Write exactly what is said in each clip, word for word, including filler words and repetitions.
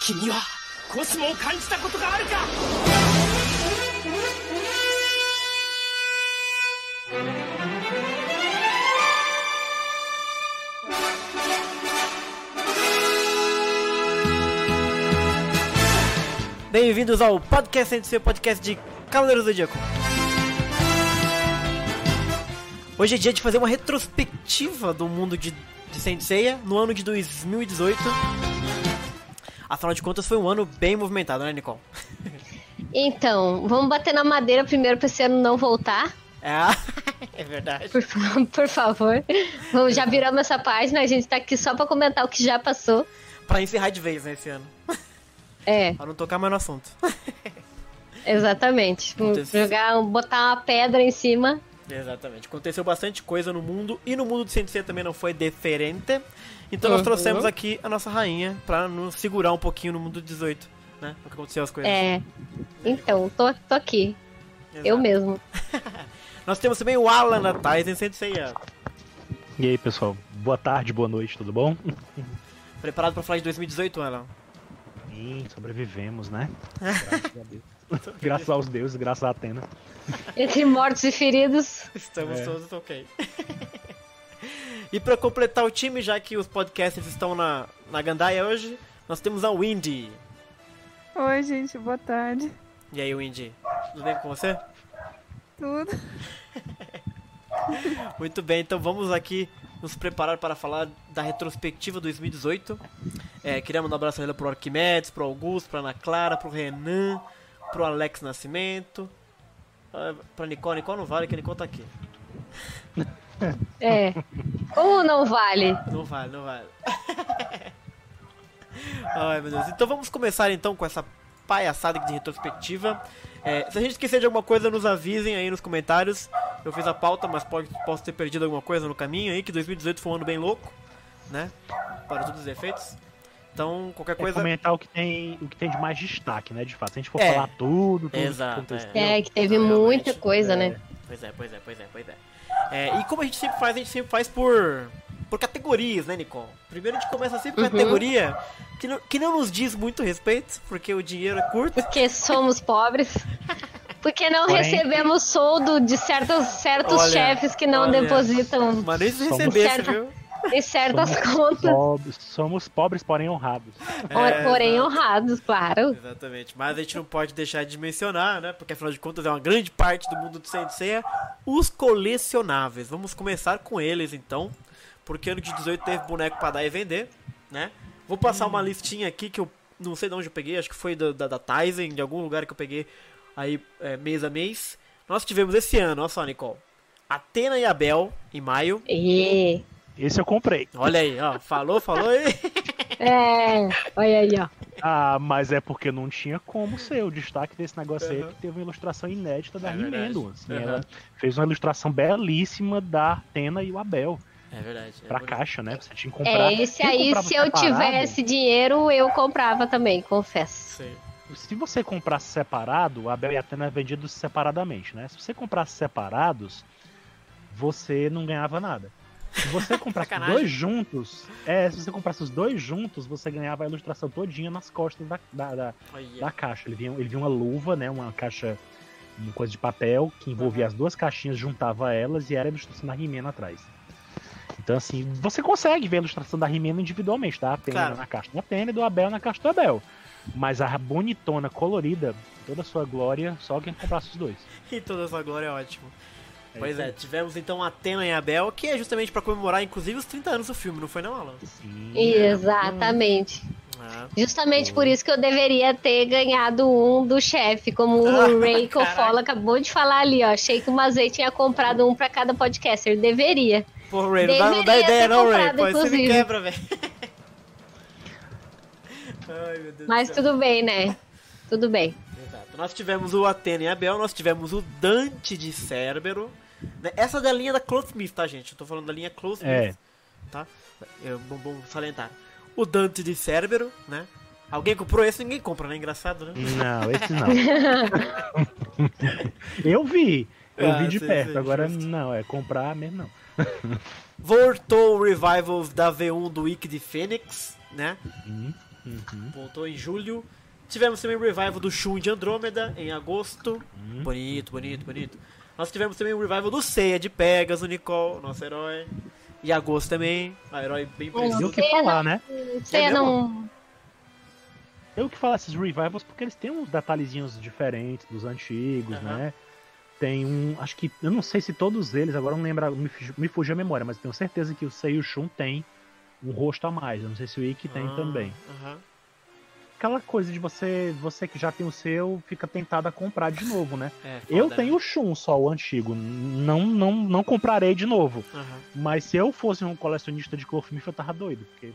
君はコスモを感じたことがあるか。 Bem-vindos ao Podcast Sem Ser, podcast de Cavaleiros do Zodíaco. Hoje é dia de fazer uma retrospectiva do mundo de, de Saint Seiya no ano de dois mil e dezoito. Afinal de contas, foi um ano bem movimentado, né, Nicole? Então, vamos bater na madeira primeiro pra esse ano não voltar. É, é verdade. Por, por favor. Vamos, já viramos essa página, a gente tá aqui só pra comentar o que já passou. Pra encerrar de vez, né, esse ano. É. Pra não tocar mais no assunto. Exatamente. Aconteceu. Jogar, botar uma pedra em cima. Exatamente. Aconteceu bastante coisa no mundo. E no mundo de Saint Seiya também não foi diferente. Então nós Uhum. trouxemos aqui a nossa rainha pra nos segurar um pouquinho no mundo dezoito, né? O que aconteceu as coisas. É. Então, tô, tô aqui. Exato. Eu mesmo. Nós temos também o Alan da Tais em Saint Seiya. E aí, pessoal? Boa tarde, boa noite, tudo bom? Preparado pra falar de dois mil e dezoito, Alan? Sim, sobrevivemos, né? Graças a Deus. Graças aos deuses, graças a Atena. Entre mortos e feridos. Estamos É. todos ok. E pra completar o time, já que os podcasters estão na, na gandaia hoje, nós temos a Windy. Oi, gente, boa tarde. E aí, Windy? Tudo bem com você? Tudo? Muito bem, então vamos aqui nos preparar para falar da retrospectiva dois mil e dezoito. É, queria mandar um abraço ainda pro Arquimedes, pro Augusto, pra Ana Clara, pro Renan, pro Alex Nascimento, ah, pra Nicole. Nicole não vale, que a Nicole tá aqui. É. Como não vale? Não vale, não vale. Ai, meu Deus. Então vamos começar então com essa palhaçada de retrospectiva. É, se a gente esquecer de alguma coisa, nos avisem aí nos comentários. Eu fiz a pauta, mas pode, posso ter perdido alguma coisa no caminho aí, que dois mil e dezoito foi um ano bem louco, né? Para todos os efeitos. Então, qualquer É coisa... comentar o que, tem, o que tem de mais destaque, né? De fato, se a gente for É. falar tudo, tudo Exato, que aconteceu. É, que teve Realmente, muita coisa, né? Pois é, pois é, pois é, pois é. É, e como a gente sempre faz, a gente sempre faz por, por categorias, né, Nicole? Primeiro a gente começa sempre com a Uhum. categoria que não, que não nos diz muito respeito, porque o dinheiro é curto. Porque somos pobres. Porque não Porém- recebemos soldo de certos, certos Olha, chefes que não olha. depositam Mas nem se Somos recebesse, certa- viu? em certas Somos contas. pobres, somos pobres, porém honrados. É, Porém, exato. honrados, claro. Exatamente, mas a gente não pode deixar de mencionar, né? Porque afinal de contas é uma grande parte do mundo do Saint Seiya, os colecionáveis. Vamos começar com eles então, porque ano de dezoito teve boneco pra dar e vender, né? Vou passar uma listinha aqui que eu não sei de onde eu peguei, acho que foi da, da, da Tizen, de algum lugar que eu peguei aí é, mês a mês. Nós tivemos esse ano, olha só, Nicole, Athena e Abel em maio. E... Esse eu comprei. Olha aí, ó, falou, falou aí. É, olha aí, ó. Ah, mas é porque não tinha como ser. O destaque desse negócio aí é Uhum. que teve uma ilustração inédita da É verdade. Rimendo. Assim, Uhum. Ela fez uma ilustração belíssima da Athena e o Abel. É verdade. É Pra bonito. caixa, né? Você tinha que comprar. É, esse Quem aí, comprava se eu separado, tivesse dinheiro, eu comprava também, confesso. Sim. Se você comprasse separado, o Abel e a Athena é vendidos separadamente, né? Se você comprasse separados, você não ganhava nada. Se você comprasse os Sacanagem. dois juntos, é, se você comprasse os dois juntos, você ganhava a ilustração todinha nas costas da, da, da, Olha. da caixa. Ele vinha, ele vinha uma luva, né? Uma caixa, uma coisa de papel, que envolvia as duas caixinhas, juntava elas e era a ilustração da Rimena atrás. Então, assim, você consegue ver a ilustração da Rimena individualmente, tá? A Athena Claro. na caixa da Athena e do Abel na caixa do Abel. Mas a bonitona, colorida, toda a sua glória, só quem comprasse os dois. E toda essa glória é ótimo. É Pois isso é, aí. tivemos então Athena e Abel, que é justamente pra comemorar, inclusive, os trinta anos do filme, não foi não, Alan? Sim. Exatamente. Ah, Justamente por isso que eu deveria ter ganhado um do chefe, como Ah, o Ray caraca. Kofola acabou de falar ali, ó. Achei que o Mazei tinha comprado um pra cada podcaster. Deveria. pô, Ray, não dá, não dá Deveria ideia ter não, Ray. comprado, Pô, você me inclusive. quebra, velho. Ai, meu Deus Mas do céu. tudo bem, né? Tudo bem. Exato. Nós tivemos o Athena e Abel, nós tivemos o Dante de Cérbero. Né? Essa é da linha da Clothesmith, tá, gente? Eu tô falando da linha Clothesmith, É. tá? É bom, bom salientar. O Dante de Cérbero, né? Alguém comprou esse? Ninguém compra, né? Engraçado, né? Não, esse não. Eu vi. Eu Ah, vi de sim, perto. sim, Agora justo. não, é comprar mesmo não. Voltou o Revivals da V um do Wiki de Fênix, né? Uhum. Uhum. Voltou em julho. Tivemos também o revival do Shun de Andrômeda em agosto. Uhum. Bonito, bonito, bonito. Nós tivemos também o revival do Seiya de Pegasus, o Nicole, nosso herói. Em agosto também, a herói bem Hum. Tem preciso. o que falar, né? Você É não. Tem o que falar esses revivals porque eles têm uns detalhezinhos diferentes dos antigos, Aham. né? Tem um. Acho que. Eu não sei se todos eles, agora eu não lembro, me, fugi- me fugiu a memória, mas eu tenho certeza que o Sei e o Shun tem um rosto a mais. Eu não sei se o Ikki tem Ah, também. aham. Aquela coisa de você, você que já tem o seu, fica tentado a comprar de novo, né? É, Eu foda, tenho o Shun só, o antigo. Não, não, não comprarei de novo. né? Aham. Mas se eu fosse um colecionista de Clothmith, eu tava doido. Porque.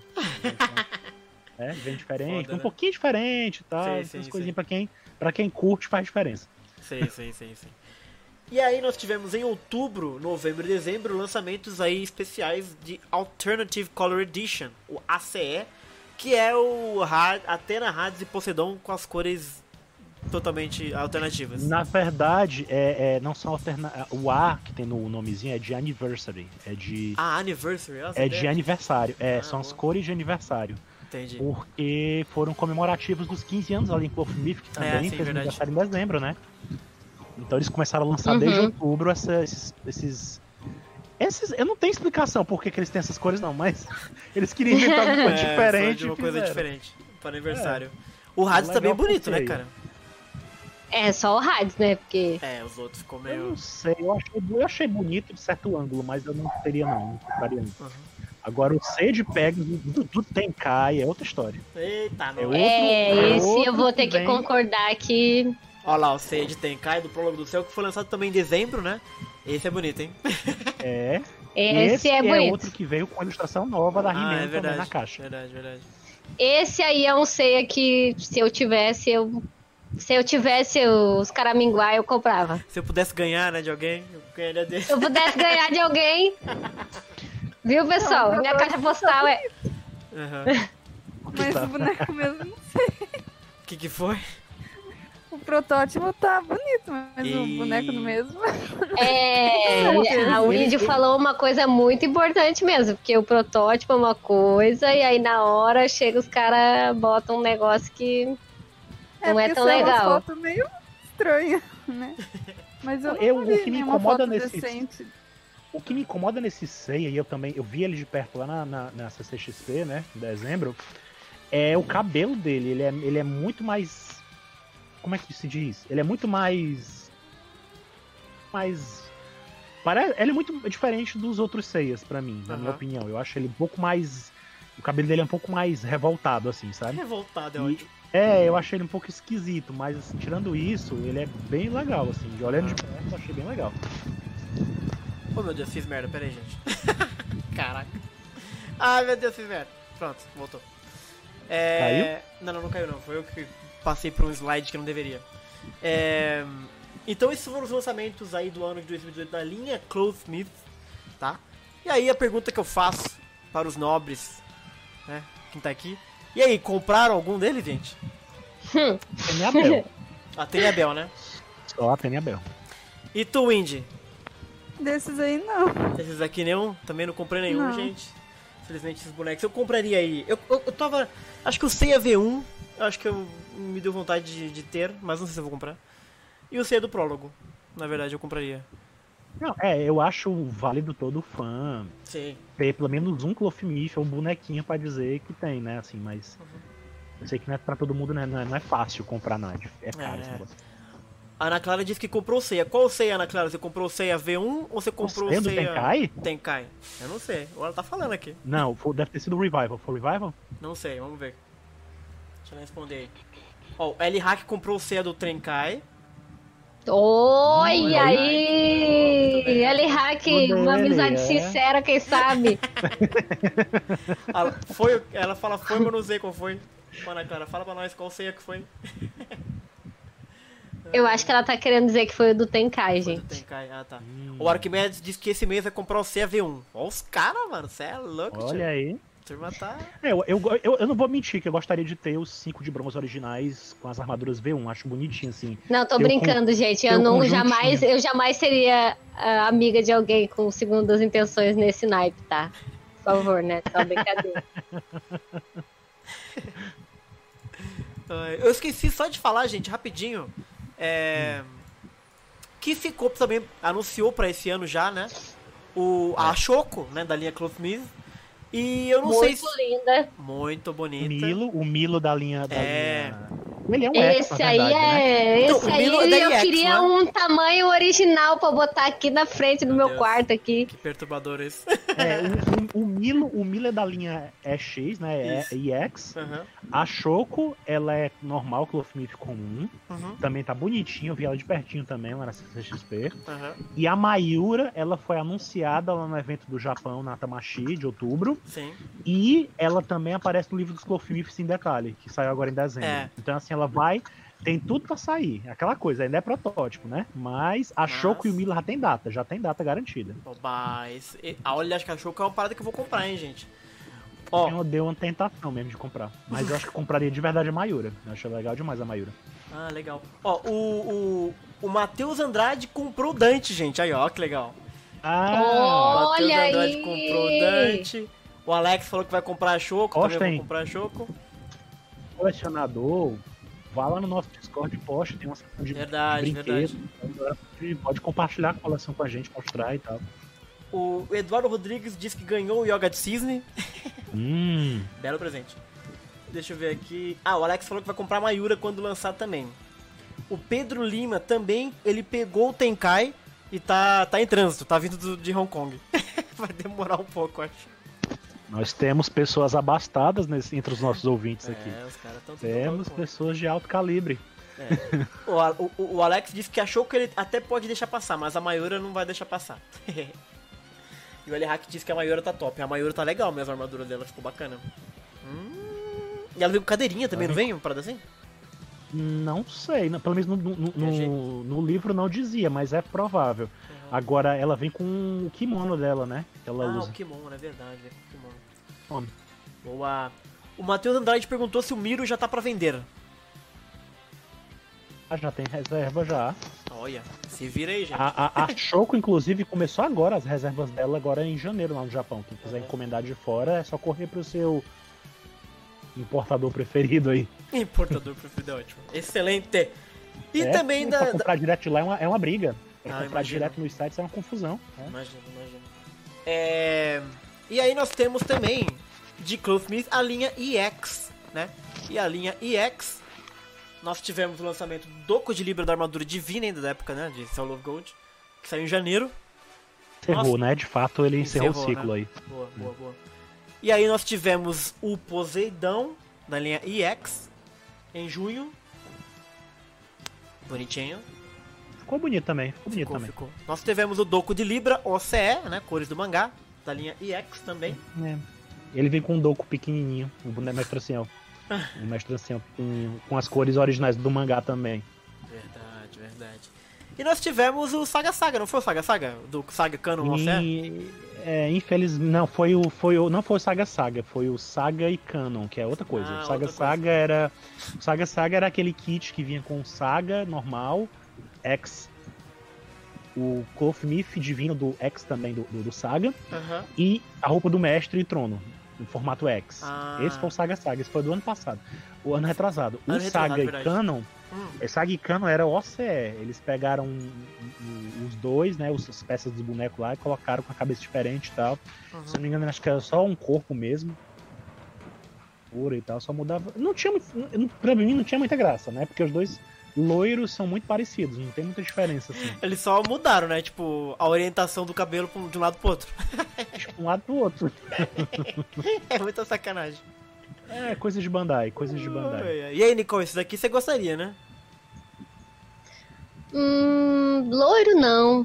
É, bem diferente, Foda, um né? pouquinho diferente e tal. Sim, Essas sim, coisinhas sim. pra quem, pra quem curte faz diferença. Sim, sim, sim, sim. E aí nós tivemos em outubro, novembro e dezembro lançamentos aí especiais de Alternative Color Edition, o A C E, que é o Had, Athena, Hades e Poseidon com as cores totalmente alternativas. Na verdade, é, é, não são alterna... o A que tem no nomezinho é de Anniversary. É de, Ah, Anniversary, essa é ideia? de aniversário. É, Ah, são as boa. cores de aniversário. Entendi. Porque foram comemorativos dos quinze anos ali em Clothmith, que também É, sim, fez verdade. aniversário em dezembro, né? Então eles começaram a lançar Uhum. desde outubro essa- esses, esses. esses- Eu não tenho explicação por que, que eles têm essas cores, não, mas eles queriam inventar alguma coisa É, diferente. de uma e coisa fizeram. diferente para aniversário. O Hades tá Legal bem bonito, né, porque- cara? É só o Hades, né? Porque. É, os outros ficou Eu meio... não sei, eu achei, eu achei bonito de certo ângulo, mas eu não teria não, não compraria não. Uhum. Agora o C de Pegasus, do, do Tenkai é outra história. Eita, É não. outro- É, esse outro eu vou ter que que vem. concordar que. Olha lá, o Seiya de Tenkai do Prólogo do Céu, que foi lançado também em dezembro, né? Esse é bonito, hein? É. Esse, é é bonito. outro que veio com a ilustração nova da Ah, He-Man é também verdade. na caixa. Verdade, verdade. Esse aí é um ceia que se eu tivesse, eu. Se eu tivesse os caraminguá, eu comprava. Se eu pudesse ganhar, né, de alguém, eu ganharia dele. Se eu pudesse ganhar de alguém. Viu, pessoal? Minha caixa postal é. Aham. Mas Tá. o boneco mesmo, O que que foi? o protótipo tá bonito, mas E- o boneco no mesmo. É, a Windy falou uma coisa muito importante mesmo, porque o protótipo é uma coisa, e aí na hora chega os caras botam um negócio que não é porque tão são umas legal. fotos meio estranhas, né? Mas eu, Eu- não o vi que me nenhuma incomoda foto nesse- decente. O que me incomoda nesse Seiya, e eu também, eu vi ele de perto lá na, na, na C C X P, né, em dezembro, é o cabelo dele, ele é, ele é muito mais, como é que se diz? Ele é muito mais, mais, parece, ele é muito diferente dos outros Seias pra mim, na minha Aham. opinião, eu acho ele um pouco mais, o cabelo dele é um pouco mais revoltado, assim, sabe? Revoltado, é E- ótimo. É, eu achei ele um pouco esquisito, mas assim, tirando isso, ele é bem legal, assim, de olhando de perto, eu achei bem legal. Oh, meu Deus, fiz merda, pera aí, gente. Caraca. Ai, meu Deus, fiz merda. Pronto, voltou. É... Não, não, não caiu não. Foi eu que passei por um slide que não deveria. É... Então esses foram os lançamentos aí do ano de dois mil e dezoito da linha Clothmith, tá? E aí a pergunta que eu faço para os nobres, né, quem tá aqui. E aí, compraram algum deles, gente? Hum, Tem a Bel. Ah, tem a Bel, né? Só a Penny Bel. E tu, Indy? Desses aí, não. Esses aqui nenhum? Também não comprei nenhum, Não. gente. Infelizmente esses bonecos. Eu compraria aí. Eu, eu, eu tava. Acho que o Seiya V um. Eu acho que eu, me deu vontade de, de ter, mas não sei se eu vou comprar. E o Seiya do Prólogo. Na verdade, eu compraria. Não, é, eu acho válido todo fã Sim. ter pelo menos um Clothmith ou um bonequinho pra dizer que tem, né? Assim, mas. Eu sei que não é pra todo mundo, né? Não é, não é fácil comprar nada. É caro É. esse negócio. A Ana Clara disse que comprou o Seiya. Qual o Seiya, Ana Clara? Você comprou o Seiya V um ou você comprou Seiya o do Seiya... Tenkai? Tenkai. Eu não sei. Ou ela tá falando aqui. Não, foi- deve ter sido o Revival. Foi o Revival? Não sei, vamos ver. Deixa eu responder aí. Ó, o L-Hack comprou o Seiya do Tenkai. Oi, Hum, aí! Muito bem. L-Hack, Tudo uma bem, amizade é. sincera, quem sabe? Ela, foi, ela fala foi, mas eu não sei qual foi. Ô, Ana Clara, fala pra nós qual Seiya que foi. Eu acho que ela tá querendo dizer que foi o do Tenkai, Foi do gente. Tenkai. Ah, tá. O Arquimedes disse que esse mês vai comprar o Seiya V um. Ó os caras, mano. Você é louco, Olha tio. aí. A turma tá... É, eu, eu, eu, eu não vou mentir que eu gostaria de ter os cinco de bronze originais com as armaduras V um. Acho bonitinho, assim. Não, tô Teu brincando, con- gente. teu Eu não conjuntinho. jamais, eu jamais seria ah, amiga de alguém com segundas intenções nesse naipe, tá? Por favor, né? Só brincadeira. Ai, eu esqueci só de falar, gente, rapidinho. É... Que ficou também, anunciou pra esse ano já, né? O, a Choco, né, da linha Clothesmith. E eu não Muito sei se... linda. Muito O bonita. Milo, o Milo da linha. Da É. linha... Ele é um X, Esse na aí verdade, né? é. Então, Esse o aí Milo é da eu I X, queria né? um tamanho original pra botar aqui na frente do Meu meu Deus. quarto aqui. Que perturbador esse. É, o, o, o Milo, o Milo é da linha E X, né? Isso. É I X. Uhum, A Choco, ela é normal, Clothesmith comum. uhum, Também tá bonitinho, eu vi ela de pertinho também lá na C C X P. uhum. E a Mayura, ela foi anunciada lá no evento do Japão, na Tamashi, de outubro. Sim. E ela também aparece no livro dos Clothesmiths em detalhe, que saiu agora em dezembro. É. Então, assim, ela vai... Tem tudo pra sair. Aquela coisa, ainda é protótipo, né? Mas a Mas- Choco e o Milo já tem data, já tem data garantida. Oba, esse... e- ah, olha, acho que a Choco é uma parada que eu vou comprar, hein, gente. Ó, Eu dei uma tentação mesmo de comprar. Mas eu acho que eu compraria de verdade a Mayura. Eu acho legal demais a Mayura. ah, legal. Ó, o, o, o Matheus Andrade comprou o Dante, gente. Aí, ó, que legal. Ah! O Matheus Olha Andrade aí! comprou o Dante. O Alex falou que vai comprar a Choco, Gosta, também hein? vou comprar a Choco. Colecionador, vá lá no nosso Discord e poste, tem uma seção de Verdade, brinquedos. Então, pode compartilhar a coleção com a gente, mostrar e tal. O Eduardo Rodrigues disse que ganhou o Yoga de Cisne. Hum, Belo presente. Deixa eu ver aqui. Ah, o Alex falou que vai comprar a Mayura quando lançar também. O Pedro Lima também, ele pegou o Tenkai e tá, tá em trânsito, tá vindo do- de Hong Kong. Vai demorar um pouco, eu acho. nós temos pessoas abastadas nesse, entre os nossos ouvintes aqui. É, os caras estão Temos pessoas de alto calibre. O, A- o, o Alex disse que achou que ele até pode deixar passar, mas a Mayura não vai deixar passar. E o L-Hack disse que a Mayura tá top. A Mayura tá legal mesmo, a armadura dela ficou bacana. Hum, e ela veio com cadeirinha também, não veio? Uma parada assim? Não sei, não- pelo menos no, no- no- Viajei. no livro não dizia, mas é provável. Agora ela vem com o kimono dela, né? Que ela Ah, usa. o kimono, é verdade, veio com o kimono. Homem. Boa. O Matheus Andrade perguntou se o Miro já tá pra vender. Ah, já tem reserva já. Olha, se vira aí, gente. A, a, a Choco, inclusive, começou agora as reservas dela, agora em janeiro lá no Japão. Quem quiser Uhum. encomendar de fora é só correr pro seu importador preferido aí. Importador preferido é ótimo. Excelente. E É, também pra da... da- comprar direto de lá é uma, é uma briga. Pra Ah, comprar imagino. direto nos sites é uma confusão. né? Imagina, imagina. É... E aí nós temos também, de Clothesmith, a linha E X, né? E a linha E X, nós tivemos o lançamento do Code Libra da armadura divina ainda da época, né? De Soul of Gold, que saiu em janeiro. Encerrou, Nossa. né? De fato, ele encerrou, Encerrou, o ciclo né? aí. Boa, boa, boa. E aí nós tivemos o Poseidon, da linha E X, em junho. Bonitinho. Ficou bonito também, ficou bonito Ficou, também. ficou. Nós tivemos o Doku de Libra, O C E, né? Cores do mangá, da linha E X também. É. Ele vem com um doku pequenininho, um boneco mestre ancião. Um mestre ancião pequenininho, com as cores originais do mangá também. Verdade, verdade. E nós tivemos o Saga Saga, não foi o Saga Saga? Do Saga Canon O C E? E, é, infelizmente, não foi o, foi o, não foi o Saga Saga, foi o Saga e Canon, que é outra coisa. Ah, o Saga outra Saga era, o Saga Saga era aquele kit que vinha com o Saga normal, X, o Clothesmith divino do X também do, do, do Saga Aham. e a roupa do mestre e trono. No formato X. Ah. Esse foi o Saga Saga, esse foi do ano passado. O ano retrasado. O Ano retrasado, Saga e verdade. Canon, Hum. o Saga e Canon era o C E. Eles pegaram o- os dois, né? os- As peças do boneco lá e colocaram com a cabeça diferente e tal. Uhum. Se não me engano, acho que era só um corpo mesmo. Pura e tal, só mudava. Não tinha muito. não- Pra mim não tinha muita graça, né? Porque os dois loiros são muito parecidos, não tem muita diferença, assim. Eles só mudaram, né? Tipo, a orientação do cabelo pra um- de um lado pro outro. Tipo, um lado pro outro. É muita sacanagem. É, coisas de Bandai, coisas de Bandai. E aí, Nicole, isso daqui você gostaria, né? Hum, loiro não.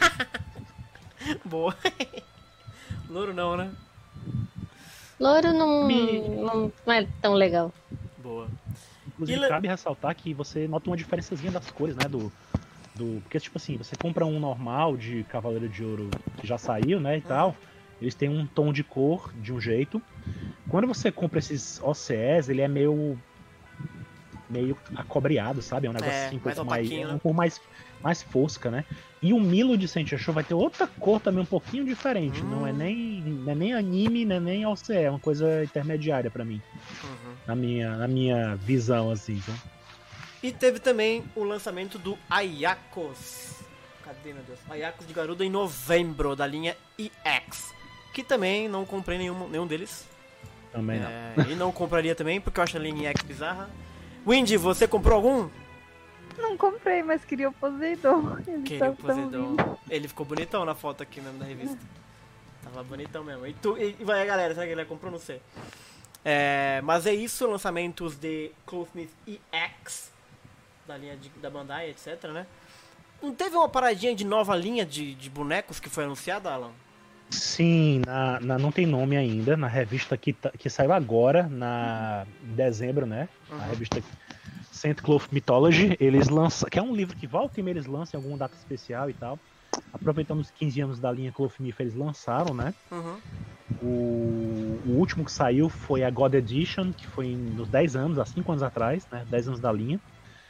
Boa. Louro não, né? Loiro não, Me- não, não é tão legal. Boa. Inclusive, E le- cabe ressaltar que você nota uma diferençazinha das cores, né? Do, do, porque, tipo assim, você compra um normal de Cavaleiro de Ouro que já saiu, né? E tal. Eles têm um tom de cor de um jeito. Quando você compra esses O C Es, ele é meio. meio acobreado, sabe? É um negócio É, assim, um mais pouco mais. opaquinho, É né? uma cor mais, mais fosca, né? E o Milo de Saint Show vai ter outra cor também um pouquinho diferente. Hum. Não é nem não é nem anime, não é nem O C E, é uma coisa intermediária pra mim. Uhum. Na minha, na minha visão, assim. Então. E teve também o lançamento do Ayakos. Cadê, meu Deus? Ayakos de Garuda em novembro, da linha E X. Que também não comprei nenhum, nenhum deles. Também não. É, e não compraria também, porque eu acho a linha E X bizarra. Windy, você comprou algum? Não comprei, mas queria o Poseidon. Ele Queria tá o tão Poseidon. lindo. Ele ficou bonitão na foto aqui mesmo da revista. Tava bonitão mesmo. E, tu, e, e vai, galera, será que ele comprou? Não sei. É, mas é isso, lançamentos de Clothesmith E X, da linha de, da Bandai, etc, né? Não teve uma paradinha de nova linha de, de bonecos que foi anunciada, Alan? Sim, na, na- não tem nome ainda. Na revista que, tá- que saiu agora, na, em dezembro, né? Uhum. A revista Saint Cloth Mythology, eles lançam. Que é um livro que volta e meia eles lançam em alguma data especial e tal. Aproveitando os quinze anos da linha Clothmith, eles lançaram, né? Uhum. O, o último que saiu foi a God Edition, que foi nos dez anos, há cinco anos atrás, né? dez anos da linha.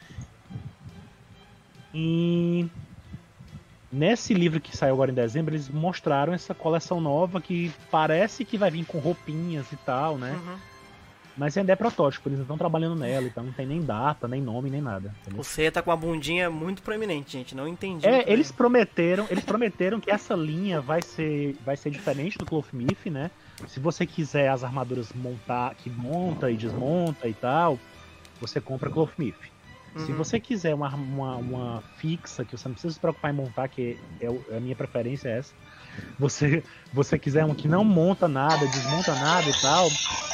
E nesse livro que saiu agora em dezembro, eles mostraram essa coleção nova que parece que vai vir com roupinhas e tal, né? Uhum. Mas ainda é protótipo, eles não estão trabalhando nela, então não tem nem data, nem nome, nem nada. Entendeu? O Seiya tá com uma bundinha muito proeminente, gente. Não entendi. muito É, bem. eles prometeram, eles prometeram que essa linha vai ser, vai ser diferente do Clothmith, né? Se você quiser as armaduras montar, que monta e desmonta e tal, você compra Clothmith. Se Uhum. você quiser uma, uma, uma fixa, que você não precisa se preocupar em montar, que é o- a minha preferência é essa. Você, você quiser uma que não monta nada, desmonta nada e tal.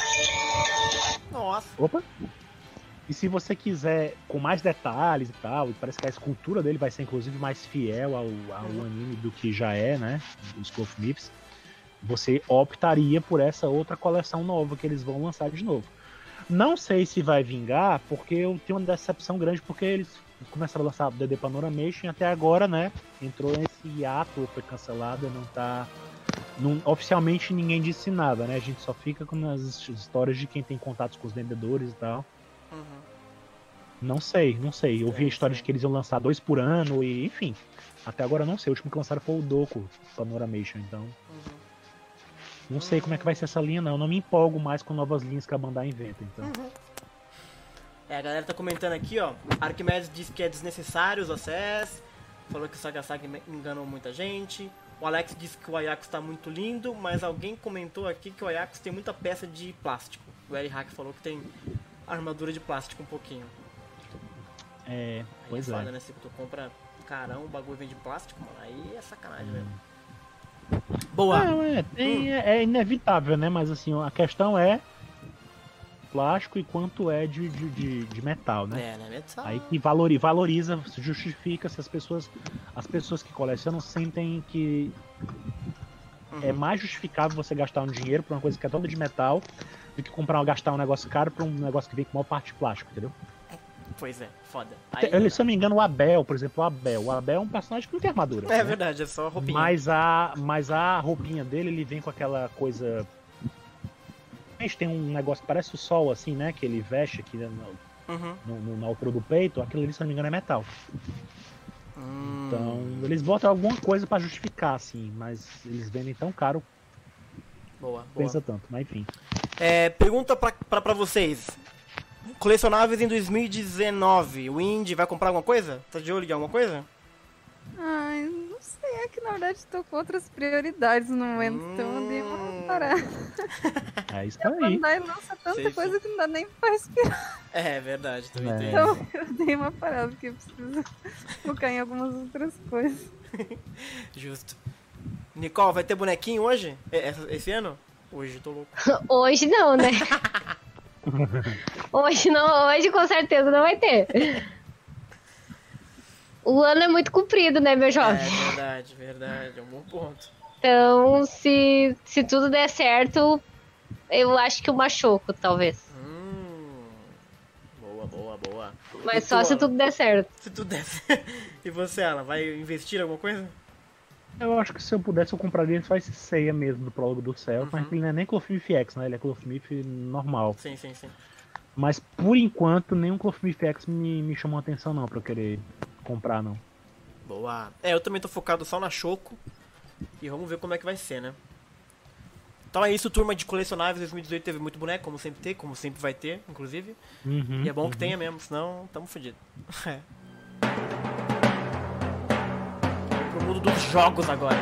Nossa. Opa! E se você quiser com mais detalhes e tal, e parece que a escultura dele vai ser inclusive mais fiel ao, ao anime do que já é, né? Os Clothmiths, você optaria por essa outra coleção nova que eles vão lançar de novo. Não sei se vai vingar, porque eu tenho uma decepção grande, porque eles começaram a lançar o D D Panoramation e até agora, né? Entrou nesse hiato, foi cancelado, não tá. Não, oficialmente ninguém disse nada, né? A gente só fica com as his- histórias de quem tem contatos com os vendedores e tal. Uhum. Não sei, não sei. Eu vi Sei, a história sei. de que eles iam lançar dois por ano e, enfim. Até agora não sei. O último que lançaram foi o Doku Panoramation, então. Uhum. Não sei como é que vai ser essa linha, não. Eu não me empolgo mais com novas linhas que a Bandai inventa, então. É, a galera tá comentando aqui, ó. Arquimedes disse que é desnecessário os acessos. Falou que o Sagasaki enganou muita gente. O Alex disse que o Ayakos tá muito lindo, mas alguém comentou aqui que o Ayakos tem muita peça de plástico. O Eri Hack falou que tem armadura de plástico um pouquinho. É, Aí pois é. Foda, é. né? Se tu compra carão, o bagulho vem de plástico, mano, aí é sacanagem Hum. mesmo. Boa! Não, é, tem- é inevitável, né? Mas assim, a questão é plástico e quanto é de, de, de, de metal, né? É, né? Metal. Aí que valori- valoriza, justifica se as pessoas, as pessoas que colecionam sentem que é Uhum. mais justificável você gastar um dinheiro por uma coisa que é toda de metal do que comprar gastar um negócio caro por um negócio que vem com uma parte de plástico, entendeu? Pois é, foda. Aí, Ele, se eu não me engano, o Abel, por exemplo, o Abel. O Abel é um personagem que não tem armadura. é né? verdade, é só roupinha. Mas a, mas a roupinha dele, ele vem com aquela coisa. A gente tem um negócio que parece o sol, assim, né? Que ele veste aqui no, Uhum. no- no- na altura do peito. Aquilo ali, se eu não me engano, é metal. Hum. Então, eles botam alguma coisa pra justificar, assim. Mas eles vendem tão caro, Boa, boa. pensa tanto. Mas enfim. É, pergunta pra, pra, pra vocês. Colecionáveis em dois mil e dezenove. O Indy vai comprar alguma coisa? Tá de olho em alguma coisa? Ai, não sei, é que na verdade tô com outras prioridades no momento, então eu dei Hum. uma parada. É isso aí. Bandai lança tanta Sei, coisa que não dá nem pra respirar. É verdade, também É. tem. Então eu dei uma parada, porque eu preciso focar em algumas outras coisas. Justo. Nicole, vai ter bonequinho hoje? É, essa- Esse ano? Hoje, tô louco. Hoje não, né? Hoje não, hoje com certeza não vai ter. O ano é muito comprido, né, meu É jovem? verdade, verdade. É um bom ponto. Então, se, se tudo der certo, eu acho que o Machoco, talvez. Hum. Boa, boa, boa. Mas E só tu, se Alan? tudo der certo. Se tudo der. E você, Alan, vai investir em alguma coisa? Eu acho que se eu pudesse, eu compraria só esse ceia mesmo do prólogo do céu. Uhum. Mas ele não é nem Clothmith X, né? Ele é Clothmith normal. Sim, sim, sim. Mas por enquanto, nenhum Clothmith X me, me chamou a atenção, não, pra eu querer comprar, não. Boa. É, eu também tô focado só na Choco. E vamos ver como é que vai ser, né? Então é isso, turma de colecionáveis dois mil e dezoito teve muito boneco, como sempre tem, como sempre vai ter, inclusive. Uhum, E é bom uhum. que tenha mesmo, senão tamo fodido. É. Pro mundo dos jogos agora.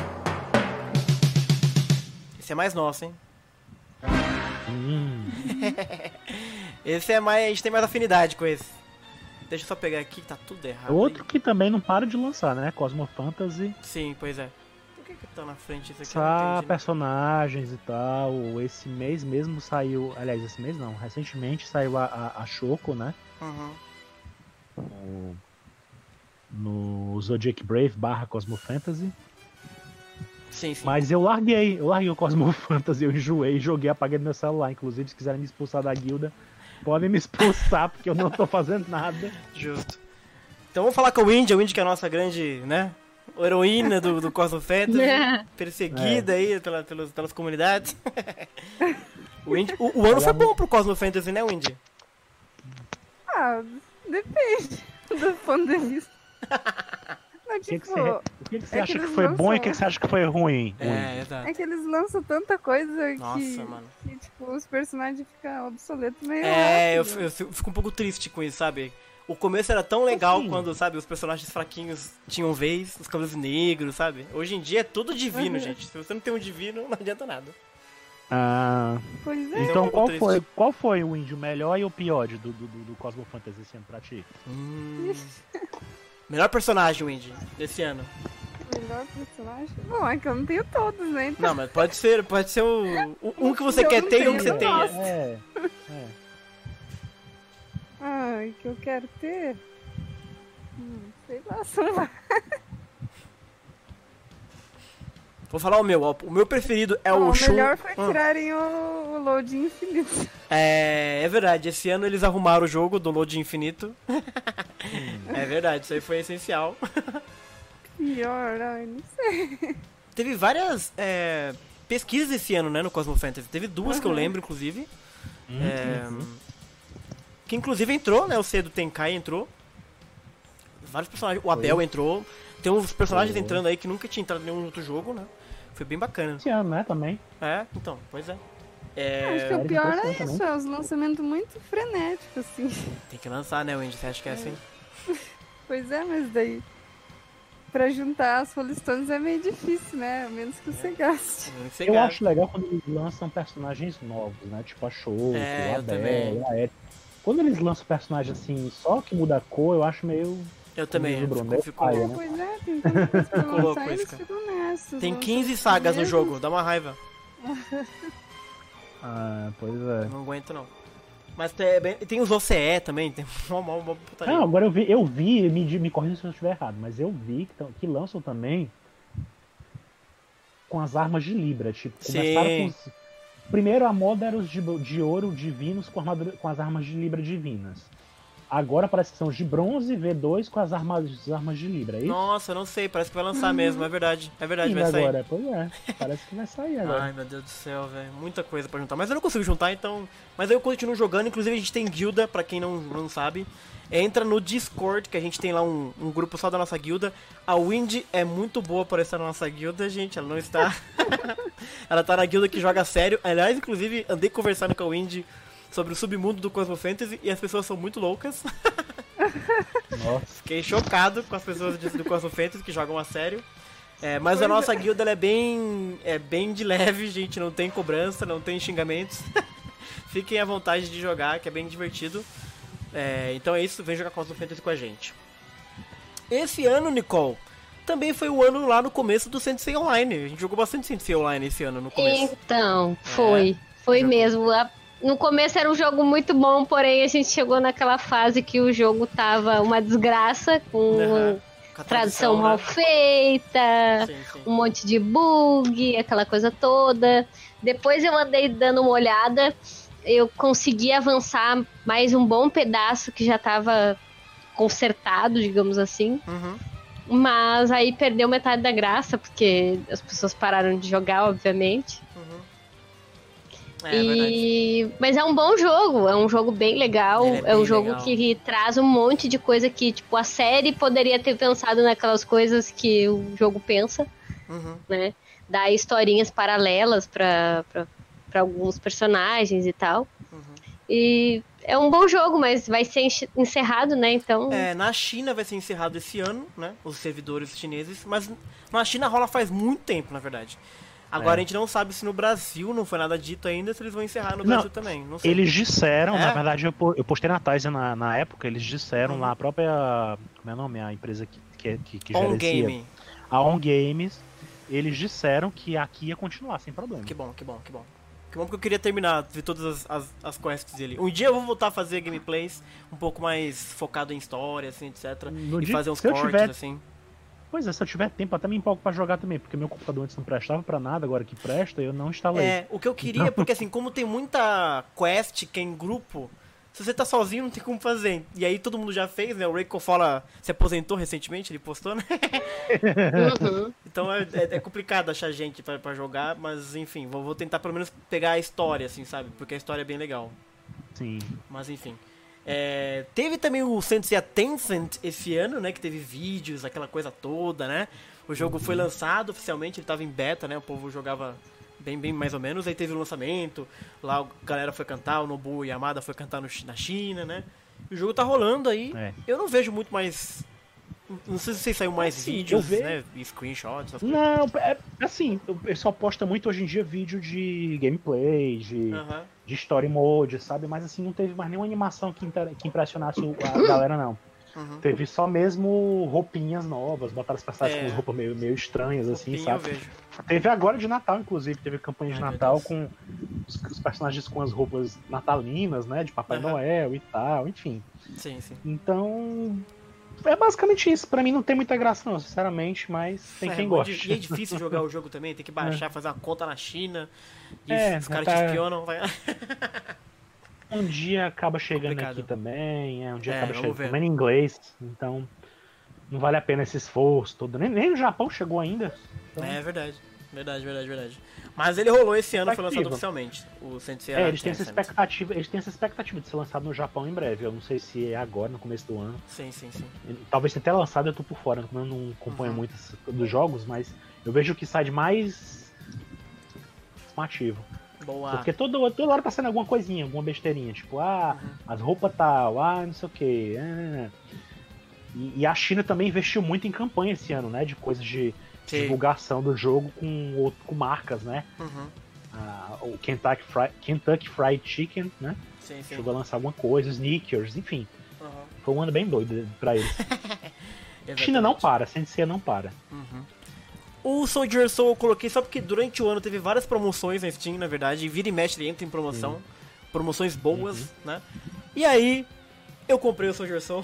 Esse é mais nosso, hein? Hum. Esse é mais. A gente tem mais afinidade com esse. Deixa eu só pegar aqui que tá tudo errado. Outro aí. que também não para de lançar, né? Cosmo Fantasy. Sim, pois é. Por que que tá na frente isso aqui? Eu Só não entendi, né? personagens e tal. Esse mês mesmo saiu. Aliás, esse mês não. Recentemente saiu a, a, a Choco, né? Uhum. No, no Zodiac Brave barra Cosmo Fantasy. Sim, sim. Mas eu larguei, eu larguei o Cosmo Fantasy, eu enjoei, joguei, apaguei do meu celular. Inclusive, se quiserem me expulsar da guilda, podem me expulsar, porque eu não tô fazendo nada. Justo. Então vamos falar com o Indy, a Indy que é a nossa grande, né? Heroína do, do Cosmo Fantasy, perseguida aí pela, pelas, pelas comunidades. o, Indy, o, o ano foi bom pro Cosmo Fantasy, né, Indy? Ah, depende do ponto de vista. Não, O que, que tipo, você, o que, que você é acha que que eles foi lançam- bom e o que, que você acha que foi ruim? É, Ruim. exato. é que eles lançam tanta coisa Nossa, que, mano. que, tipo, os personagens ficam obsoletos meio É, eu, rápido. eu fico um pouco triste com isso, sabe? O começo era tão legal Assim. quando, sabe, os personagens fraquinhos tinham vez, os cabelos negros, sabe? Hoje em dia é tudo divino, Uhum. gente. Se você não tem um divino, não adianta nada. Ah, Pois é. então um pouco qual triste. foi, qual foi o índio melhor e o pior de- do, do, do Cosmo Fantasy esse ano pra ti? Hum. Melhor personagem, Windy, desse ano. Melhor personagem? Bom, é que eu não tenho todos, né? Então, Não, mas pode ser, pode ser o, o- um que você Eu quer não ter e um que tenho, você eu não tenha. gosto. É, é. ai, que eu quero ter. Hum, sei lá, são lá. Vou falar o meu, ó. O meu preferido é Bom, o o Shun. melhor foi Ah, tirarem o, o load infinito. É, é verdade, esse ano eles arrumaram o jogo do load infinito. É verdade, isso aí foi essencial. Pior, ai, não sei. Teve várias é, pesquisas esse ano, né, no Cosmo Fantasy. Teve duas que eu Uhum. lembro, inclusive. É, que inclusive entrou, né? O C do Tenkai entrou. Vários personagens. O Abel entrou. Tem uns personagens Foi. entrando aí que nunca tinha entrado em nenhum outro jogo, né? Foi bem bacana. Esse ano, né, também. É, então, pois é. Acho que É, o pior é interessante isso, é os lançamentos muito frenéticos, assim. tem que lançar, né, Wendy? Você acha que é assim? Pois é, mas daí pra juntar as Rollistones é meio difícil, né? A menos que você gaste. Não sei, Eu cara. acho legal quando eles lançam personagens novos, né? Tipo a Choco, É, a eu Abel, também. a Eri. Quando eles lançam personagem assim, só que muda a cor, eu acho meio. Eu também. Como diz o Fico, Bruno, fico- paia, É, né? pois é, tem tanta coisa pra Ficou louco lançar e isso, eles cara. ficam nessas. Tem lançam quinze sagas no mesmo. jogo, dá uma raiva. Ah, pois é. Não aguento, não. Mas tem, bem- tem os O C E também, tem uma, uma, uma putaria. Não, agora eu vi, eu vi, me, di- me corrija se eu estiver errado, mas eu vi que, tão- que lançam também com as armas de Libra. Tipo, começaram Sim. com os. Primeiro a moda era os de, de ouro divinos com, armadura, com as armas de Libra divinas. Agora parece que são os de bronze V dois com as armas, as armas de Libra, é isso? Nossa, eu não sei, parece que vai lançar mesmo, é verdade. É verdade, Sim, vai sair. agora, pois é. Parece que vai sair agora. Ai, meu Deus do céu, velho. Muita coisa pra juntar. Mas eu não consigo juntar, então. Mas eu continuo jogando. Inclusive, a gente tem guilda, pra quem não, não sabe. Entra no Discord, que a gente tem lá um, um grupo só da nossa guilda. A Windy é muito boa por estar na nossa guilda, gente. Ela não está. Ela tá na guilda que joga sério. Aliás, inclusive, andei conversando com a Windy sobre o submundo do Cosmo Fantasy e as pessoas são muito loucas. Nossa. Fiquei chocado com as pessoas de- do Cosmo Fantasy que jogam a sério. É, mas a nossa guilda ela é bem é bem de leve, gente. Não tem cobrança, não tem xingamentos. Fiquem à vontade de jogar, que é bem divertido. É, então é isso, vem jogar Cosmo Fantasy com a gente. Esse ano, Nicole, também foi o ano lá no começo do Sensei Online. A gente jogou bastante Sensei Online esse ano no começo. Então, foi. Foi jogou. mesmo. A- No começo era um jogo muito bom, porém a gente chegou naquela fase que o jogo tava uma desgraça, com Aham. Com a tradução né? mal feita, Sim, sim. um monte de bug, aquela coisa toda. Depois eu andei dando uma olhada, eu consegui avançar mais um bom pedaço que já estava consertado, digamos assim. Uhum. Mas aí perdeu metade da graça, porque as pessoas pararam de jogar, obviamente. Uhum. É, é verdade. E... Mas é um bom jogo, é um jogo bem legal, Ele é é, bem um jogo legal. que traz um monte de coisa que, tipo, a série poderia ter pensado naquelas coisas que o jogo pensa, Uhum. né? dar historinhas paralelas pra, pra, pra alguns personagens e tal. Uhum. E é um bom jogo, mas vai ser encerrado, né? Então. É, na China vai ser encerrado esse ano, né? Os servidores chineses, mas na China rola faz muito tempo, na verdade. Agora É. a gente não sabe se no Brasil não foi nada dito ainda, se eles vão encerrar no Não, Brasil também. Não sei. Eles disseram, É? na verdade, eu, po- eu postei na Tizen na, na época, eles disseram Uhum. lá, a própria. Como é o nome? A empresa que, que, que, que On gerencia. Game. A On Games, eles disseram que aqui ia continuar sem problema. Que bom, que bom, que bom. Que bom porque eu queria terminar, ver todas as, as, as quests dele. Um dia eu vou voltar a fazer gameplays um pouco mais focado em história, assim, etcétera. No e dia- fazer uns se eu cortes, tiver- assim. Pois é, se eu tiver tempo, até me empolgo pra jogar também, porque meu computador antes não prestava pra nada, agora que presta, eu não instalei. É, o que eu queria, porque assim, como tem muita quest que é em grupo, se você tá sozinho não tem como fazer. E aí todo mundo já fez, né? O Reiko Fala se aposentou recentemente, ele postou, né? Uhum. Então é, é- é complicado achar gente pra, pra jogar, mas enfim, vou, vou tentar pelo menos pegar a história, assim, sabe? Porque a história é bem legal. Sim. Mas enfim. É, teve também o Sensei Tencent esse ano, né? Que teve vídeos, aquela coisa toda, né? O jogo foi lançado oficialmente, ele tava em beta, né? O povo jogava bem, bem mais ou menos. Aí teve o lançamento, lá a galera foi cantar, o Nobuo Yamada foi cantar no, na China, né? E o jogo tá rolando aí. É. Eu não vejo muito mais. Não sei se saiu mais Assim, vídeos, eu ve- né? E screenshots, essas coisas. Não, é assim, o pessoal posta muito hoje em dia vídeo de gameplay, de, Aham. de story mode, sabe? Mas assim, não teve mais nenhuma animação que, inter- que impressionasse o- a galera, não. Uhum. Teve só mesmo roupinhas novas, botaram as personagens É. com roupas meio, meio estranhas, assim, Roupinha eu sabe? vejo. Teve agora de Natal, inclusive, teve campanha de Ai, meu Natal Deus. com os, os personagens com as roupas natalinas, né? De Papai Aham. Noel e tal, enfim. Sim, sim. Então. É basicamente isso. Pra mim não tem muita graça, não, sinceramente, mas tem É, quem muito goste. di- E é difícil jogar o jogo também, tem que baixar, fazer uma conta na China. E É, os caras tá- te espionam. Vai... Um dia acaba chegando Complicado. aqui também, é, um dia É, acaba vamos chegando ver. também em inglês, então não vale a pena esse esforço todo. Nem, nem no Japão chegou ainda. Então, É verdade. Verdade, verdade, verdade. Mas ele rolou esse ano, foi lançado Expectativa. oficialmente. O Sensei é, eles têm essa Tencent. expectativa, eles têm essa expectativa de ser lançado no Japão em breve. Eu não sei se é agora, no começo do ano. Sim, sim, sim. Talvez tenha até lançado, eu tô por fora, eu não acompanho Uhum. muito esse- dos jogos, mas eu vejo que sai de mais informativo. Boa. Porque toda, toda hora tá sendo alguma coisinha, alguma besteirinha, tipo, ah, Uhum. as roupas tal, ah, não sei o que. E, e a China também investiu muito em campanha esse ano, né? De coisas de Sim. divulgação do jogo com, outro- com marcas, né? Uhum. Ah, o Kentucky Fried, Kentucky Fried Chicken, né? Sim, sim. Chegou a lançar alguma coisa, Snickers, enfim. Uhum. Foi um ano bem doido pra eles. China não Exatamente. para, Sensei não para. Uhum. O Soldier Soul eu coloquei só porque durante o ano teve várias promoções na Steam, na verdade, e vira e mexe ele entra em promoção. Promoções boas, Uhum. né? E aí, eu comprei o Soldier Soul.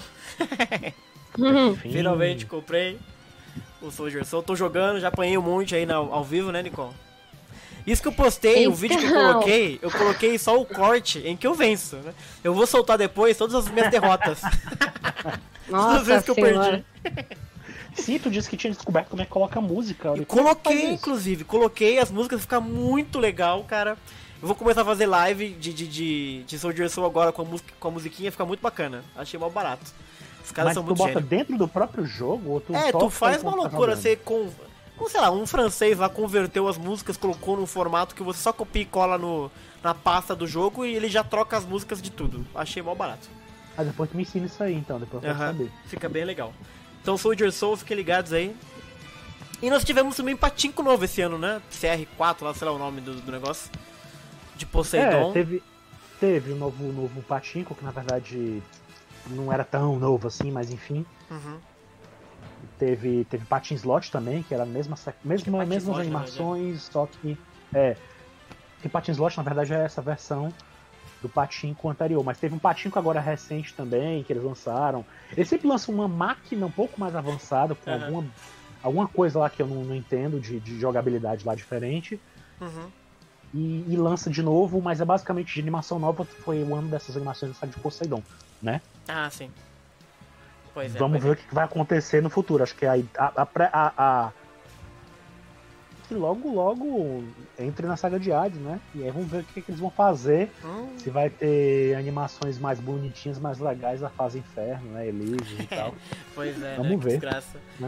Enfim, Finalmente comprei o Soldier Soul. Tô jogando, já apanhei um monte aí na- ao vivo, né, Nicole? Isso que eu postei, o vídeo que eu Então. coloquei, eu coloquei só o corte em que eu venço, né? Eu vou soltar depois todas as minhas derrotas. Todas as Nossa vezes que eu senhora. perdi. Sim, tu disse que tinha descoberto como é que coloca música. E Como é que faz coloquei, isso? inclusive, coloquei as músicas, fica muito legal, cara. Eu vou começar a fazer live de, de, de, de Soldier Soul agora com a, música, com a musiquinha, fica muito bacana. Achei mal barato. Os caras Mas são tu muito bota gênios. dentro do próprio jogo? Ou tu É, tu toca faz uma enquanto tá loucura, jogando? você com, com, sei lá, um francês lá converteu as músicas, colocou num formato que você só copia e cola no, na pasta do jogo e ele já troca as músicas de tudo. Achei mal barato. Ah, depois tu me ensina isso aí, então, depois eu quero Aham, saber. fica bem legal. Então Soldier Soul, fiquem ligados aí. E nós tivemos também Patinco novo esse ano, né? C R quatro, lá, sei lá o nome do, do negócio. De Poseidon. É, teve, teve o novo, novo Pachinko, que na verdade não era tão novo assim, mas enfim. Uhum. Teve, teve Patin Slot também, que era a mesma, sec- mesma, Patin mesmas Slot, na animações, só que. É. Que Patin Slot, na verdade, é essa versão do Patinco anterior. Mas teve um Patinco agora recente também, que eles lançaram. Eles sempre lançam uma máquina um pouco mais avançada, com Aham. alguma, alguma coisa lá que eu não, não entendo de, de jogabilidade lá diferente. Uhum. E, e lança de novo, mas é basicamente de animação nova. Foi o ano dessas animações da saga de Poseidon, né? Ah, sim. Pois é. Vamos pois ver o que vai acontecer no futuro. Acho que a, a, a, pré- a- a- que logo, logo entre na saga de Hades, né? E aí vamos ver o que, que eles vão fazer. é. Hum, Se vai ter animações mais bonitinhas, mais legais da fase Inferno, né? Elísio e tal. pois é, Vamos né? Que ver. desgraça. Né?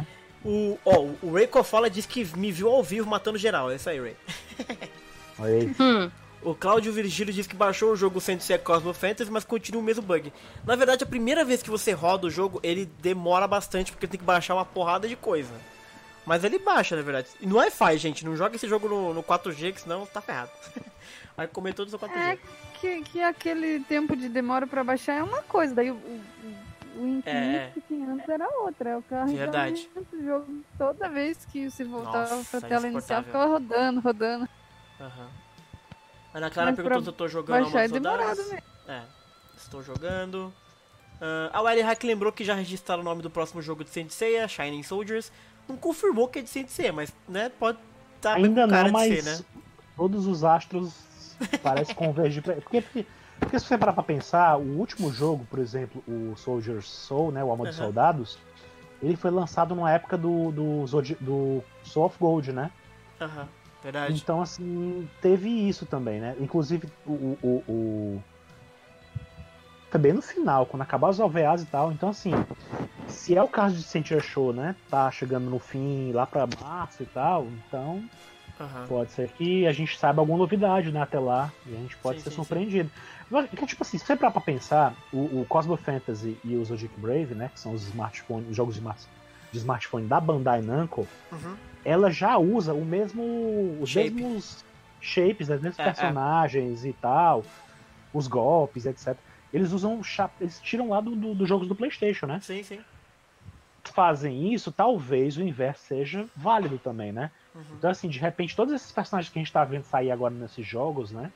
O, ó, o Ray Kofola disse que me viu ao vivo matando geral. É isso aí, Ray. Olha aí. Hum. O Cláudio Virgílio disse que baixou o jogo Sensei Cosmo Fantasy, mas continua o mesmo bug. Na verdade, a primeira vez que você roda o jogo, ele demora bastante, porque tem que baixar uma porrada de coisa. Mas ele baixa, na verdade. E no Wi-Fi, gente. Não joga esse jogo no, no quatro G, que senão tá ferrado. Aí comentou do seu quatro G. É que, que aquele tempo de demora pra baixar é uma coisa, daí o, o, o infinito É. que tinha antes era outra. É o carregamento Verdade. do jogo. Toda vez que você voltava Nossa, pra tela inicial, insuportável. ficava rodando, rodando. Aham. Ana Clara Mas perguntou pra se eu tô jogando baixar é Alma dos demorado Soldados. mesmo. É, estou jogando. Uh, a Wiley Hack lembrou que já registraram o nome do próximo jogo de Saint Seiya, Shining Soldiers. Não confirmou que é de Saint Seiya, mas né, pode estar tá Ainda com cara não, de mas ser, né? todos os astros parecem convergir. Pra... Porque, porque, porque se você parar pra pensar, o último jogo, por exemplo, o Soldier's Soul, né, o Alma dos Uhum. Soldados, ele foi lançado na época do, do, Zodi- do Soul of Gold, né? Aham, verdade. Então, assim, teve isso também, né? Inclusive, o, o, o... também no final, quando acabar os O V As e tal. Então, assim, se é o caso de Sentia Show, né? Tá chegando no fim, lá pra março e tal, então Aham. pode ser que a gente saiba alguma novidade, né? Até lá, e a gente pode Sim, ser sim, surpreendido. Mas, que, tipo assim, se você parar pra pensar, o, o Cosmo Fantasy e o Zodiac Brave, né? Que são os smartphones, os jogos de, mar- de smartphone da Bandai Namco, Uhum. ela já usa o mesmo, os Shape. mesmos shapes, os mesmos É, é. personagens e tal, os golpes, etcétera. Eles usam, cha- eles tiram lá do, do- dos jogos do PlayStation, né? Sim, sim. Fazem isso, talvez o inverso seja válido também, né? Uhum. Então, assim, de repente, todos esses personagens que a gente tá vendo sair agora nesses jogos, né?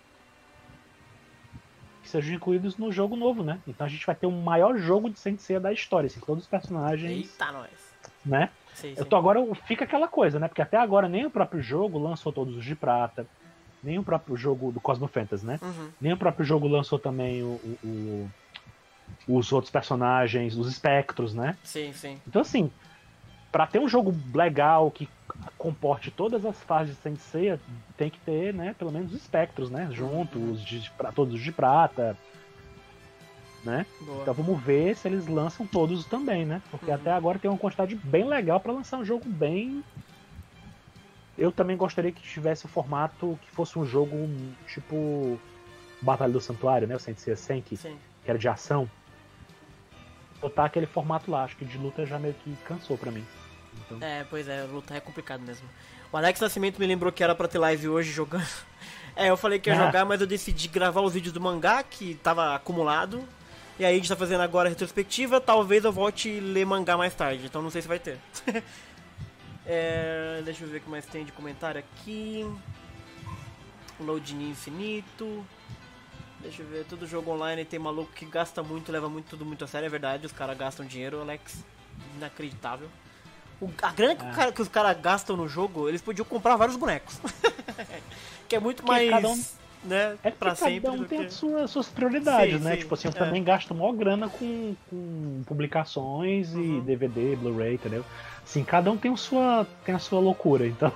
Que sejam incluídos no jogo novo, né? Então a gente vai ter o maior jogo de Saint Seiya da história, assim, todos os personagens, Eita, nós. né? Sim, Eu sim. tô agora, fica aquela coisa, né? Porque até agora nem o próprio jogo lançou todos os de prata, nem o próprio jogo do Cosmo Fantasy, né? Uhum. Nem o próprio jogo lançou também o, o- o- os outros personagens, os espectros, né? Sim, sim. Então, assim, pra ter um jogo legal que comporte todas as fases de Saint Seiya, tem que ter, né, pelo menos os espectros, né? Junto, os de, pra, todos os de prata, né? Boa. Então vamos ver se eles lançam todos também, né? Porque Uhum. até agora tem uma quantidade bem legal pra lançar um jogo bem. Eu também gostaria que tivesse o formato que fosse um jogo tipo Batalha do Santuário, né? O Saint Seiya Senki, Sim. que era de ação. Botar aquele formato lá, acho que de luta já meio que cansou pra mim. Então, É, pois é, lutar é complicado mesmo. O Alex Nascimento me lembrou que era pra ter live hoje jogando. É, eu falei que ia Ah. jogar, mas eu decidi gravar os vídeos do mangá, que tava acumulado. E aí a gente tá fazendo agora a retrospectiva, talvez eu volte e ler mangá mais tarde, então não sei se vai ter. É, deixa eu ver o que mais tem de comentário aqui. Loading infinito. Deixa eu ver, todo jogo online tem maluco que gasta muito, leva muito, tudo muito a sério, é verdade, os caras gastam dinheiro, Alex. Inacreditável. O- a grana que, o É. cara- que os caras gastam no jogo, eles podiam comprar vários bonecos. que é muito Porque mais, cada um- né, é pra porque sempre cada um do tem que... as suas, suas prioridades, Sim, né? sim, Tipo assim, eu é. também gasto maior grana com, com publicações Uhum. e D V D, Blu-ray, entendeu? Assim, cada um tem, o sua, tem a sua loucura, então.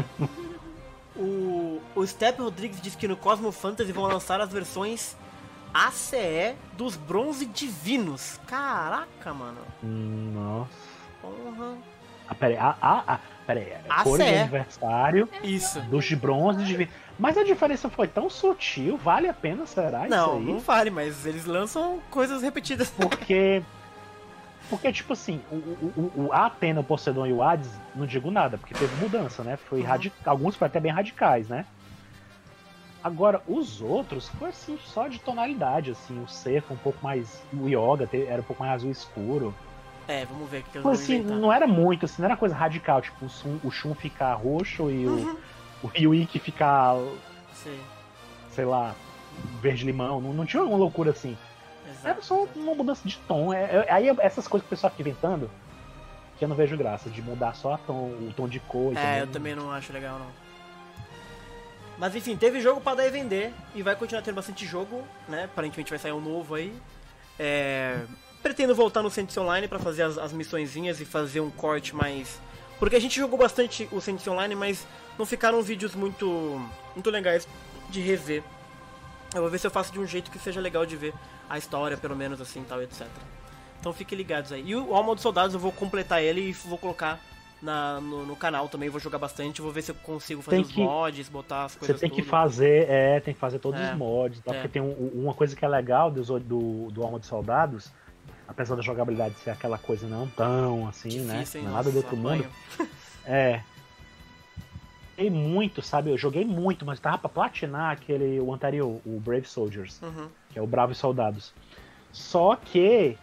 O, o Step Rodrigues disse que no Cosmo Fantasy vão lançar as versões A C E dos Bronze Divinos. Caraca, mano. Hum, nossa. Porra. Ah, peraí, ah, ah, ah, peraí. A Cores C E. de aniversário Isso. dos de bronze de vi- Mas a diferença foi tão sutil, vale a pena, será Não, isso aí? não vale, mas eles lançam coisas repetidas. Porque. Porque, tipo assim, o, o, o, a Athena, o Poseidon e o Hades, não digo nada, porque teve mudança, né? Foi Uhum. radi- Alguns foram até bem radicais, né? Agora, os outros foi assim, só de tonalidade, assim, o C foi um pouco mais. O Yoga te- era um pouco mais azul escuro. É, vamos ver o que eles Foi vão assim, inventar. não era muito, assim, não era coisa radical, tipo, o Shun, o Shun ficar roxo e Uhum. o, o Ryuiki ficar, Sim, sei lá, verde-limão. Não, não tinha uma loucura assim. Era exato. só exato. uma mudança de tom. É, é- aí essas coisas que o pessoal fica inventando, que eu não vejo graça, de mudar só a tom, o tom de cor. É, entendeu? eu também não acho legal, não. Mas enfim, teve jogo pra dar e vender. E vai continuar tendo bastante jogo, né? Aparentemente vai sair um novo aí. É... Pretendo voltar no Sentis Online pra fazer as, as missõezinhas e fazer um corte mais... Porque a gente jogou bastante o Sentis Online, mas não ficaram vídeos muito, muito legais de rever. Eu vou ver se eu faço de um jeito que seja legal de ver a história, pelo menos, assim, tal, etcétera. Então fiquem ligados aí. E o Alma dos Soldados eu vou completar ele e vou colocar na, no, no canal também, vou jogar bastante, vou ver se eu consigo fazer Tem os que- mods, botar as Você coisas tem que tudo. fazer, é, tem que fazer todos É, os mods, tá? é. Porque tem um- uma coisa que é legal do, do, do Arma dos Soldados, apesar da jogabilidade ser aquela coisa não tão assim, Difícil, hein? né? Não é nada do Nossa, outro mundo. apanho. É. Joguei muito, sabe? Eu joguei muito, mas tava pra platinar aquele, o anterior, o Brave Soldiers, Uhum. que é o Bravos Soldados. Só que.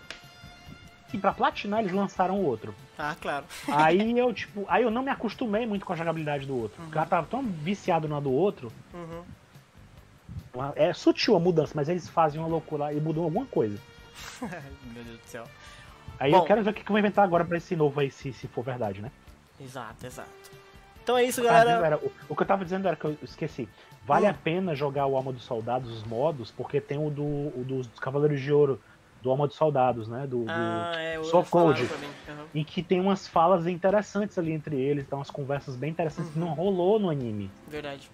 E pra platinar eles lançaram outro. Ah, claro. Aí eu, tipo, aí eu não me acostumei muito com a jogabilidade do outro. Porque eu tava tão viciado na do outro. Uhum. Uma- É sutil a mudança, mas eles fazem uma loucura e mudam alguma coisa. Meu Deus do céu. Aí Bom. eu quero ver o que que eu vou inventar agora pra esse novo aí, se, se for verdade, né? Exato, exato. Então é isso, Eu tava galera. dizendo, era- o, o que eu tava dizendo era que eu esqueci. Vale Hum. a pena jogar o Alma dos Soldados, os modos, porque tem o, do, o dos Cavaleiros de Ouro, do Alma dos Soldados, né? Do, do- Ah, é, o Soft falaram Code. pra mim. Uhum. em que tem umas falas interessantes ali entre eles, então umas conversas bem interessantes que Uhum. não rolou no anime. Verdade.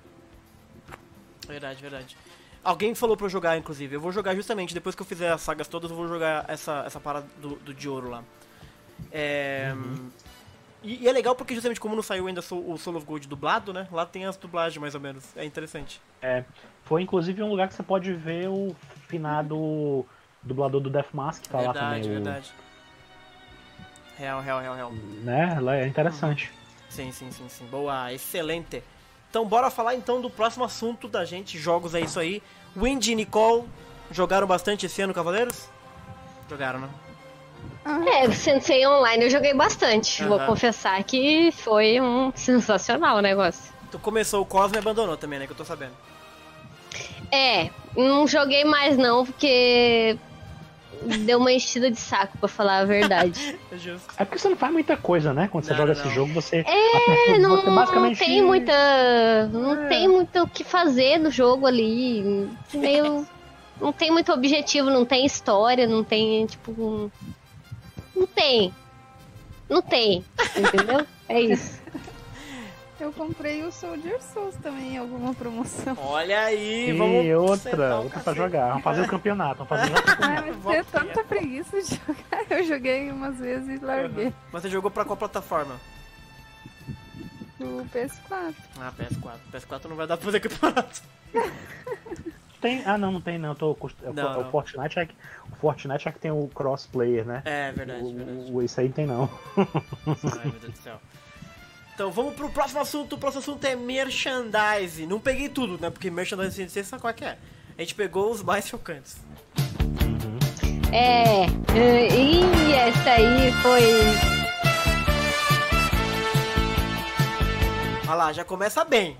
Verdade, verdade. Alguém falou pra eu jogar, inclusive. Eu vou jogar justamente, depois que eu fizer as sagas todas, eu vou jogar essa, essa parada do, do de ouro lá. É... E, e é legal porque justamente como não saiu ainda so- o Soul of Gold dublado, né? Lá tem as dublagens mais ou menos. É interessante. Foi inclusive um lugar que você pode ver o finado dublador do Death Mask, que tá lá verdade, também. o- verdade. Real, real, real, real. Né? Lá é interessante. Sim, sim, sim, sim. Boa, excelente. Então bora falar então do próximo assunto da gente, jogos é isso aí. Wendy e Nicole jogaram bastante esse ano, Cavaleiros? Jogaram, né? É, Sensei Online eu joguei bastante. Vou Aham. confessar que foi um sensacional o negócio. Tu começou o Cosmo e abandonou também, né? Que eu tô sabendo. É, não joguei mais não, porque deu uma enchida de saco, pra falar a verdade. É justo. É porque você não faz muita coisa, né? Quando você Não, joga não, esse não. jogo, você. É, não, você basicamente. não tem muita. Não É. tem muito o que fazer no jogo ali. Meio. Não tem muito objetivo, não tem história, não tem, tipo. um- Não tem. Não tem. Entendeu? É isso. Eu comprei o Soldier Souls também em alguma promoção. Olha aí, E vamos. sentar outra, o outra pra cacete. jogar. Vamos fazer o campeonato. Vamos fazer outro Ai, campeonato. mas Volta é tanta aí. preguiça de jogar. Eu joguei umas vezes e larguei. Mas você jogou pra qual plataforma? O P S quatro. Ah, P S quatro. P S quatro não vai dar pra fazer campeonato. Tem... Ah, não, não tem não. Eu tô... cost- é o- Não, é o não. Fortnite é que... O Fortnite é que tem o crossplayer, né? É, verdade, O- verdade. o- Isso aí não tem não. Ai, meu Deus do céu. Então vamos pro próximo assunto. O próximo assunto é merchandise. Não peguei tudo, né? Porque merchandise você sabe qual é que é. A gente pegou os mais chocantes. É. é, E essa aí foi. Olha lá, já começa bem.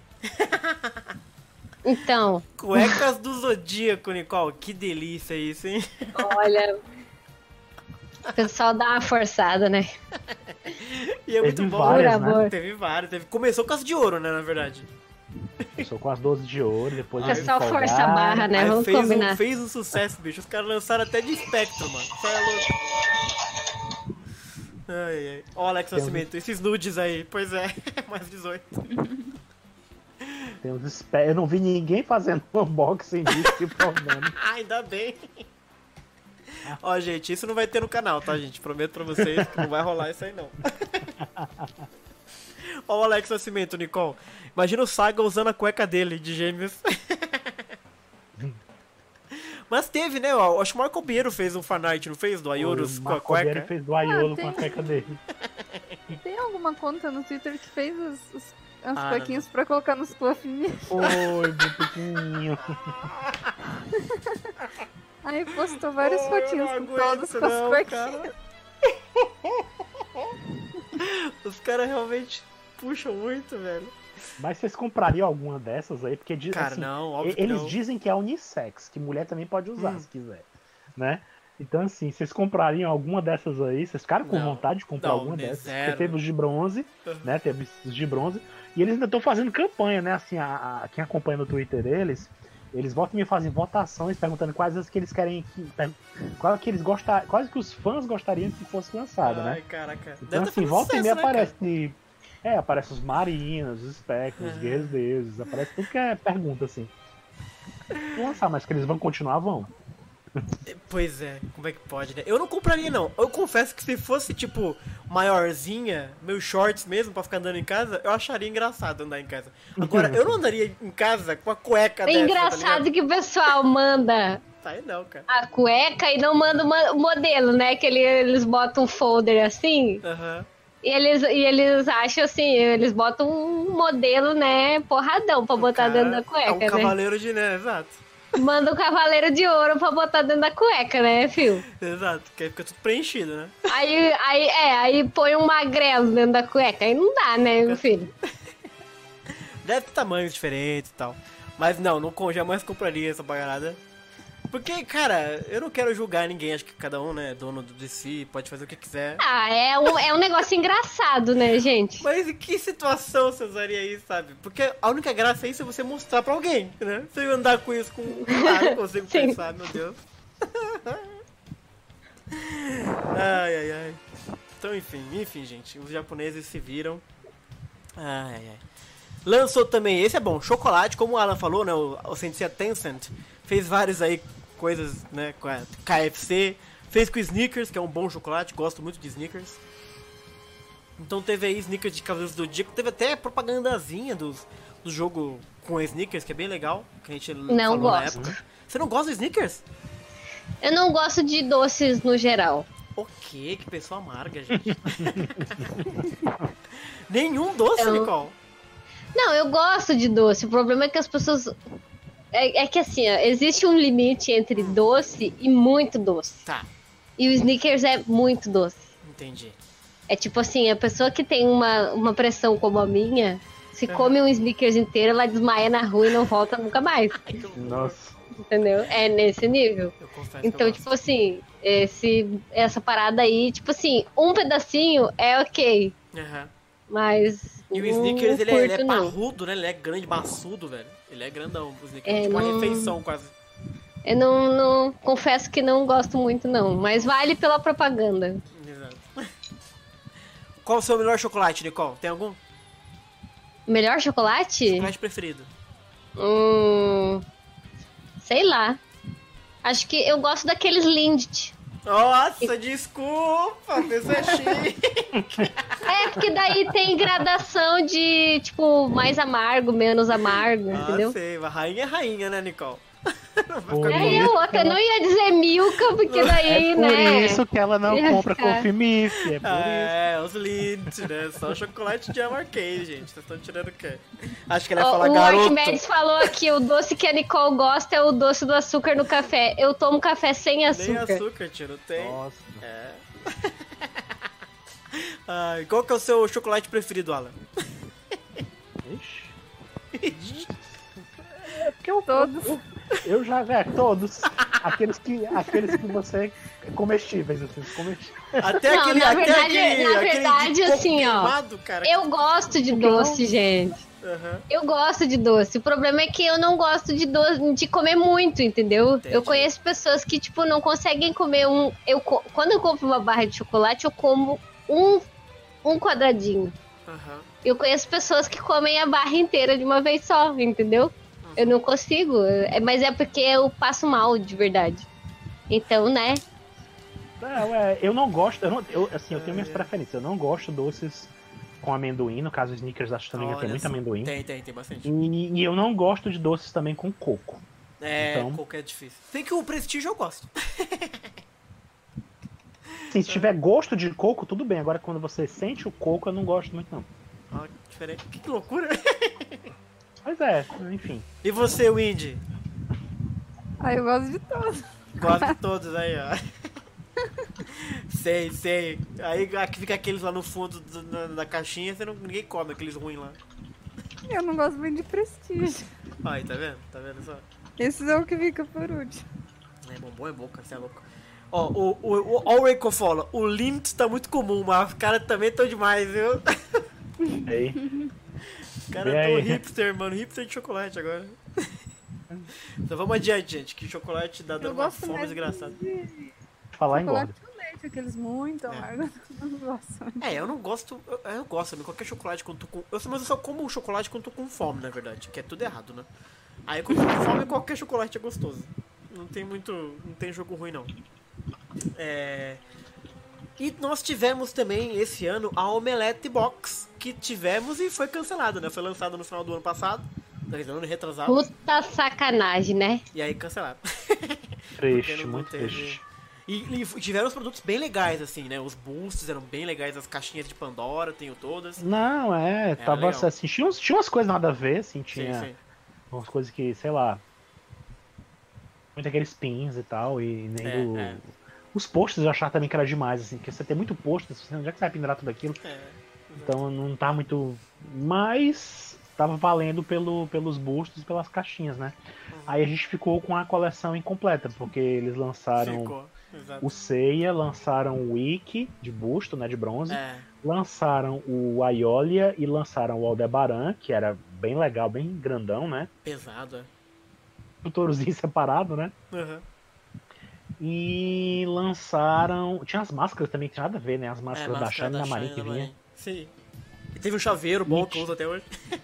Então, Cuecas do Zodíaco, Nicole. Que delícia isso, hein? olha. O pessoal dá uma forçada, né? E é muito Teve bom. várias, Por né? amor. Teve vários. Teve... Começou com as de ouro, né? Na verdade. Começou com as doze de ouro, depois O eles pessoal empolgaram. força a barra, né? Aí Vamos fez, um, combinar. fez um sucesso, bicho. Os caras lançaram até de espectro, mano. Isso é louco. Ai, ai. Ó, Alex Tem um- Nascimento, esses nudes aí. Pois é, mais dezoito. Tem uns espe- Eu não vi ninguém fazendo unboxing disso e provando. Ah, ainda bem. Ó, gente, isso não vai ter no canal, tá, gente? Prometo pra vocês que não vai rolar isso aí, não. Ó o Alex Nascimento, Nicole. Imagina o Saga usando a cueca dele, de gêmeos. Mas teve, né? Ó, acho que o Marco Pinheiro fez um fanart, não fez? Do Ayorus O com a Marco Alberto cueca. fez do Aiolo Ah, com a tem. cueca dele. Tem alguma conta no Twitter que fez os, os, as Ah, cuequinhas pra colocar nos fluffinhos? Oi, meu pequenininho. Aí postou várias Oh, eu fotinhos não com todas aguento, com as não, cuequinhas. cara. Os caras realmente puxam muito, velho. Mas vocês comprariam alguma dessas aí? Porque diz, Cara, assim, não, óbvio que eles não. dizem que é unissex, que mulher também pode usar Hum. se quiser, né? Então assim, vocês comprariam alguma dessas aí? Vocês ficaram com Não. vontade de comprar Não, alguma né, dessas? zero. Porque teve os de bronze, né? Teve os de bronze. E eles ainda estão fazendo campanha, né? Assim, a, a- quem acompanha no Twitter eles, eles voltam e me fazem votações perguntando quais as que eles querem que. per- Qual que eles gostar, quais que os fãs gostariam que fosse lançada, né? Ai, caraca. Então Deve tá assim, fazendo volta e sucesso, meia né, aparece. de- É, aparece os marinos, os espectros, os Ah. guerreiros deuses, aparece tudo que é pergunta, assim. Vão lançar, mas que eles vão continuar, vão. Pois é, como é que pode, né? Eu não compraria, não. Eu confesso que se fosse, tipo, maiorzinha, meus shorts mesmo, pra ficar andando em casa, eu acharia engraçado andar em casa. Agora, eu não andaria em casa com a cueca É dessa, engraçado tá que o pessoal manda Tá aí não, cara. a cueca e não manda o ma- o modelo, né? Que ele- eles botam um folder assim. Aham. E eles, e eles acham assim, eles botam um modelo, né, porradão pra botar Cara, dentro da É um cueca, né? cavaleiro de né, exato. Manda um cavaleiro de ouro pra botar dentro da cueca, né, filho? Exato, que aí fica tudo preenchido, né? Aí, aí, é, aí põe um magrelo dentro da cueca. Aí não dá, né, meu filho? Deve ter tamanhos diferentes e tal. Mas não, não com- jamais compraria essa bagarada. Porque, cara, eu não quero julgar ninguém. Acho que cada um, né, é dono do D C, pode fazer o que quiser. Ah, é um, é um negócio engraçado, né, gente? Mas em que situação você usaria isso, sabe? Porque a única graça é isso é você mostrar pra alguém, né? Você andar com isso com... Ah, não consigo Sim. pensar, meu Deus. Ai, ai, ai. Então, enfim, enfim, gente. Os japoneses se viram. Ai, ai, ai. Lançou também, esse é bom, chocolate, como o Alan falou, né? O, o Sensei Tencent fez vários aí coisas, né? Com a K F C, fez com Snickers, que é um bom chocolate, gosto muito de Snickers. Então teve aí Snickers de Cavaleiros do Zodíaco, teve até propagandazinha dos, do jogo com Snickers, que é bem legal, que a gente Não falou na gosto. época. Você não gosta de Snickers? Eu não gosto de doces no geral. O quê? Que pessoa amarga, gente. Nenhum doce, Eu- Nicole. Não, eu gosto de doce. O problema é que as pessoas. É, é que assim, ó, existe um limite entre doce e muito doce. Tá, E o Snickers é muito doce. entendi. É tipo assim, a pessoa que tem uma, uma pressão como a minha, se Uhum. come um Snickers inteiro, ela desmaia na rua e não volta nunca mais. Ai, que horror. Nossa. Entendeu? É nesse nível. Eu confesso que eu Então, gosto. tipo assim, esse, essa parada aí, tipo assim, um pedacinho é ok. Aham. Mas. E o não Snickers, ele é, ele é curto, não. parrudo, né? Ele é grande, maçudo, velho. Ele é grandão, o Snickers. É, tipo uma não- refeição quase. Eu não, não. Confesso que não gosto muito, não. Mas vale pela propaganda. Exato. Qual o seu melhor chocolate, Nicole? Tem algum? Melhor chocolate? Chocolate preferido? Hum. Sei lá. Acho que eu gosto daqueles Lindt. Nossa, desculpa, pessoa é chique. É, porque daí tem gradação de, tipo, mais amargo, menos amargo, Ah, entendeu? sei, a rainha é rainha, né, Nicole? Pô, E aí a outra, eu não ia dizer Milka, porque daí, é por né? isso que ela não Ia compra ficar. com Fimice. É por isso. É, os Lindt, né? Só chocolate de arcade, gente. Vocês estão tirando o quê? Acho que ele ia Ó, falar o garoto. Arquimedes falou aqui, o doce que a Nicole gosta é o doce do açúcar no café. Eu tomo café sem Nem açúcar. açúcar, tio, não tem. Nossa. É. Ai, qual que é o seu chocolate preferido, Alan? Ixi. É porque eu, Todos. eu, eu já, é, todos. Aqueles que, aqueles que você. Comestíveis, assim, comestíveis. Até Não, aquele, na até verdade- aquele, na aquele verdade, de coco assim, ó, queimado, cara. Eu gosto de doce, gente. Aham. Eu gosto de doce. O problema é que eu não gosto de doce, de comer muito, entendeu? Entendi. Eu conheço pessoas que, tipo, não conseguem comer um. Eu, co- quando eu compro uma barra de chocolate, eu como um, um quadradinho. Aham. Eu conheço pessoas que comem a barra inteira de uma vez só, entendeu? Eu não consigo. É- Mas é porque eu passo mal, de verdade. Então, né? Não, é, eu não gosto, eu, não, eu, assim, eu tenho minhas preferências. Eu não gosto doces com amendoim, no caso Snickers, acho que também Olha tem muito só. amendoim. Tem, tem, tem bastante. E, e eu não gosto de doces também com coco. É, Então- coco é difícil. Tem que o Prestige eu gosto. Assim, se tiver gosto de coco, tudo bem. Agora, quando você sente o coco, eu não gosto muito, não. Ó, que diferente. Que, que loucura. Mas é, enfim. E você, Windy? Ah, eu gosto de todos. Gosto de todos aí, ó. Sei, sei. Aí aqui fica aqueles lá no fundo do- na, da caixinha, você não, ninguém come aqueles ruins lá. Eu não gosto muito de Prestige. Aí, tá vendo? Tá vendo só? Esses é o que fica por último. É, bombom é bom, cara, você é louco. Ó, o, o, o, ó o Reiko fala, o Lindt tá muito comum, mas os caras também tão demais, viu? Aí, Os caras Vem tão aí. hipster, mano, hipster de chocolate agora. Então vamos adiante, gente, que chocolate dá Eu dando uma gosto fome mais desgraçada. de falar chocolate engorda. com leite, aqueles muito amargos. Eu não gosto. É, eu não gosto, eu, eu gosto de qualquer chocolate quando tô com... Eu, mas eu só como o chocolate quando tô com fome, na verdade, que é tudo errado, né? Aí quando tô com fome, qualquer chocolate é gostoso. Não tem muito. Não tem jogo ruim, não. É... E nós tivemos também esse ano a Omelette Box, que tivemos e foi cancelada, né? Foi lançada no final do ano passado, no ano retrasado. Puta sacanagem, né? E aí cancelaram. Triste, muito triste. E, e tiveram os produtos bem legais, assim, né? Os boosts eram bem legais, as caixinhas de Pandora, tenho todas. Não, é, tava legal. assim, tinha, uns, tinha umas coisas nada a ver, assim, tinha Sim, sim. umas coisas que, sei lá, muito aqueles pins e tal, e nem É, o... é. Os posters eu achava também que era demais, assim, porque você tem muito pôster, onde é que você vai pendurar tudo aquilo? É, Então não tá muito... Mas tava valendo pelo, pelos bustos e pelas caixinhas, né? Uhum. Aí a gente ficou com a coleção incompleta, porque eles lançaram ficou. Exato. o Seiya, lançaram o Ikki de busto, né, de bronze, É, lançaram o Aiolia e lançaram o Aldebaran, que era bem legal, bem grandão, né? pesado, é. O Torozinho separado, né? Uhum. E lançaram... Tinha as máscaras também, que tinha nada a ver, né? As É, máscaras da máscara Shine e da Marin Shine que da vinha. Marin. Sim. E teve um chaveiro bom It. que eu uso até hoje.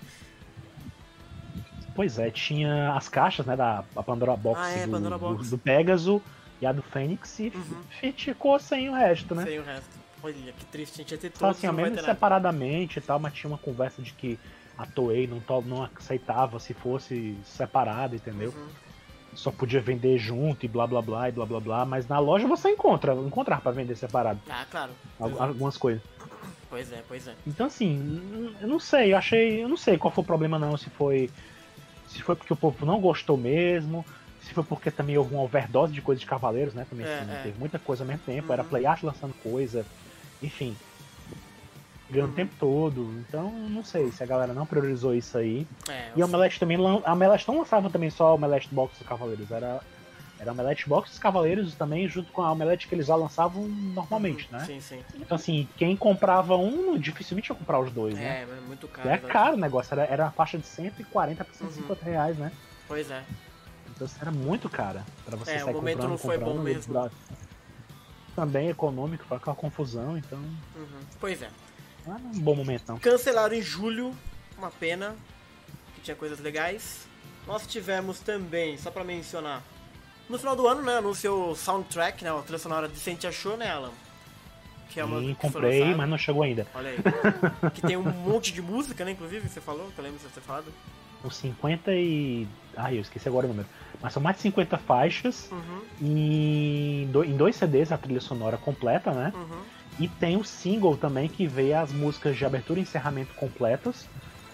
Pois é, tinha as caixas, né, da a Pandora Box, Ah, é, do, Pandora do- Box. do Pegasus e a do Fênix e Uhum. f- ficou sem o resto, né? Sem o resto. Olha, que triste, a gente ia ter Só todos assim, e ó, não vai mesmo ter nada. separadamente e tal, mas tinha uma conversa de que a Toei não, to- não aceitava se fosse separado, entendeu? Uhum. Só podia vender junto e blá blá blá e blá blá blá, mas na loja você encontra, encontrar pra vender separado Ah, claro. al- Pois é, algumas coisas. pois é. Pois é. Então assim, eu não sei, eu achei, eu não sei qual foi o problema não, se foi se foi porque o povo não gostou mesmo, se foi porque também houve uma overdose de coisa de Cavaleiros, né? Também É, assim, é. teve muita coisa ao mesmo tempo, Uhum. era Playart lançando coisa, enfim, ganhando Uhum. o tempo todo. Então, não sei se a galera não priorizou isso aí. É, E a Omelete também, lan- a Omelete não lançava também só a Omelete Box dos Cavaleiros, era era a Omelete Box dos Cavaleiros também, junto com a Omelete que eles já lançavam normalmente, Uhum. né? Sim, sim. Então assim, quem comprava um, dificilmente ia comprar os dois, né? É, mas é muito caro. É exato. caro o negócio, era, era uma faixa de cento e quarenta para cento e cinquenta Uhum. reais, né? Pois é. Então isso era muito cara pra você É, sair o momento comprando, não foi comprando, bom e mesmo. dar- Também econômico, foi aquela confusão, então Uhum. Pois é. não era um bom momento não. Cancelaram em julho, uma pena, que tinha coisas legais. Nós tivemos também, só pra mencionar, no final do ano, né, anunciou o soundtrack, né, a trilha sonora de Sente Achou, né, Alan? Que é uma Sim, que foi comprei, lançada. mas não chegou ainda. Olha aí. Que tem um monte de música, né, inclusive, você falou, que eu lembro de você ter falado. Uns cinquenta e... Ai, eu esqueci agora o número. Mas são mais de cinquenta faixas Uhum, e do- em dois C Ds a trilha sonora completa, né? uhum. E tem o single também que veio as músicas de abertura e encerramento completas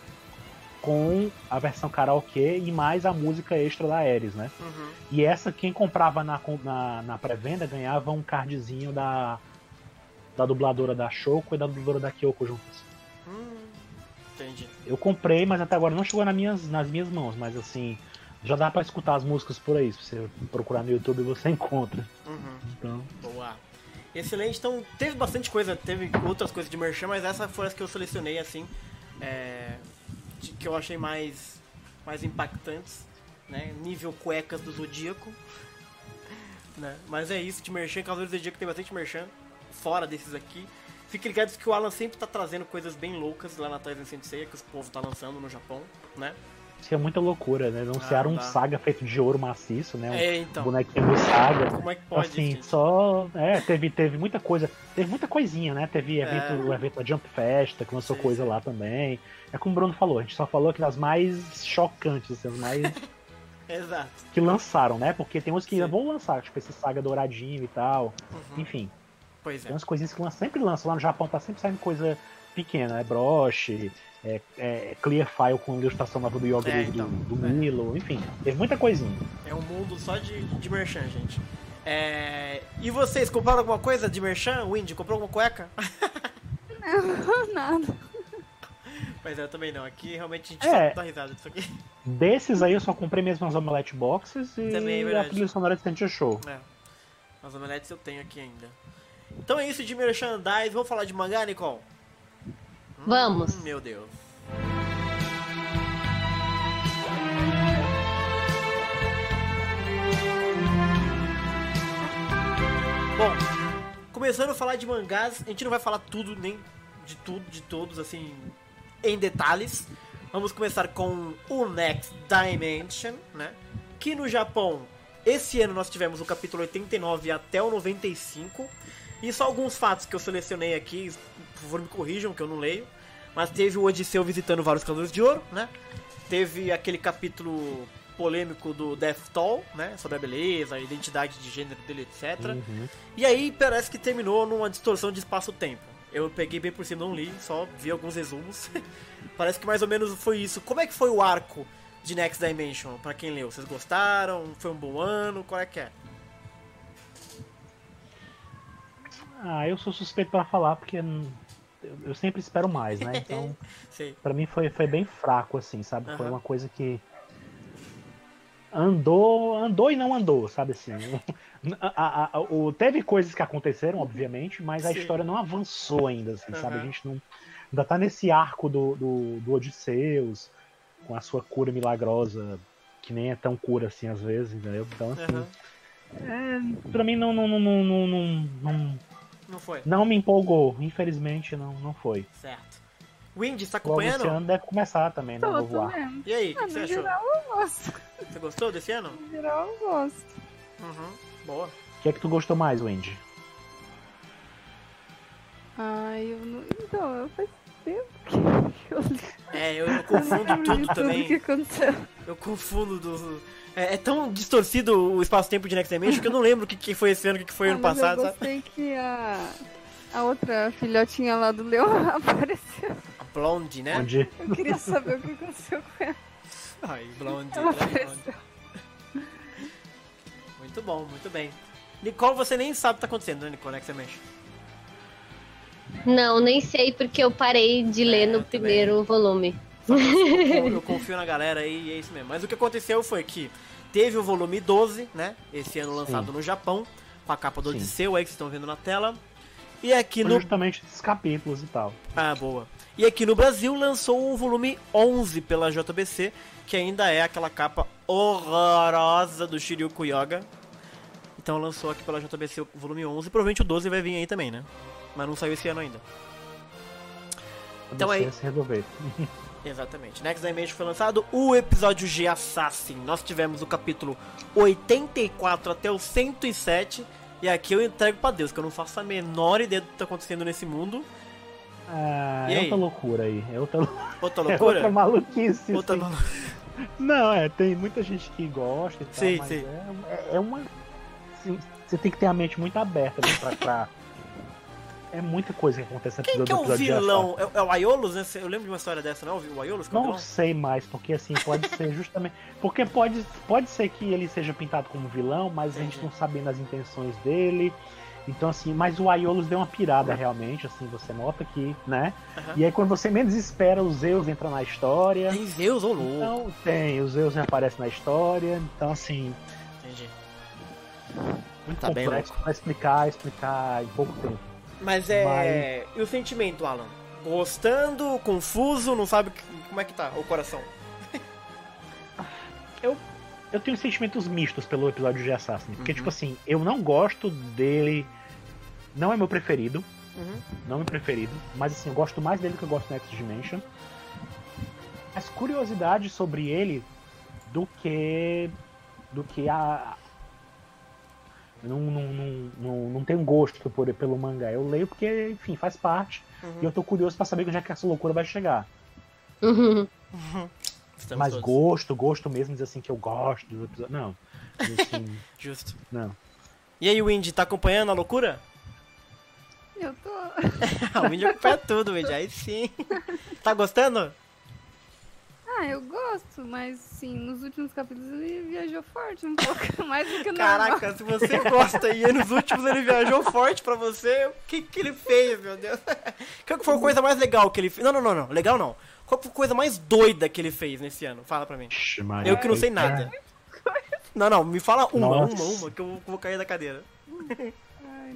com a versão karaokê e mais a música extra da Ares, né? Uhum. E essa, quem comprava na, na, na pré-venda ganhava um cardzinho da, da dubladora da Shoko e da dubladora da Kyoko juntas. Hum, entendi. Eu comprei, mas até agora não chegou nas minhas, nas minhas mãos, mas assim, já dá pra escutar as músicas por aí. Se você procurar no YouTube, você encontra. Uhum. Então, Boa. Excelente, então teve bastante coisa, teve outras coisas de merchan, mas essa foi as que eu selecionei, assim, é, de- que eu achei mais, mais impactantes, né, nível cuecas do Zodíaco, né, mas é isso, de merchan, Cavaleiros do Zodíaco tem bastante merchan, fora desses aqui. Fiquem ligados que o Alan sempre tá trazendo coisas bem loucas lá na Taisen Sensei, que os povos tá lançando no Japão, né. isso é muita loucura, né? Anunciaram Ah, um dá. saga feito de ouro maciço, né? Um É, então, bonequinho de saga. como é que pode, Assim, gente? só. É, teve, teve muita coisa. Teve muita coisinha, né? Teve evento, É. o evento da Jump Festa, que lançou Sim, coisa sim. lá também. É como o Bruno falou, a gente só falou que das mais chocantes, assim, as mais Exato. que lançaram, né? Porque tem uns que ainda Sim. vão lançar, tipo esse saga douradinho e tal. Uhum. Enfim, Pois tem é. umas coisinhas que lançam, sempre lançam. Lá no Japão tá sempre saindo coisa pequena, né? Broche, é, é, Clear File com ilustração nova do Yoga É, do, então. do É. Milo, enfim, teve muita coisinha. É um mundo só de, de merchan, gente. É... E vocês, compraram alguma coisa de merchan? Windy, comprou alguma cueca? Não, nada. Mas eu também não. Aqui realmente a gente É. só dá risada disso aqui. Desses aí eu só comprei mesmo as Omelette Boxes e Também é a verdade. trilha sonora de Sente Show. É. As omeletes eu tenho aqui ainda. Então é isso de merchandise. Vamos falar de mangá, Nicole? Vamos. Hum, meu Deus. Bom, começando a falar de mangás, a gente não vai falar tudo, nem de tudo, de todos, assim, em detalhes. Vamos começar com o Next Dimension, né? Que no Japão Esse ano nós tivemos o capítulo oitenta e nove até o noventa e cinco. E só alguns fatos que eu selecionei aqui, por favor me corrijam que eu não leio. Mas teve o Odisseu visitando vários Cavaleiros de Ouro, né? Teve aquele capítulo polêmico do Death Toll, né? Sobre a beleza, a identidade de gênero dele, etcétera. Uhum. E aí parece que terminou numa distorção de espaço-tempo. Eu peguei bem por cima, não li, só vi alguns resumos. Parece que mais ou menos foi isso. Como é que foi o arco de Next Dimension, pra quem leu? Vocês gostaram? Foi um bom ano? Qual é que é? Ah, eu sou suspeito pra falar porque eu, eu sempre espero mais, né? Então, Sei. pra mim foi, foi bem fraco, assim, sabe? Foi Aham. uma coisa que andou, andou e não andou, sabe assim? A- a- a- o, teve coisas que aconteceram, obviamente, mas a Sim. história não avançou ainda, assim, sabe? A Aham. gente não, ainda tá nesse arco do, do, do Odisseus, com a sua cura milagrosa, que nem é tão cura assim às vezes, entendeu? Então, assim, Aham. é, pra mim não, não, não, não, não, não, não, Não foi? não me empolgou. Infelizmente, não, não foi. Certo. Wind, está Logo esse acompanhando? ano deve começar também, né? Tô, O novo tô arco. vendo. E aí, o Ah, que você no achou? geral eu gosto. Você gostou desse ano? No geral eu gosto. Uhum. Boa. O que é que tu gostou mais, Wendy? Ai, eu não. Então, eu faz tempo que eu li. É, eu, eu Eu não confundo lembro de tudo tudo também. que aconteceu. Eu confundo do. É, é tão distorcido o espaço-tempo de Next Dimension que eu não lembro o que, que foi esse ano, o que, que foi Ah, ano mas passado, eu sabe? gostei que a, a outra filhotinha lá do Leão apareceu. A Blonde, né? Onde Eu queria saber o que aconteceu com ela. Ai, Blonde, Ela né? Blonde. apareceu. Muito bom, muito bem. Nicole, você nem sabe o que tá acontecendo, né, Nicole, Next Dimension? Não, nem sei porque eu parei de ler É, no eu também. primeiro volume. Só que eu, eu confio na galera aí e é isso mesmo. Mas o que aconteceu foi que teve o volume doze, né? Esse ano lançado Sim. no Japão, com a capa do Sim. Odisseu aí que vocês estão vendo na tela. E aqui foi no. justamente esses capítulos e tal. Ah, boa. E aqui no Brasil lançou o volume onze pela J B C, que ainda é aquela capa horrorosa do Shiryu Kuyoga. Então lançou aqui pela J B C o volume onze, provavelmente o doze vai vir aí também, né? Mas não saiu esse ano ainda. Então Então aí- se resolver. Exatamente. Next Dimension foi lançado o episódio G Assassin. Nós tivemos o capítulo oitenta e quatro até o cento e sete. E aqui eu entrego pra Deus, que eu não faço a menor ideia do que tá acontecendo nesse mundo. Ah, E é aí? outra loucura aí. É outra, Outra é loucura? outra maluquice. Outra assim. maluca. Não, é, tem muita gente que gosta e tal, Sim, mas sim. É, é- é uma. Assim, você tem que ter a mente muito aberta né, pra, pra- É muita coisa que acontece no Quem episódio que é o do episódio de vilão? É, é o Aiolos, né? Eu lembro de uma história dessa, não? O Aiolos que é o Não vilão? sei mais, porque assim, pode ser justamente. Porque pode, pode ser que ele seja pintado como vilão, mas a gente Entendi. não sabendo as intenções dele. Então, assim, mas o Aiolos deu uma pirada realmente, assim, você nota que, né? Aham. E aí quando você menos espera, o Zeus entra na história. Tem Zeus ou louco? Então, tem, o Zeus reaparece na história. Então, assim, Entendi. muito Tá bem complexo pra explicar, explicar em pouco tempo. Mas é. E o sentimento, Alan? Gostando, confuso, não sabe que- como é que tá o coração? Eu tenho sentimentos mistos pelo episódio de Assassin. Porque, Uhum. tipo assim, eu não gosto dele. Não é meu preferido. Uhum. Não é meu preferido. Mas, assim, eu gosto mais dele do que eu gosto do Next Dimension. Mas curiosidade sobre ele do que. Do que a. Não, não, não, não, não tenho gosto por, pelo mangá. Eu leio porque, enfim, faz parte. Uhum. E eu tô curioso pra saber onde é que essa loucura vai chegar. Uhum. Estamos Mas todos. gosto, gosto mesmo, dizer assim que eu gosto do episódio. Não. Assim, Justo. não. E aí, Windy, tá acompanhando a loucura? Eu tô. Ah, o Windy acompanha tudo, Windy. Aí sim. Tá gostando? Ah, eu gosto, mas sim, nos últimos capítulos ele viajou forte um pouco, mais do que o normal. Caraca, se você gosta e aí nos últimos ele viajou forte pra você, o que que ele fez, meu Deus? Qual que foi a coisa mais legal que ele fez? Não, não, não, não. Legal não. Qual foi a coisa mais doida que ele fez nesse ano? Fala pra mim. Ixi, Maria, Eu que não sei cara. nada. Não, não, me fala uma, Nossa. uma, uma, que eu vou cair da cadeira. Ai,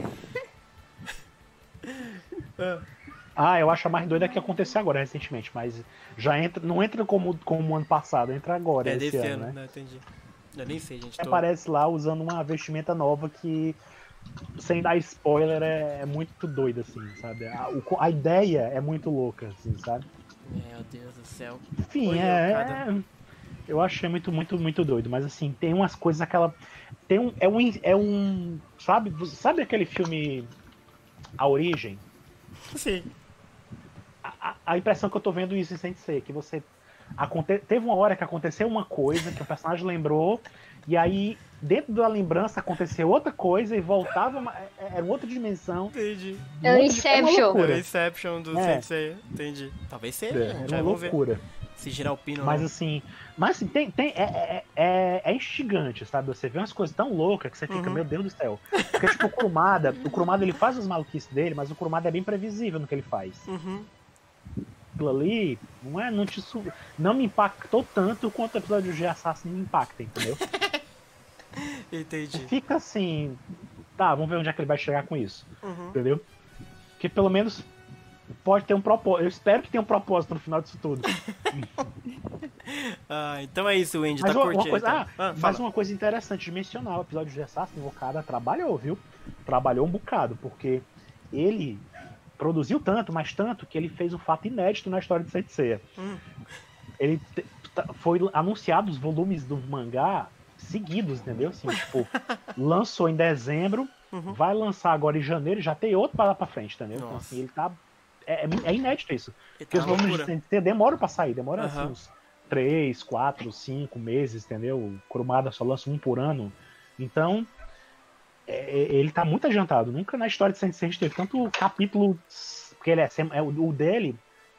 Ah, eu acho a mais doida que aconteceu agora, recentemente, mas já entra, não entra como, como o ano passado, entra agora, É esse desse ano, ano, né? né? Entendi. Eu nem sei, gente. Tô... Aparece lá usando uma vestimenta nova que, sem dar spoiler, é, é muito doida, assim, sabe? A, o- a ideia é muito louca, assim, sabe? Meu Deus do céu. Enfim, Olha, é, cara. é- Eu achei muito, muito, muito doido. Mas assim, tem umas coisas aquela. Tem um. É um. É um sabe, sabe aquele filme A Origem? Sim. A, a impressão que eu tô vendo isso em Sensei, que você. Aconte... Teve uma hora que aconteceu uma coisa que o personagem lembrou, e aí, dentro da lembrança, aconteceu outra coisa e voltava. Uma... Era outra dimensão. Entendi. É o Outra- Inception. uma loucura. É o Inception do É. Sensei. Entendi. Talvez seja. É, já era uma vamos ver loucura. se girar o pino ou Mas não. assim, mas assim, tem, tem, é, é, é, é instigante, sabe? Você vê umas coisas tão loucas que você fica, Uhum. meu Deus do céu. Porque, tipo, o Kurumada, o Kurumada ele faz as maluquices dele, mas o Kurumada é bem previsível no que ele faz. Uhum. Aquilo ali não, é, não, te, su- não me impactou tanto quanto o episódio de Assassin me impacta, entendeu? Entendi. Fica assim, tá, vamos ver onde é que ele vai chegar com isso, Uhum. entendeu? Porque pelo menos pode ter um propósito. Eu espero que tenha um propósito no final disso tudo. Ah, então é isso, Wendy. Mas Tá uma, uma curtindo. coisa, então. ah, Ah, mas fala. uma coisa interessante de mencionar, o episódio de Assassin, o cara trabalhou, viu? Trabalhou um bocado, porque ele produziu tanto, mas tanto, que ele fez um fato inédito na história de Saint Seiya. Hum. Ele te- tá- foi anunciado os volumes do mangá seguidos, entendeu? Assim, tipo, lançou em dezembro, Uhum. vai lançar agora em janeiro, já tem outro pra lá pra frente, entendeu? Então, Nossa. assim, ele tá. É, é- é inédito isso. E Porque tá os uma volumes de loucura. Saint Seiya demoram pra sair, demoram assim, Aham. uns três, quatro, cinco meses, entendeu? O Kurumada só lança um por ano. Então, é- é- ele tá muito adiantado. Nunca na história de Saint Seiya a gente teve tanto capítulo. Porque ele é, sem- é o o dele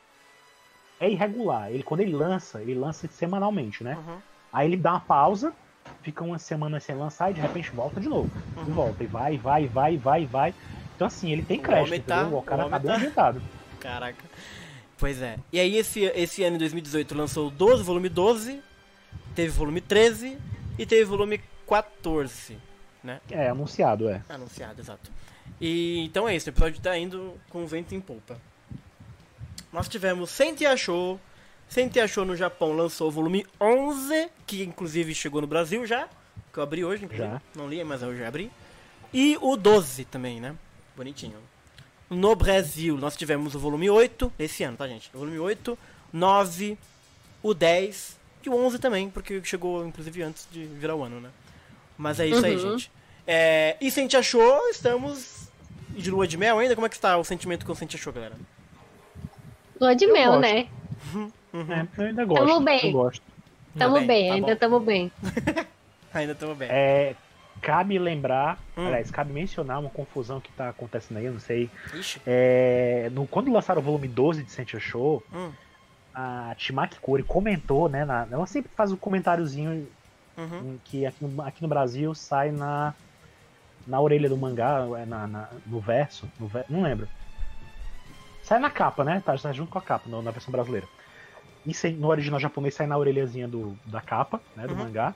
é irregular. Ele, quando ele lança, ele lança semanalmente, né? Uhum. Aí ele dá uma pausa, fica uma semana sem lançar e de repente volta de novo. E volta, e vai, vai, vai, vai, vai. Então assim, ele tem O crédito, homem tá- entendeu? O cara o tá homem bem tá- adiantado. Caraca. Pois é. E aí esse, esse ano, em dois mil e dezoito, lançou o doze, volume doze, teve volume treze e teve volume quatorze, né? É, anunciado, é. Anunciado, exato. E então é isso, o episódio tá indo com vento em polpa. Nós tivemos Senti Achou. Senti Achou no Japão lançou o volume onze, que inclusive chegou no Brasil já, que eu abri hoje, inclusive. Já. Não li, mas eu já abri. E o doze também, né? Bonitinho. No Brasil, nós tivemos o volume oito, esse ano, tá, gente? O volume oito, nove, o dez e o onze também, porque chegou, inclusive, antes de virar o ano, né? Mas é isso aí, Uhum. gente. É, e Senti Achou, estamos de lua de mel ainda? Como é que está o sentimento com o Senti Achou, galera? Lua de Eu mel, gosto. né? É, eu ainda gosto. Tamo bem. Eu gosto. Tamo bem, bem, tá ainda bom. tamo bem. Ainda estamos bem. É, cabe lembrar, Hum. aliás, cabe mencionar uma confusão que tá acontecendo aí, eu não sei. Ixi. É, no, quando lançaram o volume doze de Senti Show, Hum. a Timaki Kori comentou, né? na- ela sempre faz um comentáriozinho Uhum. em que aqui no, aqui no Brasil sai na, na orelha do mangá, é na, na- no verso, no ver- não lembro. Sai na capa, né? Tá, tá junto com a capa, no- na versão brasileira. E sem- no original japonês sai na orelhazinha do, da capa, né? Do Uhum. mangá.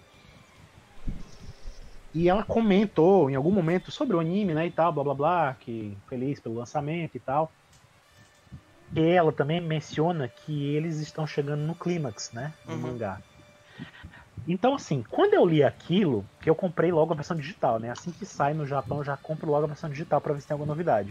E ela comentou em algum momento sobre o anime, né? E tal, blá blá blá, que feliz pelo lançamento e tal. E ela também menciona que eles estão chegando no clímax, né? Do Uhum. mangá. Então, assim, quando eu li aquilo, que eu comprei logo a versão digital, né? Assim que sai no Japão, eu já compro logo a versão digital pra ver se tem alguma novidade.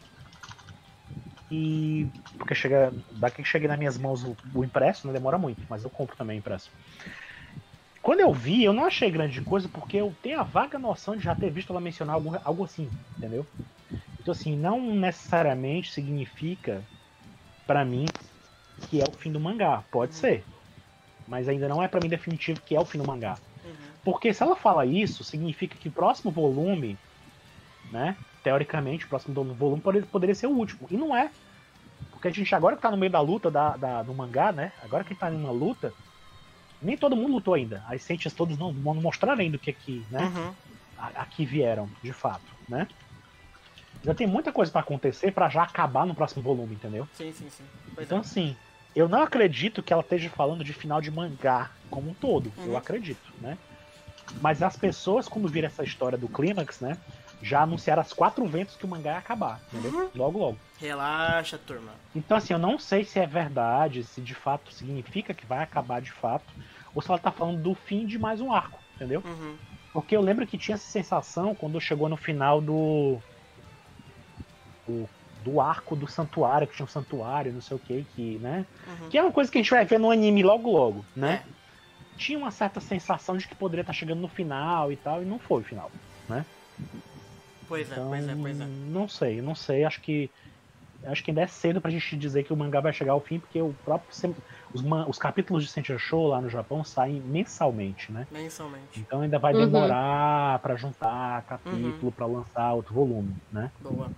E. Porque chega. Daqui que cheguei nas minhas mãos o, o impresso, não demora muito, mas eu compro também o impresso. Quando eu vi, eu não achei grande coisa, porque eu tenho a vaga noção de já ter visto ela mencionar algo, algo assim, entendeu? Então, assim, não necessariamente significa, pra mim, que é o fim do mangá. Pode ser. Mas ainda não é pra mim definitivo que é o fim do mangá. Porque se ela fala isso, significa que o próximo volume, né? Teoricamente, o próximo volume pode- poderia ser o último. E não é. Porque a gente agora que tá no meio da luta da, da- do mangá, né? Agora que tá numa luta, nem todo mundo lutou ainda. As ciências todas não, não mostraram ainda o que aqui, né? Uhum. a- aqui vieram, de fato, né? Já tem muita coisa pra acontecer pra já acabar no próximo volume, entendeu? Sim, sim, sim. Pois Então, é. assim, eu não acredito que ela esteja falando de final de mangá como um todo. Uhum. Eu acredito, né? Mas as pessoas, quando viram essa história do clímax, né? Já anunciaram as quatro ventos que o mangá ia acabar, entendeu? Uhum. Logo, logo. Relaxa, turma. Então, assim, eu não sei se é verdade, se de fato significa que vai acabar de fato, ou se ela tá falando do fim de mais um arco, entendeu? Uhum. Porque eu lembro que tinha essa sensação quando chegou no final do. do, do arco do santuário, que tinha um santuário, não sei o que, que, né? Uhum. Que é uma coisa que a gente vai ver no anime logo logo, né? tinha uma certa sensação de que poderia estar chegando no final e tal, e não foi o final, né? Pois é, Então, pois é, pois é. não sei, não sei, acho que acho que ainda é cedo pra gente dizer que o mangá vai chegar ao fim, porque o próprio os, man, os capítulos de Sentia Show lá no Japão saem mensalmente, né? Mensalmente. Então ainda vai Uhum. demorar pra juntar capítulo, Uhum. pra lançar outro volume, né? Boa.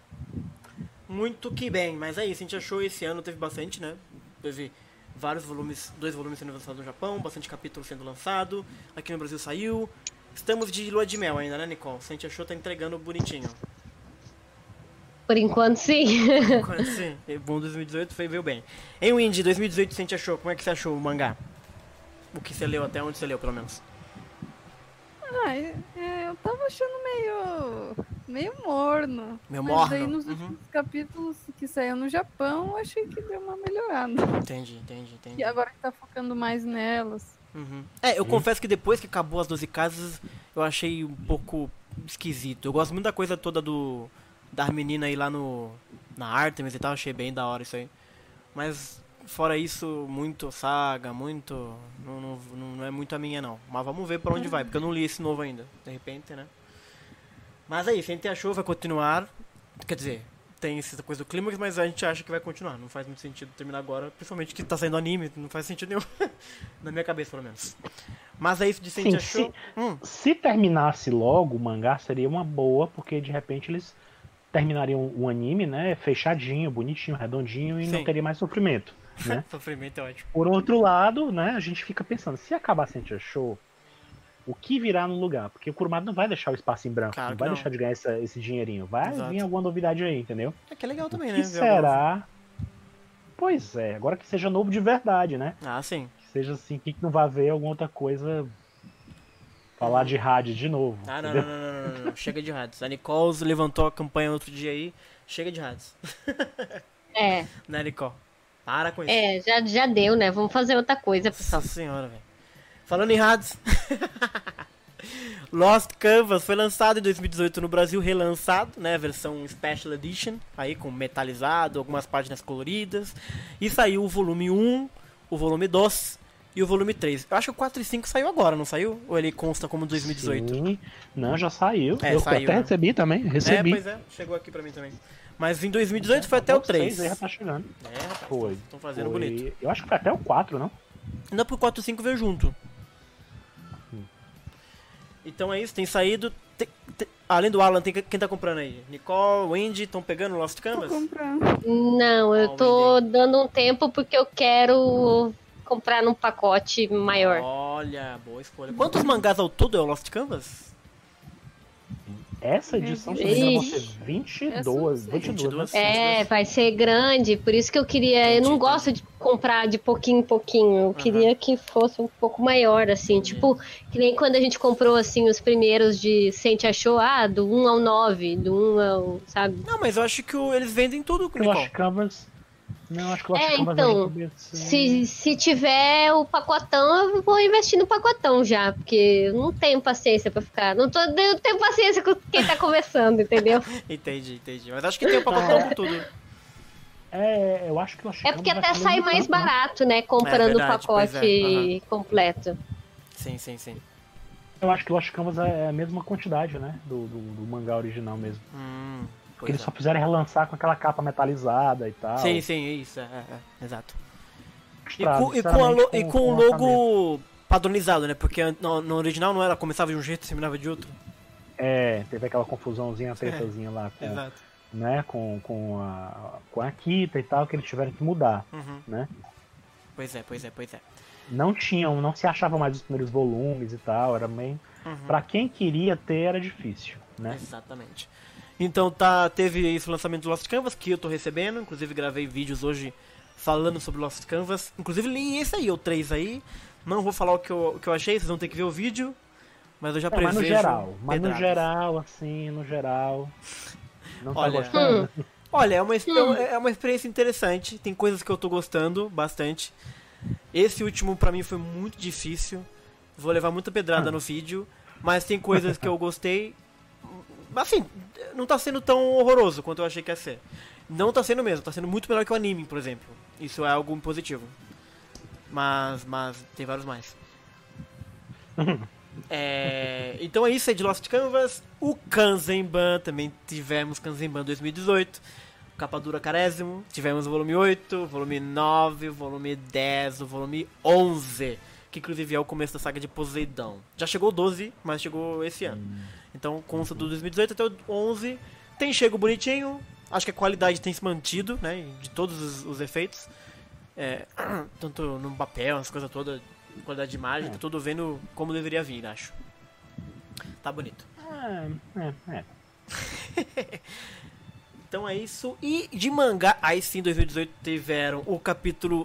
Muito que bem, mas é isso, a gente achou esse ano teve bastante, né? Teve vários volumes, dois volumes sendo lançados no Japão, bastante capítulo sendo lançado, aqui no Brasil saiu. Estamos de lua de mel ainda, né, Nicole? Se a gente achou, tá entregando bonitinho. Por enquanto, sim. Quando sim, bom dois mil e dezoito foi, veio bem. Em Windy, dois mil e dezoito, você achou? Como é que você achou o mangá? O que você leu, até onde você leu, pelo menos? Ah, é, é, eu tava achando meio. meio morno. Meio Mas morno? daí nos Uhum. últimos capítulos que saiu no Japão, eu achei que deu uma melhorada. Entendi, entendi, entendi. E agora que tá focando mais nelas. Uhum. É, eu Hum. confesso que depois que acabou as doze casas, eu achei um pouco esquisito. Eu gosto muito da coisa toda do da menina aí lá no na Artemis e tal, achei bem da hora isso aí. Mas fora isso, muito saga, muito não, não, não é muito a minha não. Mas vamos ver pra onde vai, porque eu não li esse novo ainda, de repente, né? Mas é isso, a gente achou, vai continuar. Quer dizer, tem essa coisa do clímax, mas a gente acha que vai continuar. Não faz muito sentido terminar agora, principalmente que tá saindo anime, não faz sentido nenhum. Na minha cabeça, pelo menos. Mas é isso de Sim, Sentia Show. se, Hum, se terminasse logo o mangá, seria uma boa, porque de repente eles terminariam o anime, né? Fechadinho, bonitinho, redondinho, e Sim. não teria mais sofrimento, né? sofrimento é ótimo. Por outro lado, né, a gente fica pensando, se acabar Sentia Show, o que virá no lugar? Porque o Kurumada não vai deixar o espaço em branco, Claro não que vai não. deixar de ganhar essa- esse dinheirinho. Vai Exato. vir alguma novidade aí, entendeu? É que é legal também, O né? que ver algo novo. será? Pois é, agora que seja novo de verdade, né? Ah, sim. Que seja assim, que não vai ver alguma outra coisa. Falar de rádio de novo. Ah, não, não, entendeu? não, não, não, não. Chega de rádios. A Nicole levantou a campanha outro dia aí. Chega de rádios. É, Né, Nicole? Para com isso. é, já, já deu, né? Vamos fazer outra coisa, pessoal. Nossa senhora, velho. Falando em rádios. Lost Canvas foi lançado em dois mil e dezoito no Brasil, relançado, né? Versão Special Edition, aí com metalizado, algumas páginas coloridas. E saiu o volume um, o volume dois e o volume três. Eu acho que o quatro e cinco saiu agora, não saiu? Ou ele consta como dois mil e dezoito? Sim, não, já saiu. É, eu saiu, até né? recebi também, É, recebi. pois é, chegou aqui pra mim também. Mas em dois mil e dezoito foi até o três. seis aí já tá chegando. É, rapaz, Foi. estão fazendo Foi. bonito. Eu acho que foi até o quatro, não? Ainda pro quatro e cinco veio junto. Então é isso, tem saído. tem- tem- além do Alan, tem quem tá comprando aí? Nicole, Wendy, estão pegando Lost Tô Canvas? comprando. Não, eu Ó, tô dando um tempo porque eu quero comprar num pacote maior. Olha, boa escolha. Quantos mangás ao todo é o Lost Canvas? Essa edição, se não me engano, vão ser vinte e dois. Essa vinte e duas, né? É, vai ser grande, por isso que eu queria. Eu não Entendi, gosto de comprar de pouquinho em pouquinho. Eu queria que fosse um pouco maior, assim. Entendi. Tipo, que nem quando a gente comprou, assim, os primeiros de Sente Achou, ah, do um ao nove, do um ao. Sabe? Não, mas eu acho que o- eles vendem tudo, Porque o Lost Nicole. Canvas. Não, acho que o Lost É, Canvas então, vai receber, assim. Se, se tiver o pacotão, eu vou investir no pacotão já, porque eu não tenho paciência pra ficar. Não, tô, eu não tenho paciência com quem tá começando, entendeu? Entendi, entendi. Mas acho que tem o pacotão com tudo. É, eu acho que o Lost É porque Canvas vai até ser sai muito mais tanto, né? barato, né? Comprando É verdade, o pacote pois é, aham. completo. Sim, sim, sim. Eu acho que o Lost Canvas é a mesma quantidade, né? Do, do, do mangá original mesmo. Hum, Porque pois eles é. só fizeram relançar com aquela capa metalizada e tal. Sim, sim, isso, é, é, é, exato. E Mostrado, com, e com, a lo- sinceramente, e com o o lançamento. logo padronizado, né? Porque no, no original não era, começava de um jeito e terminava de outro. É, teve aquela confusãozinha, tretazinha lá com, Exato. né, com, com, a, com a Akita e tal, que eles tiveram que mudar, Uhum. né? Pois é, pois é, pois é. Não tinham, não se achavam mais os primeiros volumes e tal, era meio... Uhum. Pra quem queria ter, era difícil, né? Exatamente. Então tá, teve esse lançamento do Lost Canvas que eu tô recebendo, inclusive gravei vídeos hoje falando sobre Lost Canvas, inclusive li esse aí, o três aí. Não vou falar o que eu, o que eu achei, vocês vão ter que ver o vídeo, mas eu já Não, mas prevejo no geral, mas no pedradas. geral, assim, no geral, não tá Olha, gostando? Olha, é uma, exp- é uma experiência interessante, tem coisas que eu tô gostando bastante. Esse último pra mim foi muito difícil, vou levar muita pedrada no vídeo, mas tem coisas que eu gostei. Assim, não tá sendo tão horroroso quanto eu achei que ia ser. Não tá sendo mesmo, tá sendo muito melhor que o anime, por exemplo. Isso é algo positivo. Mas, mas tem vários mais. É, então é isso aí de Lost Canvas. O Kanzenban, também tivemos Kanzenban dois mil e dezoito. Capa dura carésimo. Tivemos o volume oito, volume nove, volume dez, o volume onze. Que inclusive é o começo da saga de Poseidon. Já chegou o doze, mas chegou esse ano. Então consta do dois mil e dezoito até o onze. Tem chego bonitinho. Acho que a qualidade tem se mantido, né? De todos os, os efeitos. É, tanto no papel, as coisas todas. Qualidade de imagem, tá tudo vendo como deveria vir, acho. Tá bonito. É, é, é. Então é isso. E de mangá, aí sim, em dois mil e dezoito tiveram o capítulo.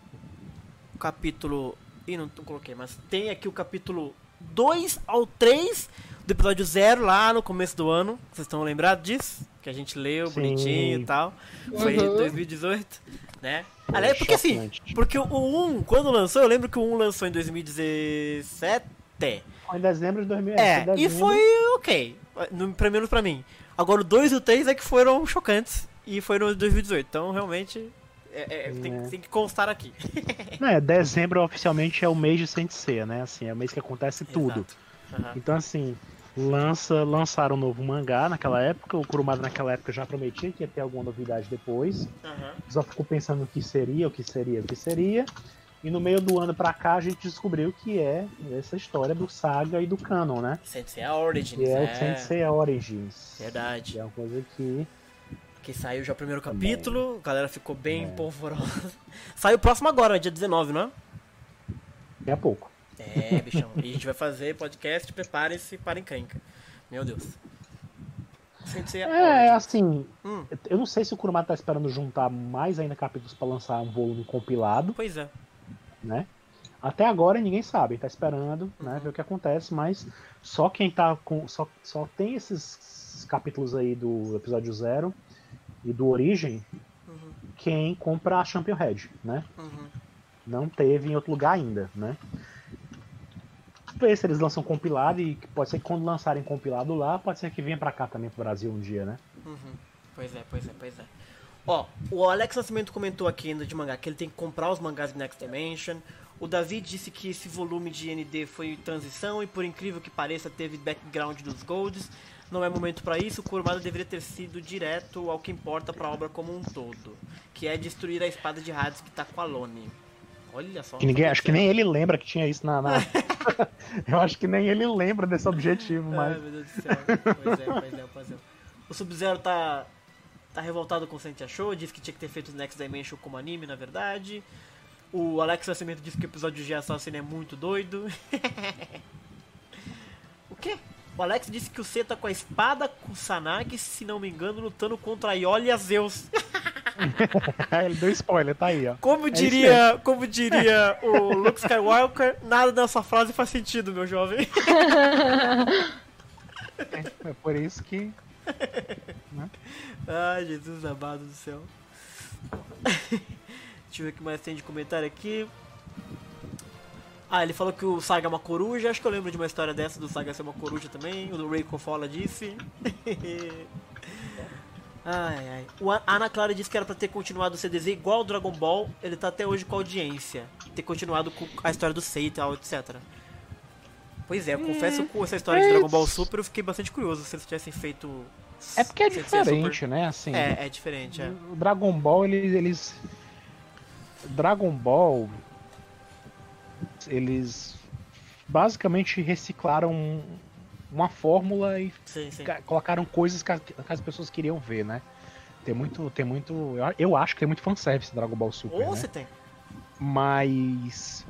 O capítulo. Ih, não, não coloquei, mas tem aqui o capítulo dois ao três do episódio zero, lá no começo do ano. Vocês estão lembrados disso? Que a gente leu Sim. bonitinho e tal. Foi em Uhum. dois mil e dezoito, né? Aliás, porque assim, chocante. porque o um, quando lançou, eu lembro que o um lançou em dois mil e dezessete. Foi em dezembro de dois mil e É, foi e dezembro. foi ok, no, pelo menos pra mim. Agora o dois e o três é que foram chocantes, e foi no dois mil e dezoito, então realmente é, é, tem, É. tem que constar aqui. Não, é, dezembro oficialmente é o mês de Saint Seiya, né? Assim, é o mês que acontece tudo. Exato. Aham. Então, assim, lança, lançaram um novo mangá naquela época. O Kurumada naquela época já prometia que ia ter alguma novidade depois. Aham. Só ficou pensando o que seria, o que seria, o que seria. E no meio do ano pra cá a gente descobriu que é essa história do Saga e do Canon, né? Sensei a Origins, Que é o é, Saint Seiya Origins. verdade. Que é uma coisa que... Que saiu já o primeiro capítulo, a galera ficou bem É. polvorosa. Sai o próximo agora, dia dezenove, não é? Daqui a pouco. É, bichão. E a gente vai fazer podcast, preparem-se para encrenca. Meu Deus. Sensei a É, Origins. assim, Hum, eu não sei se o Kurumada tá esperando juntar mais ainda capítulos pra lançar um volume compilado, pois é. né? Até agora ninguém sabe, tá esperando, né, ver o que acontece, mas só quem tá com. Só, só tem esses capítulos aí do episódio zero e do Origem Uhum, quem compra a Champion Head, né? uhum. Não teve em outro lugar ainda, né? Ver se eles lançam compilado e que pode ser que quando lançarem compilado lá, pode ser que venha pra cá também pro Brasil um dia, né? Uhum. Pois é, pois é, pois é. Ó, o Alex Nascimento comentou aqui ainda de mangá que ele tem que comprar os mangás de Next Dimension. O David disse que esse volume de N D foi transição e por incrível que pareça teve background dos Golds. Não é momento pra isso, o Kurumada deveria ter sido direto ao que importa pra obra como um todo, que é destruir a espada de Hades que tá com a Lone. Olha só. Que ninguém, acho que nem ele lembra que tinha isso na. na... Eu acho que nem ele lembra desse objetivo, Ai, mas. meu Deus do céu. Pois é, pois é, pois é. O Sub-Zero tá, tá revoltado com o Sentia Show, disse que tinha que ter feito o Next Dimension como anime, na verdade. O Alex Nascimento disse que o episódio de G Assassin é muito doido. O quê? O Alex disse que o C tá com a espada com o Sanagi, se não me engano, lutando contra a Ioli e a Zeus. Ele deu spoiler, tá aí, ó. Como isso diria, como diria o Luke Skywalker, nada dessa frase faz sentido, meu jovem. É por isso que. Ai, Jesus amado do céu. Deixa eu ver o que mais tem de comentário aqui. Ah, ele falou que o Saga é uma coruja. Acho que eu lembro de uma história dessa do Saga ser uma coruja também. O do Reiko Fola disse. Ai, ai. O A- Ana Clara disse que era pra ter continuado o C D Z igual ao Dragon Ball. Ele tá até hoje com a audiência. Ter continuado com a história do Sei e tal, etcétera. Pois é, eu confesso que com essa história de Dragon Ball Super eu fiquei bastante curioso se eles tivessem feito. É porque é Sensei Super. diferente, né? Assim, É, é diferente, é. o Dragon Ball, eles, eles. Dragon Ball. Eles basicamente reciclaram uma fórmula e Sim, sim. ca- colocaram coisas que, a- que as pessoas queriam ver, né? Tem muito. Tem muito. Eu, eu acho que tem muito fanservice Dragon Ball Super. Ou né? você tem. Mas.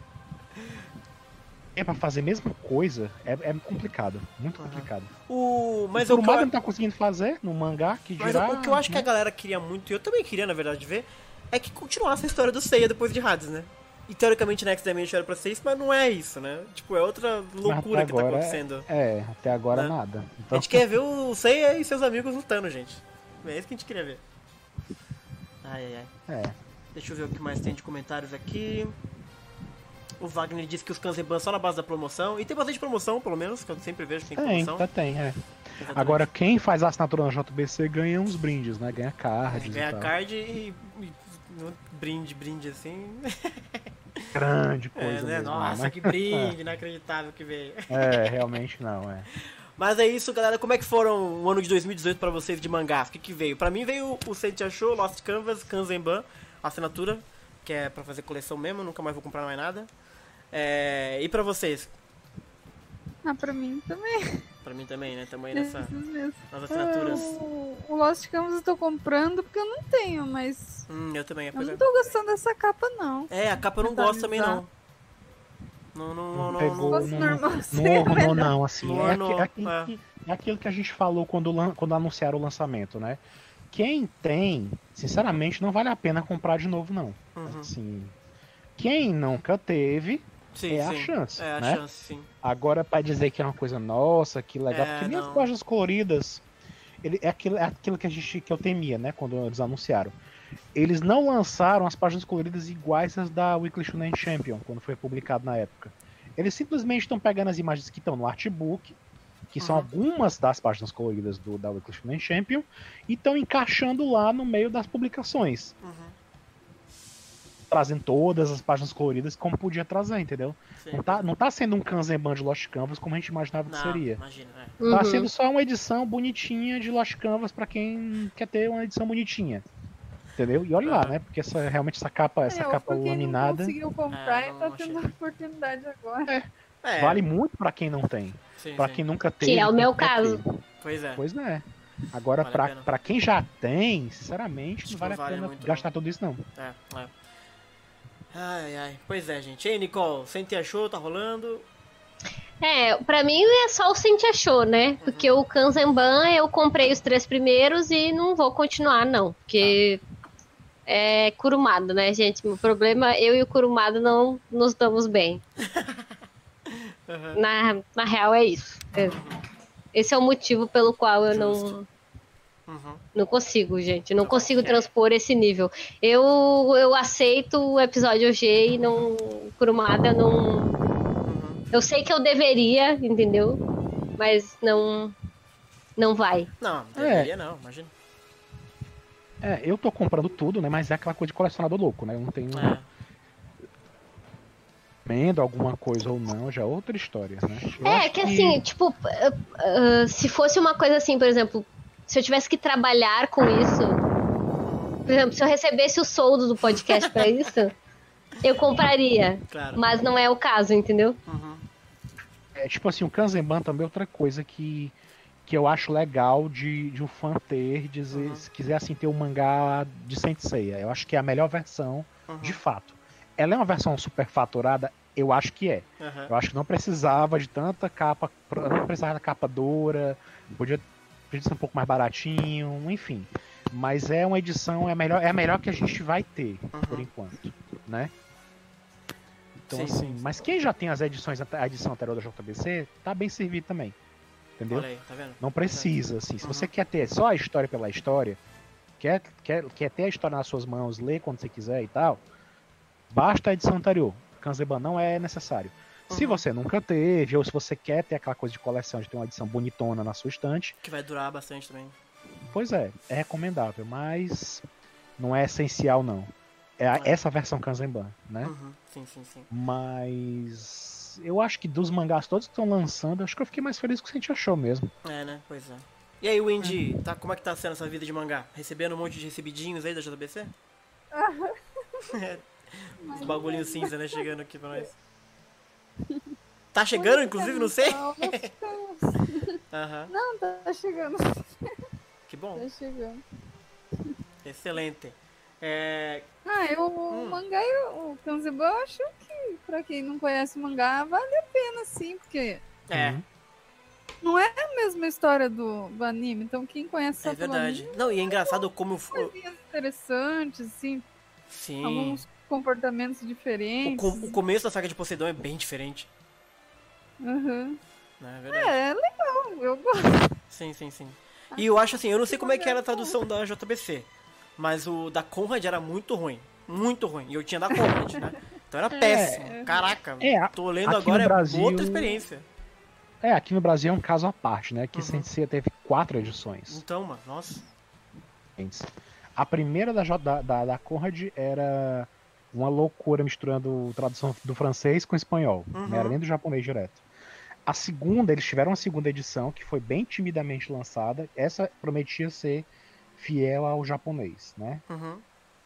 É pra fazer a mesma coisa, é, é complicado. Muito Aham. complicado. O... Mas o o que eu- Kurumada não tá conseguindo fazer no mangá, que Mas dirá, o que eu acho que a né? galera queria muito, e eu também queria, na verdade, ver, é que continuasse a história do Seiya depois de Hades, né? E teoricamente Next Dimension era pra ser isso, mas não é isso, né? Tipo, é outra Mas loucura até que tá agora acontecendo. É, até agora Né? nada. A Então, gente quer ver o Seiya e seus amigos lutando, gente. É isso que a gente queria ver. Ai, ai, ai. é. Deixa eu ver o que mais tem de comentários aqui. O Wagner disse que os Kanzenban só na base da promoção. E tem bastante promoção, pelo menos, que eu sempre vejo que tem Tem, promoção. tá, tem, é. Exatamente. Agora, quem faz a assinatura na J B C ganha uns brindes, né? Ganha cards e Ganha tal. card e, e- e- brinde, brinde assim. grande coisa É, né? mesmo, Nossa, né? que brinde, inacreditável que veio. É, realmente não, é. Mas é isso, galera. Como é que foram o ano de dois mil e dezoito pra vocês de mangás? O que que veio? Pra mim veio o Sentia Show, Lost Canvas, Kanzenban, assinatura, que é pra fazer coleção mesmo, nunca mais vou comprar mais nada. É... E pra vocês? Ah, pra mim também. Pra mim também, né? Também nessa, Esses mesmo. nas assinaturas. O, o Lost Canvas eu tô comprando porque eu não tenho, mas Hum, eu também. eu Pois não é. tô gostando dessa capa, não. é, a capa eu não Tentar gosto também, amenizar. não. Não, não, não, Não não. pegou, não- fosse não, normal, não, seria ornou melhor. não, assim. Não É, ornou, aqui- é aquilo é. que, é aquilo que a gente falou quando, lan- quando anunciaram o lançamento, né? Quem tem, sinceramente, não vale a pena comprar de novo, não. Uhum. Assim, quem nunca teve, Sim, é a sim. chance, É a né? chance, sim. agora pra dizer que é uma coisa nossa, que legal, É, porque nem as não. páginas coloridas, ele, é, aquilo, é aquilo que a gente que eu temia, né? Quando eles anunciaram. Eles não lançaram as páginas coloridas iguais às da Weekly Shonen Champion, quando foi publicado na época. Eles simplesmente estão pegando as imagens que estão no artbook, que são Uhum. algumas das páginas coloridas do, da Weekly Shonen Champion, e estão encaixando lá no meio das publicações. Uhum. Trazendo todas as páginas coloridas como podia trazer, entendeu? Sim. Não tá, não tá sendo um Kanzenban de Lost Canvas como a gente imaginava que Não, seria. imagina, é. Tá Uhum. sendo só uma edição bonitinha de Lost Canvas pra quem quer ter uma edição bonitinha. Entendeu? E olha lá, Aham. né? Porque essa, realmente essa capa, essa É, ou capa pra quem laminada não conseguiu comprar É, e não tá achei. tendo a oportunidade agora. É, vale muito pra quem não tem. sim, Pra sim. quem nunca teve. é o quem meu quer caso. ter. Pois é. Pois é. Agora, Vale a pra, pena. pra quem já tem, sinceramente, Acho não que vale não a vale pena muito, gastar tudo isso, não. É, é. Ai, ai. Pois é, gente. Ei, Nicole, Sentia Show tá rolando? É, pra mim é só o Sentia Show, né? Porque o Kanzenban eu comprei os três primeiros e não vou continuar, não. Porque é Kurumada, né, gente? O problema, eu e o Kurumada não nos damos bem. Uhum. Na, na real é isso. É. Esse é o motivo pelo qual eu não, Justo. Uhum. não consigo, gente. Não Tá bom. consigo transpor esse nível. Eu, eu aceito o episódio G e não. Kurumada não. Uhum. Eu sei que eu deveria, entendeu? Mas não. Não vai. Não, deveria não, imagina. É, eu tô comprando tudo, né? Mas é aquela coisa de colecionador louco, né? Eu não tenho É. vendo alguma coisa ou não, já é outra história, né? Eu É, acho que assim, tipo, ah, ah, se fosse uma coisa assim, por exemplo, se eu tivesse que trabalhar com isso, por exemplo, se eu recebesse o soldo do podcast pra isso, eu compraria. Claro. Mas não é o caso, entendeu? Uhum. É, tipo assim, o Kanzenban também é outra coisa que, que eu acho legal de, de um fã ter, dizer, Uhum. se quiser assim ter o mangá de Saint Seiya. Eu acho que é a melhor versão, Uhum. de fato. Ela é uma versão super faturada? Eu acho que é. Uhum. Eu acho que não precisava de tanta capa, não precisava da capa dura, podia, podia ser um pouco mais baratinho, enfim. Mas é uma edição, é a melhor, é a melhor que a gente vai ter, Uhum. por enquanto, né? Então, Sim, assim, sim. mas quem já tem as edições, a edição anterior da J B C, tá bem servido também. Entendeu? Olha aí, tá vendo? Não precisa, assim. Se Uhum. você quer ter só a história pela história, quer, quer, quer ter a história nas suas mãos, ler quando você quiser e tal, basta a edição anterior. Kanzenban não é necessário. Se Uhum. você nunca teve, ou se você quer ter aquela coisa de coleção, de ter uma edição bonitona na sua estante, Que vai durar bastante também. pois é, é recomendável, mas não é essencial não. É a- É. essa versão Kanzenban, né? Uhum. Sim, sim, sim. Mas eu acho que dos mangás todos que estão lançando, acho que eu fiquei mais feliz com o que a gente achou mesmo. É, né? Pois é. E aí, Wendy, tá, como é que tá sendo essa vida de mangá? Recebendo um monte de recebidinhos aí da J B C? Os bagulhinhos cinza, né? Chegando aqui pra nós. Tá chegando, inclusive, não sei? Não, não sei. Aham. Não, tá chegando. Que bom. Tá chegando. Excelente. É... Ah, eu, Hum. o mangá, eu- o Kanzenban, eu acho que pra quem não conhece o mangá, vale a pena sim, porque É, Uhum. não é a mesma história do, do anime. Então quem conhece só é pelo verdade. anime, Não, e é engraçado como... fo- coisinhas interessantes, assim, Sim. alguns comportamentos O, diferentes. com- o começo da saga de Poseidon é bem diferente. Uhum. Né? É verdade. É, é legal, eu gosto. Sim, sim, sim. E eu acho assim, eu não sei como é que era a tradução da J B C, mas o da Conrad era muito ruim. Muito ruim. E eu tinha da Conrad, né? Então era péssimo. Caraca, É, a- tô lendo aqui agora, no é Brasil- outra experiência. É, aqui no Brasil é um caso à parte, né? Que Uhum. Saint Seiya teve quatro edições. Então, mano, nossa. Antes. A primeira da, J- da, da, da Conrad era uma loucura misturando tradução do francês com espanhol. Uhum. Não era nem do japonês direto. A segunda, eles tiveram uma segunda edição que foi bem timidamente lançada. Essa prometia ser fiel ao japonês, né? Uhum.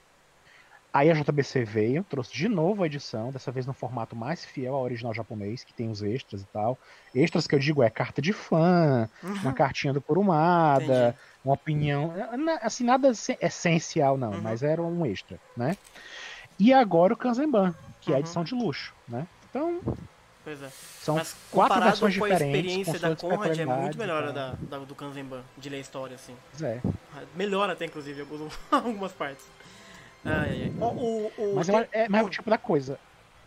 Aí a J B C veio, trouxe de novo a edição, dessa vez no formato mais fiel ao original japonês, que tem os extras e tal. Extras que eu digo é carta de fã, Uhum. uma cartinha do Kurumada, Entendi. uma opinião, assim, nada essencial não, Uhum. mas era um extra, né? E agora o Kanzenban, que é a Uhum. edição de luxo, né? Então, Pois é. são Mas quatro comparado versões com a diferentes, experiência com da suas Conrad, é peculiaridades muito e melhor a tal. da, da- do Kanzenban, de ler história, assim. Pois é. Melhor até, inclusive, em alguns- algumas partes. Ai, ai, ai. O, o, o- Mas, tem- ela, é, mas é o tipo da coisa.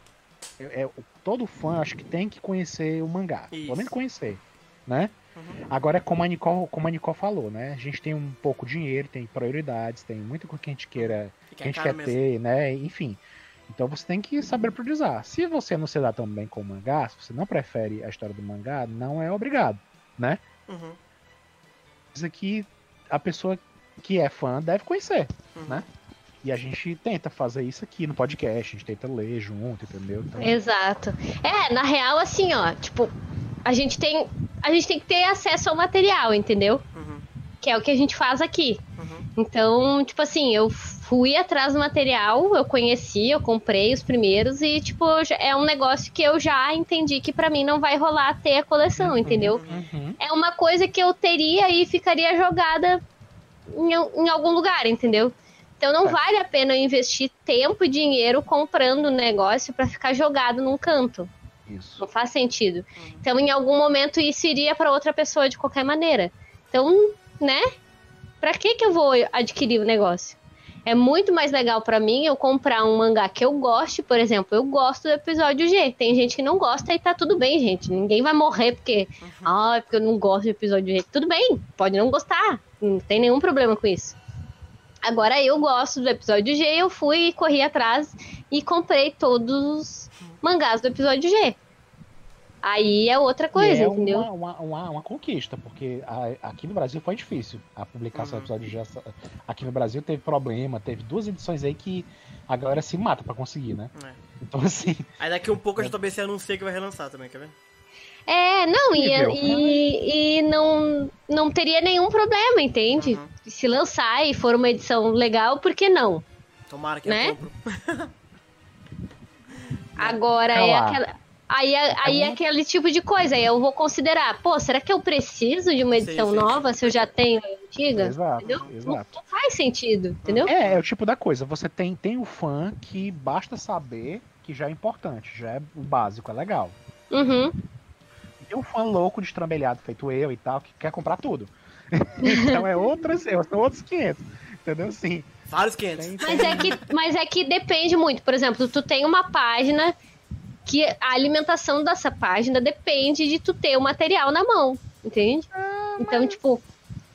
É, é, o- todo fã acho que tem que conhecer o mangá. Isso. Pelo menos conhecer, né? Uhum. Agora é como a, Nicole, como a Nicole falou, né? A gente tem um pouco de dinheiro, tem prioridades, tem muita coisa que a gente queira, E que a gente caro quer mesmo. ter, né? Enfim. Então você tem que saber priorizar. Se você não se dá tão bem com o mangá, se você não prefere a história do mangá, não é obrigado, né? Uhum. Isso aqui a pessoa que é fã deve conhecer, Uhum. né? E a gente tenta fazer isso aqui no podcast, a gente tenta ler junto, entendeu? Então, Exato. É, na real, assim, ó, tipo, a gente tem. A gente tem que ter acesso ao material, entendeu? Uhum. Que é o que a gente faz aqui. Uhum. Então, tipo assim, eu fui atrás do material, eu conheci, eu comprei os primeiros e, tipo, já- é um negócio que eu já entendi que pra mim não vai rolar ter a coleção, entendeu? Uhum. É uma coisa que eu teria e ficaria jogada em, em algum lugar, entendeu? Então não É. vale a pena eu investir tempo e dinheiro comprando um negócio pra ficar jogado num canto. Isso. Não faz sentido. Então, em algum momento, isso iria pra outra pessoa de qualquer maneira. Então, né? Pra que que eu vou adquirir o negócio? É muito mais legal pra mim eu comprar um mangá que eu goste, por exemplo. Eu gosto do episódio G. Tem gente que não gosta e tá tudo bem, gente. Ninguém vai morrer porque, ah, é porque eu não gosto do episódio G. Tudo bem, pode não gostar. Não tem nenhum problema com isso. Agora eu gosto do episódio G, eu fui e corri atrás e comprei todos os mangás do episódio G. Aí é outra coisa, E é entendeu? Uma, uma, uma, uma conquista, porque a- aqui no Brasil foi difícil a publicação Uhum. do episódio G. Aqui no Brasil teve problema, teve duas edições aí que a galera se mata pra conseguir, né? É. Então assim, Aí daqui um pouco a J B C anuncia que vai relançar também, quer ver? É, não, e, Incrível. e, e não, não teria nenhum problema, entende? Uhum. Se lançar e for uma edição legal, por que não? Tomara que Né? eu compro. Agora Calma é lá. aquela. Aí, é- aí é Algum- aquele tipo de coisa, aí eu vou considerar, pô, será que eu preciso de uma Sim, edição sim. nova se eu já tenho a antiga? exato, Entendeu? Não, exato. não faz sentido, entendeu? É, é o tipo da coisa. Você tem, tem o fã que basta saber que já é importante, já é o básico, é legal. Uhum. Tem um fã louco, destrambelhado, feito eu e tal, que quer comprar tudo. Então é outras, é, são outros quinhentos. Entendeu? Assim, Vários quinhentos. tem, Mas é, que, mas é que depende muito. Por exemplo, tu tem uma página que a alimentação dessa página depende de tu ter o material na mão, entende? Então, tipo,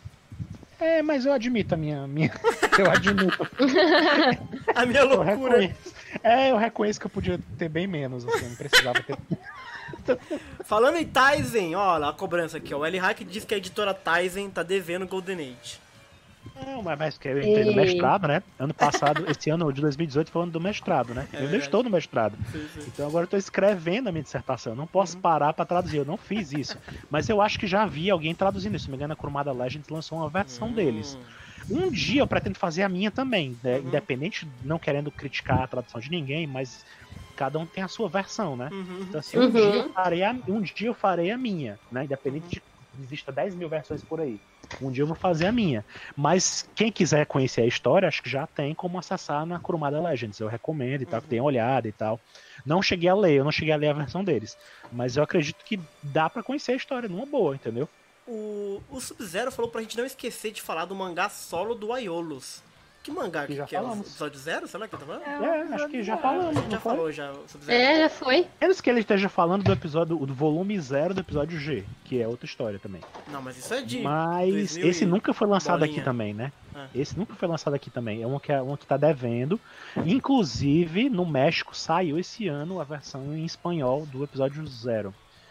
É, mas eu admito a minha. minha eu admito. A minha Eu loucura. reconheço. É, eu reconheço que eu podia ter bem menos, assim, eu não precisava ter. Falando em Tizen, ó, a cobrança aqui, ó. O L Hack diz que a editora Tizen tá devendo Golden Age. Não, mas mais que eu entrei no Ei. mestrado, né? Ano passado, esse ano de dois mil e dezoito, foi o ano do mestrado, né? É eu ainda verdade. estou no mestrado. Sim, sim. Então agora eu tô escrevendo a minha dissertação. Eu não posso Uhum. parar pra traduzir, eu não fiz isso. Mas eu acho que já vi alguém traduzindo isso. Se não me engano, a Kurumada Legends lançou uma versão Hum. deles. Um dia eu pretendo fazer a minha também, né? Uhum. Independente, não querendo criticar a tradução de ninguém, mas cada um tem a sua versão, né? Uhum. Então assim, um, Uhum. dia eu farei a, um dia eu farei a minha, né? Independente de que exista dez mil versões por aí. Um dia eu vou fazer a minha. Mas quem quiser conhecer a história, acho que já tem como acessar na Kurumada Legends. Eu recomendo e tal, que tenha olhada e tal. Não cheguei a ler, eu não cheguei a ler a versão deles. Mas eu acredito que dá pra conhecer a história numa boa, entendeu? O, o Sub-Zero falou pra gente não esquecer de falar do mangá solo do Aiolos. Que mangá Que que, já que é? O falamos. episódio zero? Será que tá falando? É, acho que já falamos, A gente já não foi? falou já, o Sub-Zero. é, já foi. Menos que ele esteja falando do episódio, do volume zero do episódio G, que é outra história também. Não, mas isso é de... Mas dois mil esse e nunca foi lançado bolinha. aqui também, né? Ah. Esse nunca foi lançado aqui também. É um que, é um que tá devendo. Inclusive, no México saiu esse ano a versão em espanhol do episódio zero.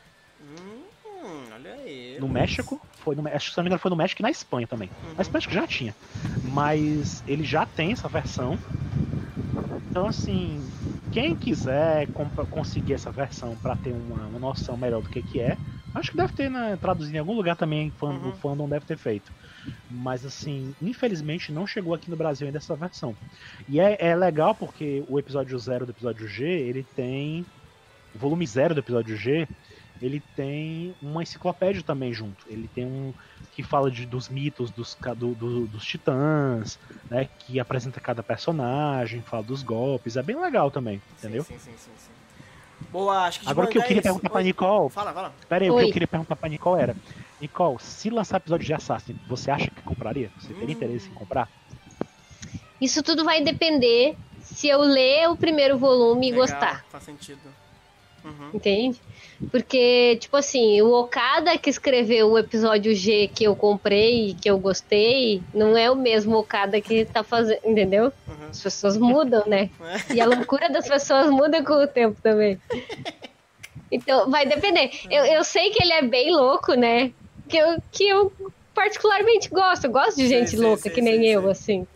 Hum, olha aí. No México, foi no, acho que se não me engano foi no México e na Espanha também. Uhum. Mas México já tinha. Mas ele já tem essa versão. Então, assim, quem quiser conseguir essa versão pra ter uma, uma noção melhor do que que é, acho que deve ter, né, traduzido em algum lugar também, fã, uhum. O fandom deve ter feito. Mas, assim, infelizmente não chegou aqui no Brasil ainda essa versão. E é, é legal porque o episódio zero do episódio G, ele tem... O volume zero do episódio G, ele tem uma enciclopédia também junto. Ele tem um que fala de, dos mitos dos, do, do, dos titãs, né? Que apresenta cada personagem, fala dos golpes. É bem legal também, entendeu? Sim, sim, sim, sim. Boa, acho que de Agora o que eu queria perguntar pra Nicole... Fala, fala. Pera aí, o que eu queria perguntar pra Nicole era... Nicole, se lançar episódio de Assassin, você acha que compraria? Você teria hum. interesse em comprar? Isso tudo vai depender se eu ler o primeiro volume Legal, e gostar. Faz sentido. Uhum. Entende? Porque, tipo assim, o Okada que escreveu o episódio G que eu comprei, que eu gostei, não é o mesmo Okada que tá fazendo, entendeu? Uhum. As pessoas mudam, né? E a loucura das pessoas muda com o tempo também. Então, vai depender. Eu, eu sei que ele é bem louco, né? Que eu, que eu particularmente gosto. Eu gosto de gente sim, louca, sim, que sim, nem sim, eu, sim. assim.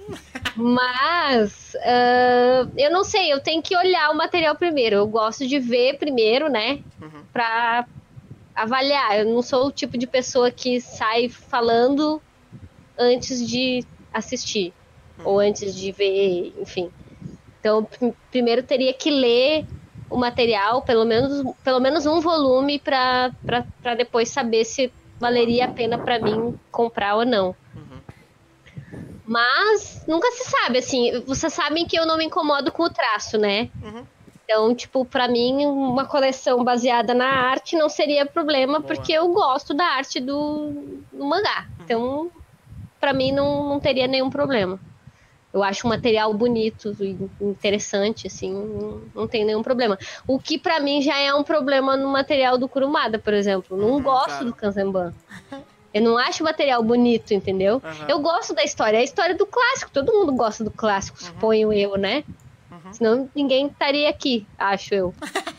Mas, uh, eu não sei, eu tenho que olhar o material primeiro. Eu gosto de ver primeiro, né? Uhum. Pra avaliar. Eu não sou o tipo de pessoa que sai falando antes de assistir. Uhum. Ou antes de ver, enfim. Então, pr- primeiro teria que ler o material, pelo menos, pelo menos um volume, pra, pra, pra depois saber se valeria a pena pra mim comprar ou não. Uhum. Mas nunca se sabe, assim, vocês sabem que eu não me incomodo com o traço, né? Uhum. Então, tipo, pra mim, uma coleção baseada na arte não seria problema, boa. Porque eu gosto da arte do, do mangá. Uhum. Então, pra mim, não, não teria nenhum problema. Eu acho um material bonito e interessante, assim, não, não tem nenhum problema. O que pra mim já é um problema no material do Kurumada, por exemplo. Não uhum, gosto claro. do Kanzenban. Eu não acho o material bonito, entendeu? Uhum. Eu gosto da história, é a história do clássico. Todo mundo gosta do clássico, uhum. suponho eu, né? Uhum. Senão ninguém estaria aqui, acho eu.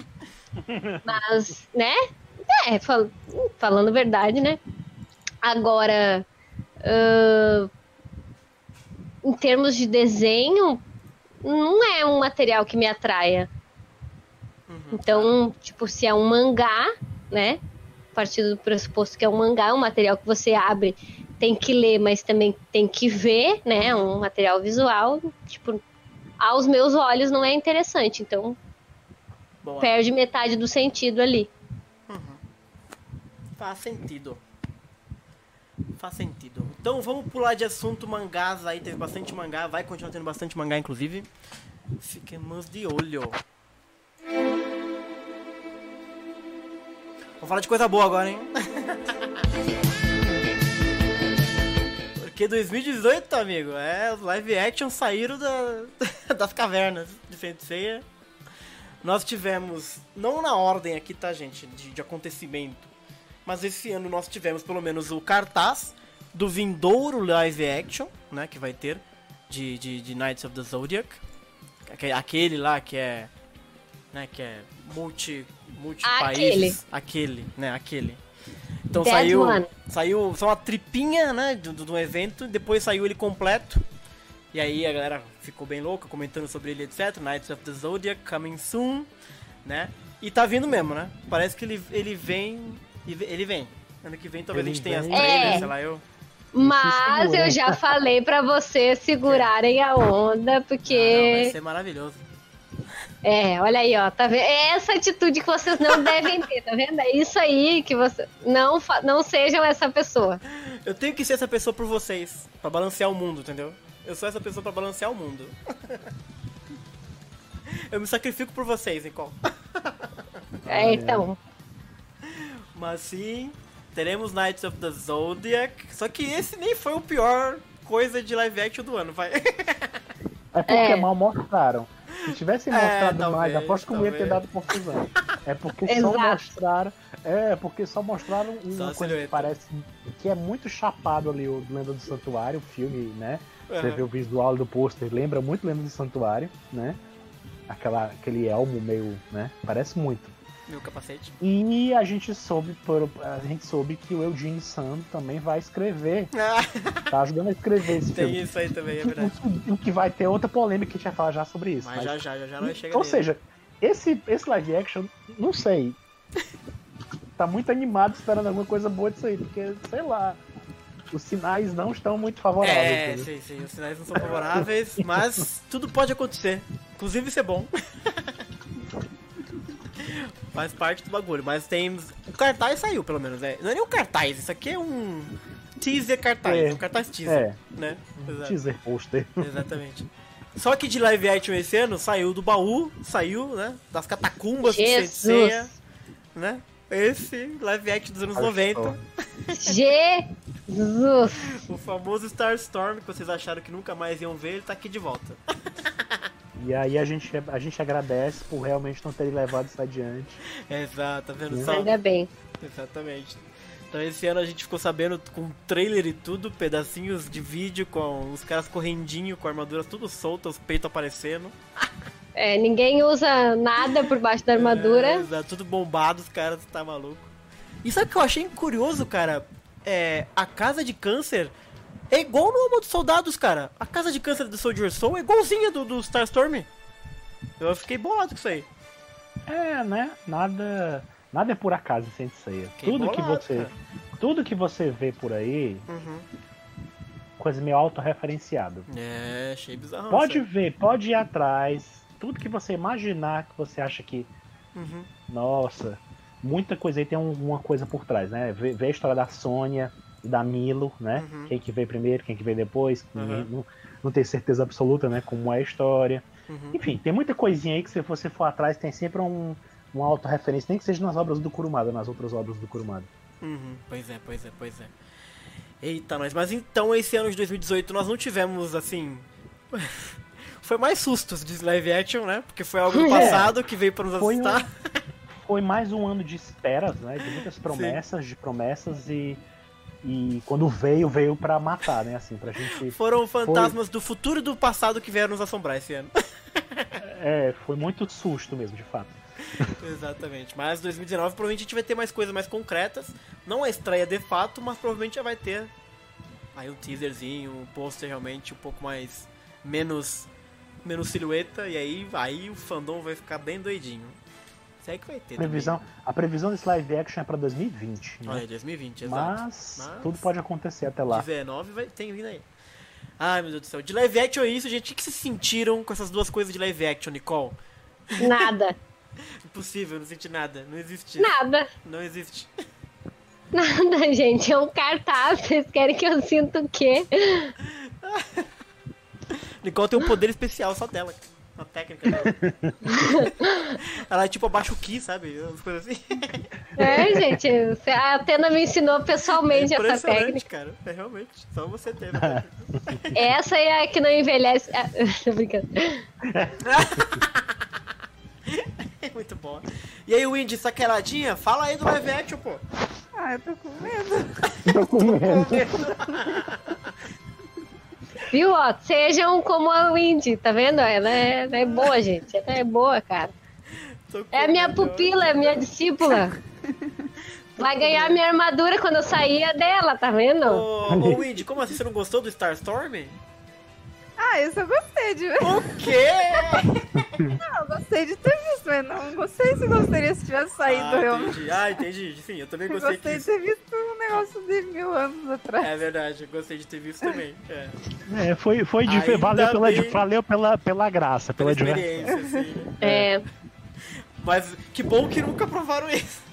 Mas, né? É, fal- falando a verdade, né? Agora... Uh... em termos de desenho, não é um material que me atraia. Uhum, então, tá. tipo, se é um mangá, né? A partir do pressuposto que é um mangá, é um material que você abre, tem que ler, mas também tem que ver, né? Um material visual, tipo, aos meus olhos não é interessante. Então, boa. Perde metade do sentido ali. Uhum. Faz sentido. Faz sentido. Então vamos pular de assunto mangás aí, teve bastante mangá, vai continuar tendo bastante mangá inclusive. Fiquemos de olho. Vamos falar de coisa boa agora, hein? Porque dois mil e dezoito, amigo, é, os live action saíram da, das cavernas de Saint Seiya. Nós tivemos, não na ordem aqui, tá, gente, de, de acontecimento, mas esse ano nós tivemos pelo menos o cartaz do vindouro live action, né, que vai ter, de, de, de Knights of the Zodiac. Aquele lá que é, né, que é multi, multi países. Aquele, né, aquele. Então That saiu, one. saiu só uma tripinha, né, do, do evento, depois saiu ele completo. E aí a galera ficou bem louca, comentando sobre ele, etcétera. Knights of the Zodiac, coming soon, né. E tá vindo mesmo, né, parece que ele, ele vem... Ele vem. Ano que vem talvez ele a gente tenha as trailers, é. sei lá, eu... Mas eu já falei pra vocês segurarem a onda, porque... Ah, não, vai ser maravilhoso. É, olha aí, ó, tá vendo? É essa atitude que vocês não devem ter, tá vendo? É isso aí que vocês... Não, fa... não sejam essa pessoa. Eu tenho que ser essa pessoa por vocês, pra balancear o mundo, entendeu? Eu sou essa pessoa pra balancear o mundo. Eu me sacrifico por vocês, Nicole. É, então... Mas sim, teremos Knights of the Zodiac. Só que esse nem foi o pior coisa de live action do ano, vai. É porque é. mal mostraram. Se tivessem mostrado é, mais, aposto que não ia ter dado confusão. É porque só mostraram. É, porque só mostraram uma só coisa que parece que é muito chapado ali, o Lenda do Santuário, o filme, né? Uhum. Você vê o visual do pôster, lembra muito Lenda do Santuário, né? Aquela, aquele elmo meio, né? Parece muito. Meu capacete. E a gente soube, por, a gente soube que o Eugene Sun também vai escrever. Tá ajudando a escrever esse Tem filme. isso aí também, é verdade. O que vai ter outra polêmica que a gente vai falar já sobre isso. Mas, mas- já já, já já nós chega Ou nele. seja, esse, esse live action, não sei. Tá muito animado esperando alguma coisa boa disso aí, porque, sei lá, os sinais não estão muito favoráveis. É, entendeu? sim, sim, os sinais não são favoráveis, mas tudo pode acontecer. Inclusive ser bom. Faz parte do bagulho, mas tem. O cartaz saiu, pelo menos. É. Não é nem um cartaz, isso aqui é um teaser cartaz, É. um cartaz teaser. É. Né? Exato. Teaser pôster. Exatamente. Só que de live action esse ano saiu do baú, saiu, né? Das catacumbas do Jesus. Senseiya, né? Esse live action dos anos noventa. Jesus! O famoso Starstorm, que vocês acharam que nunca mais iam ver, ele tá aqui de volta. E aí a gente, a gente agradece por realmente não terem levado isso adiante. Exato, tá vendo Né? só? Ainda bem. Exatamente. Então esse ano a gente ficou sabendo com trailer e tudo, pedacinhos de vídeo com os caras correndinho, com a armadura tudo solta, os peitos aparecendo. É, ninguém usa nada por baixo da É, armadura. exato, tudo bombado, os caras tá maluco. E sabe o que eu achei curioso, cara? É, a casa de câncer é igual no Alma dos Soldados, cara. A casa de câncer do Soldier Soul é igualzinha do, do Starstorm. Eu fiquei bolado com isso aí. É, né? Nada, nada é por acaso em Saint Seiya. Fiquei Tudo que bolado, você, cara. tudo que você vê por aí, Uhum. coisa meio autorreferenciada. É, achei bizarro. Pode isso aí. ver, pode ir atrás. Tudo que você imaginar que você acha que, Uhum. nossa, muita coisa aí tem um- uma coisa por trás, né? Vê, vê a história da Sônia e da Milo, né? Uhum. Quem que veio primeiro, quem que veio depois. Uhum. Ninguém- não, não tem certeza absoluta, né? Como é a história. Uhum. Enfim, tem muita coisinha aí que se você for atrás tem sempre um, uma autorreferência, nem que seja nas obras do Kurumada, nas outras obras do Kurumada. Uhum, pois é, pois é, pois é. Eita, nós. Mas então, esse ano de dois mil e dezoito, nós não tivemos, assim... Foi mais sustos de live action, né? Porque foi algo do passado que veio pra nos Foi um- assustar. Foi mais um ano de esperas, né? De muitas promessas, de promessas e, e quando veio, veio pra matar, né? Assim, pra gente... Foram fantasmas do futuro e do passado que vieram nos assombrar esse ano. É, foi muito susto mesmo, de fato. Exatamente. Mas dois mil e dezenove provavelmente a gente vai ter mais coisas mais concretas. Não a estreia de fato, mas provavelmente já vai ter aí um teaserzinho, um pôster realmente um pouco mais... Menos... Menos silhueta. E aí, aí o fandom vai ficar bem doidinho. Isso aí que vai ter Previsão, a previsão desse live action é pra dois mil e vinte, também. né? Olha, dois mil e vinte, exato. Mas, Mas- tudo pode acontecer até lá. dezenove vai, tem vindo aí. Ai, meu Deus do céu. De live action é isso, gente. O que vocês sentiram com essas duas coisas de live action, Nicole? Nada. Impossível, não senti nada. Não existe. Nada. Não existe. Nada, gente. É um cartaz. Vocês querem que eu sinta o quê? Nicole tem um poder especial só dela. Uma técnica dela. Ela é tipo abaixo o ki, sabe? Umas coisas assim. É, gente. A Atena me ensinou pessoalmente essa Impressionante, técnica. cara. É realmente. Só você teve. a técnica. Essa é a que não envelhece. Ah, tô brincando. Muito bom. E aí, Windy, saqueladinha? Fala aí do live action, pô. Ah, eu tô com medo. Tô com medo. Viu, ó? Sejam como a Windy, tá vendo? Ela é, ela é boa, gente. Ela é boa, cara. Tô com É a minha medo. pupila, é a minha discípula. Vai ganhar minha armadura quando eu sair é dela, tá vendo? Ô, ô, Windy, como assim? Você não gostou do Starstorm? Ah, isso eu gostei de ver. O quê? Não, eu gostei de ter visto, mas não gostei se gostaria se tivesse saído Ah, realmente. entendi. Ah, entendi. Sim, eu também Eu gostei, gostei que de ter visto um negócio de mil anos atrás. É verdade, eu gostei de ter visto também. É. É, foi, foi de, Ainda valeu, pela, bem. valeu pela, pela graça, pela Pela diversão. experiência, assim. né? É. Mas que bom que nunca provaram isso.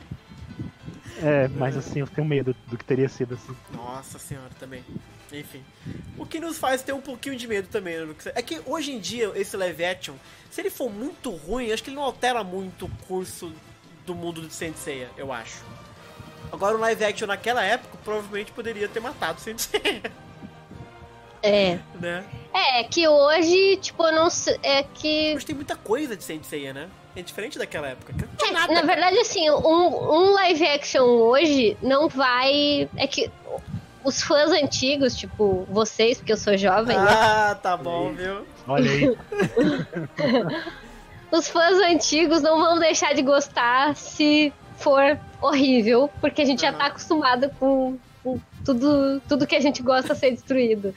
É, mas assim, eu tenho medo do que teria sido assim. Nossa senhora, também. Enfim. O que nos faz ter um pouquinho de medo também. Né? É que hoje em dia, esse live action, se ele for muito ruim, acho que ele não altera muito o curso do mundo do Saint Seiya, eu acho. Agora, o live action naquela época, provavelmente poderia ter matado o Saint Seiya, É. né? É, que hoje, tipo, eu não sei. É que. Hoje tem muita coisa de Saint Seiya, né? É diferente daquela época. Não tinha É, nada. na verdade, assim, um, um live action hoje não vai. É que os fãs antigos, tipo, vocês, porque eu sou jovem, né? Ah, tá bom, viu? Olha aí. os fãs antigos não vão deixar de gostar se for horrível, porque a gente já tá acostumado com, com tudo, tudo que a gente gosta ser destruído.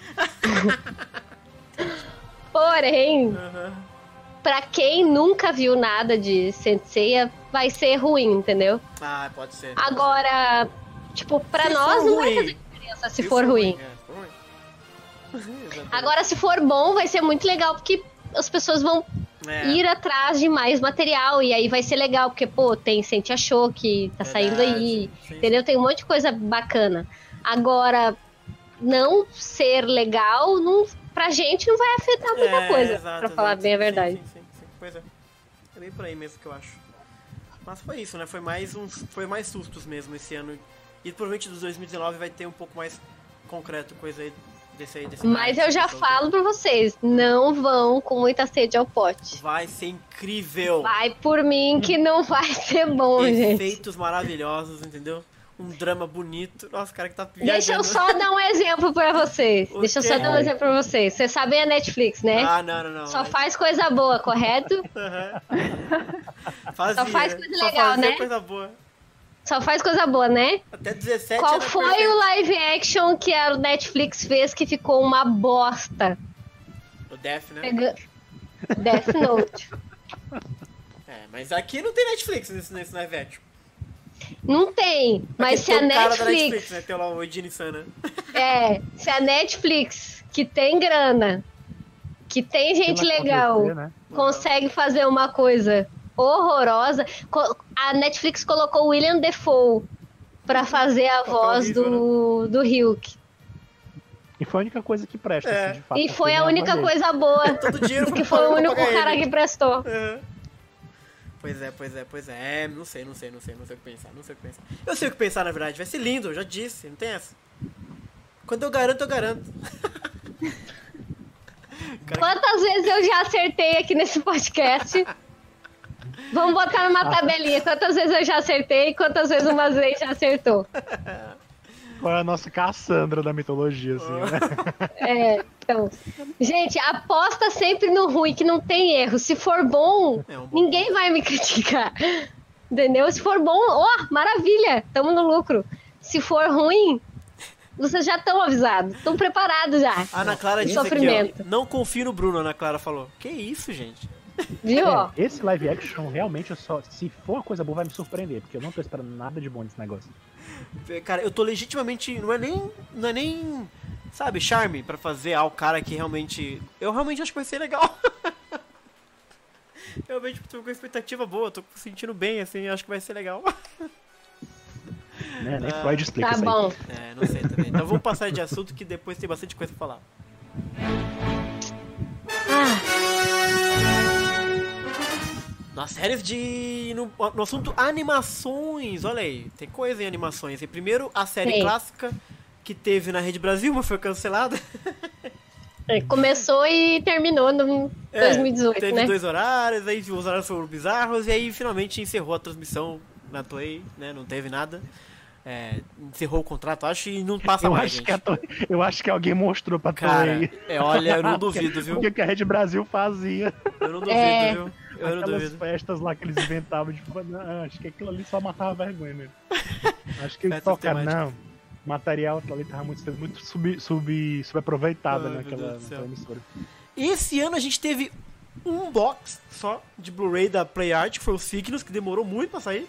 Porém, Uhum. pra quem nunca viu nada de Saint Seiya, vai ser ruim, entendeu? Ah, pode ser. Agora, tipo, pra Se nós for não vai ruim. fazer diferença se for ruim. É, se for ruim. Exatamente. Agora, se for bom, vai ser muito legal, porque as pessoas vão É. ir atrás de mais material, e aí vai ser legal, porque, pô, tem Sente Achou que tá saindo Verdade, aí, sim. entendeu? Tem um monte de coisa bacana. Agora, não ser legal, não, pra gente não vai afetar muita É, coisa, exato, pra falar exato. bem a Sim, verdade. Sim, sim, sim. Pois é. É bem por aí mesmo que eu acho. Mas foi isso, né? Foi mais uns. Foi mais sustos mesmo esse ano. E provavelmente dos dois mil e dezenove vai ter um pouco mais concreto coisa aí desse aí. Desse Mas hype, eu já desse falo pra vocês, não vão com muita sede ao pote. Vai ser incrível. Vai por mim que não vai ser bom, gente. Efeitos maravilhosos, entendeu? Um drama bonito. Nossa, cara que tá Deixa eu viajando. só dar um exemplo pra vocês. O Deixa eu quê? só dar um exemplo pra vocês. Vocês sabem a Netflix, né? Ah, não, não, não. Só mas- faz coisa boa, correto? Fazia, só faz coisa só legal, fazia né? coisa boa. Só faz coisa boa, né? Até dezessete Qual era foi perfeito. o live action que a Netflix fez que ficou uma bosta? O Death, né? Pega- Death Note. É, mas aqui não tem Netflix nesse, nesse live action. Não tem, mas Aqui se a tem o cara da Netflix, Netflix, né? Tem lá o Edine Sana. é, se a Netflix, que tem grana, que tem gente Pela legal, acontecer, né? consegue fazer uma coisa horrorosa. Co- A Netflix colocou o William Defoe pra fazer a Papel voz horrível, do, do Hulk. E foi a única coisa que presta, É. assim, de fato. E porque foi a não é única dele. coisa boa. Todo dinheiro Porque foi foi o pra único pagar cara ele. que prestou. Uhum. Pois é, pois é, pois é. É, não sei, não sei, não sei, não sei o que pensar, não sei o que pensar. Eu sei o que pensar, na verdade. Vai ser lindo, eu já disse, não tem essa. Quando eu garanto, eu garanto. Cara, Quantas vezes eu já acertei aqui nesse podcast? Vamos botar numa tabelinha. Quantas vezes eu já acertei e quantas vezes uma vez já acertou. Foi a nossa Cassandra da mitologia, assim, né? É, então. Gente, aposta sempre no ruim, que não tem erro. Se for bom, É um bom ninguém vai me criticar. Entendeu? Se for bom, ó, maravilha, tamo no lucro. Se for ruim, vocês já estão avisados, estão preparados já. a Ana Clara disse Sofrimento. aqui, ó. Não confio no Bruno, a Ana Clara falou. Que isso, gente? Viu? ó? É, esse live action, realmente, eu só, se for uma coisa boa, vai me surpreender, porque eu não tô esperando nada de bom nesse negócio. Cara, eu tô legitimamente. Não é nem. Não é nem. Sabe, charme pra fazer ao cara que realmente. Eu realmente acho que vai ser legal. Eu realmente tô com expectativa boa, tô sentindo bem, assim, acho que vai ser legal. Né? Nem Ah, Freud explica Tá isso aí. bom. É, não sei também. Então vamos passar de assunto que depois tem bastante coisa pra falar. Ah, Nas séries de. No, no assunto animações, olha aí, tem coisa em animações. E primeiro a série Tem. clássica que teve na Rede Brasil, mas foi cancelada. é, começou e terminou no É, dois mil e dezoito, teve né? dois horários, aí os horários foram bizarros, e aí finalmente encerrou a transmissão na Toei, né? Não teve nada. É, encerrou o contrato, acho, e não passa Eu mais, acho, gente. que a Toei- eu acho que alguém mostrou pra Cara, Toei é, olha, eu não duvido, viu? o que que a Rede Brasil fazia. Eu não duvido, É. viu? Eu não Aquelas duvido. festas lá que eles inventavam, tipo, não, acho que aquilo ali só matava vergonha mesmo. Acho que eles Festas tocaram, temáticas. não. O material aquilo ali tava muito, muito sub, sub, subaproveitado Ai, meu naquela, Deus do céu. naquela emissora. Esse ano a gente teve um box só de Blu-ray da PlayArt, que foi o Signos, que demorou muito pra sair.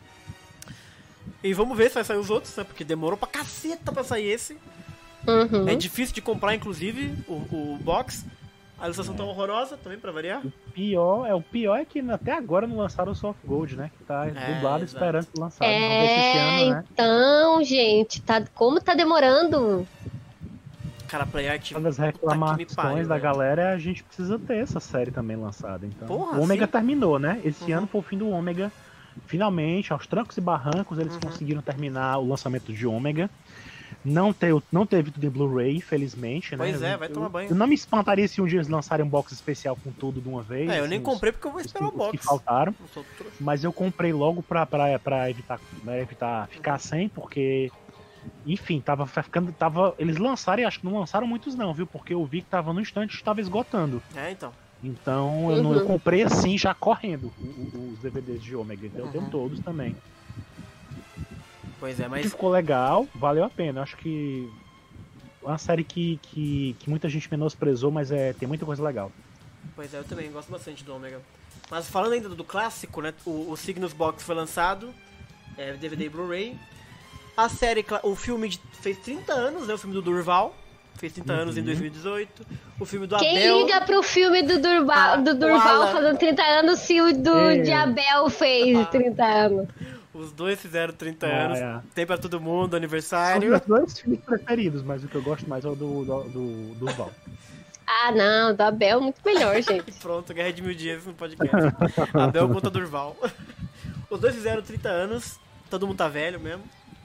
E vamos ver se vai sair os outros, né? Porque demorou pra caceta pra sair esse. Uhum. É difícil de comprar, inclusive, o, o box. A ilustração tá horrorosa também, pra variar. Pior, é, o pior é que até agora não lançaram o Soft Gold, né? Que tá dublado exato. esperando lançar. Vamos ver se esse É, ano, né? então, gente, tá, como tá demorando? Cara, a PlayArt... Uma das puta que me reclamações pariu, da velho. galera é a gente precisa ter essa série também lançada. Então, Porra, o Ômega sim. terminou, né? Esse Uhum. ano foi o fim do Ômega. Finalmente, aos trancos e barrancos, eles Uhum. conseguiram terminar o lançamento de Ômega. Não, teve, não teve tudo em Blu-ray, infelizmente, né? Pois é, Eu- vai eu- tomar banho. Eu não me espantaria se um dia eles lançarem um box especial com tudo de uma vez. É, eu assim, nem os- comprei porque eu vou os esperar o títulos box. que faltaram. Não sou trouxa. Mas eu comprei logo pra, pra, pra evitar, pra evitar ficar sem, porque, enfim, tava ficando. Tava, eles lançaram e acho que não lançaram muitos, não, viu? Porque eu vi que tava no instante e estava esgotando. É, então. Então eu, não, eu Uhum. comprei assim, já correndo, o- o- os D V Ds de Ômega. Então eu tenho Uhum. todos também. Pois é, Que mas ficou legal, valeu a pena. Eu acho que é uma série que, que, que muita gente menosprezou, mas é, tem muita coisa legal. Pois é, eu também gosto bastante do Ômega. Mas falando ainda do clássico, né? O, o Cygnus Box foi lançado, é, D V D e Blu-ray. A série, cla- o filme de- fez trinta anos, né? O filme do Durval. Fez trinta anos em dois mil e dezoito. O filme do Quem Abel. liga pro filme do Durval, Ah, do o Durval Alan. fazendo trinta anos se o do É. de Abel fez Ah. trinta anos? Os dois fizeram trinta Ah, anos. é. Tem pra todo mundo, São aniversário. meus dois filmes preferidos, mas o que eu gosto mais é o do, do, do, do Val. Ah, não, do Abel é muito melhor, gente. Pronto, Guerra de Mil Dias no podcast. Abel contra Durval. Os dois fizeram trinta anos. Todo mundo tá velho mesmo.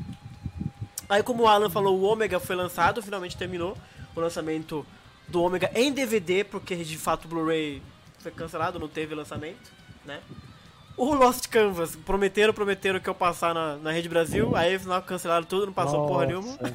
Aí, como o Alan falou, o Ômega foi lançado, finalmente terminou o lançamento do Ômega em D V D, porque de fato o Blu-ray foi cancelado, não teve lançamento, né? O Lost Canvas, prometeram, prometeram que eu passar na, na Rede Brasil, aí afinal cancelaram tudo, não passou porra nenhuma. Nossa.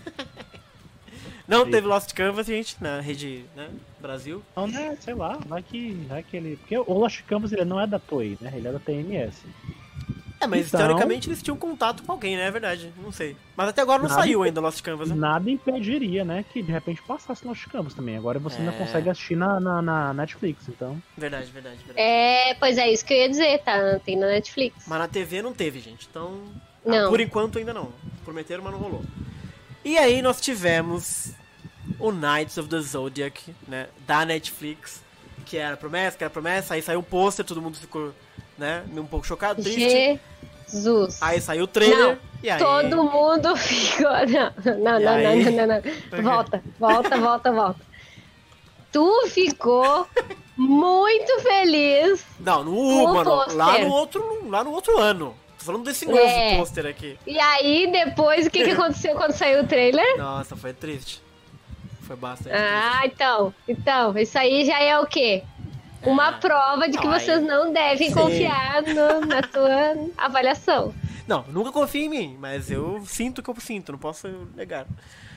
Não Sim. teve Lost Canvas, gente, na Rede, né, Brasil. Não, né? Sei lá, vai que, vai que ele. Porque o Lost Canvas ele não é da Toei, né? Ele é da T M S. É, mas Então- teoricamente eles tinham contato com alguém, né? É verdade, não sei. Mas até agora não Nada saiu impe- ainda Lost Canvas, né? Nada impediria, né? Que de repente passasse Lost Canvas também. Agora você ainda É. consegue assistir na, na, na Netflix, então. Verdade, verdade, verdade. É, pois é isso que eu ia dizer, tá? Tem na Netflix. Mas na T V não teve, gente. Então, Não. ah, por enquanto ainda não. Prometeram, mas não rolou. E aí nós tivemos o Knights of the Zodiac, né? Da Netflix. Que era promessa, que era promessa. Aí saiu um pôster, todo mundo ficou, né? Um pouco chocado, triste. Jesus. Aí saiu o trailer. Não, e aí... Todo mundo ficou. Não, não, E não, aí? não, não, não, não. Volta, volta, volta, volta. Tu ficou muito feliz. Não, no O mano, pôster. lá no outro, lá no outro ano. Tô falando desse novo É. pôster aqui. E aí, depois, o que, que aconteceu quando saiu o trailer? Nossa, foi triste. Foi bastante Ah, então. Então, isso aí já é o quê? Uma É. prova de que Ai. vocês não devem Sim. confiar no- na sua avaliação. triste. Não, nunca confio em mim, mas eu sinto o que eu sinto, não posso negar.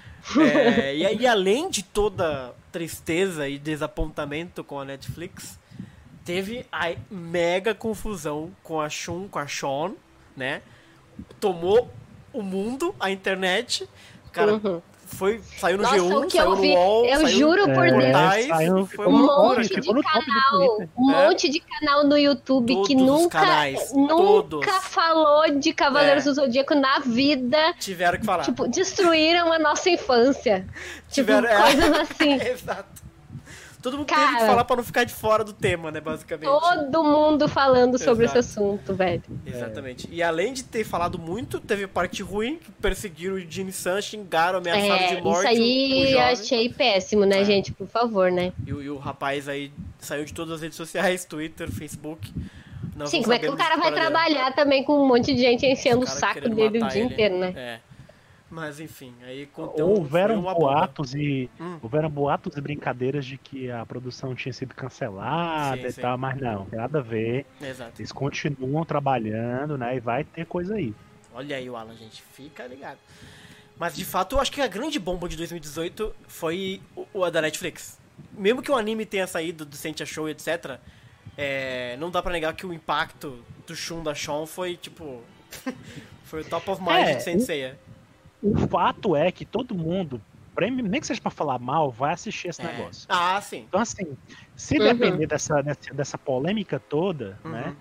É, e, e além de toda tristeza e desapontamento com a Netflix, teve a mega confusão com a Shun, com a Sean, né? Tomou o mundo, a internet. Cara, Uhum. foi, saiu no Nossa, G um, o que saiu eu no vi, UOL, eu saiu juro por no Deus. portais, saiu- foi Um uma ficou no loucura. monte ficou de no top do canal, Twitter. um É. monte de canal no YouTube que Todos os nunca, canais, nunca todos. falou de Cavaleiros É. do Zodíaco na vida. Tiveram que falar. Tipo, destruíram a nossa infância. Tiveram, tipo, é. coisas assim. Exato. Todo mundo teve Cara. que falar pra não ficar de fora do tema, né, basicamente. Todo mundo falando sobre Exato. esse assunto, velho. Exatamente. E além de ter falado muito, teve a parte ruim, que perseguiram o Jin San, xingaram, ameaçaram É, de morte isso o- o aí jovem. achei péssimo, né, É. gente? Por favor, né? E, o- e o rapaz aí saiu de todas as redes sociais, Twitter, Facebook. Nós Sim, não como é que o sabemos cara de vai fora dele. trabalhar também com um monte de gente enchendo o Os caras saco querendo dele o matar dia ele. inteiro, né? É. Mas enfim, aí conteu, Houveram foi uma bomba. boatos e. Hum. Houveram boatos e brincadeiras de que a produção tinha sido cancelada Sim, e sim. tal, mas não, tem nada a ver. Exato. Eles continuam trabalhando, né? E vai ter coisa aí. Olha aí o Alan, gente, fica ligado. Mas de fato, eu acho que a grande bomba de dois mil e dezoito foi o, o a da Netflix. Mesmo que o anime tenha saído do Sentia Show e etcétera, é, não dá pra negar que o impacto do Shun da Sean foi, tipo... foi o top of mind É, de Senseiya. O fato é que todo mundo, prêmio- nem que seja pra falar mal, vai assistir esse É. negócio. Ah, sim. Então, assim, se Uhum. depender dessa, dessa, dessa polêmica toda, Uhum. né?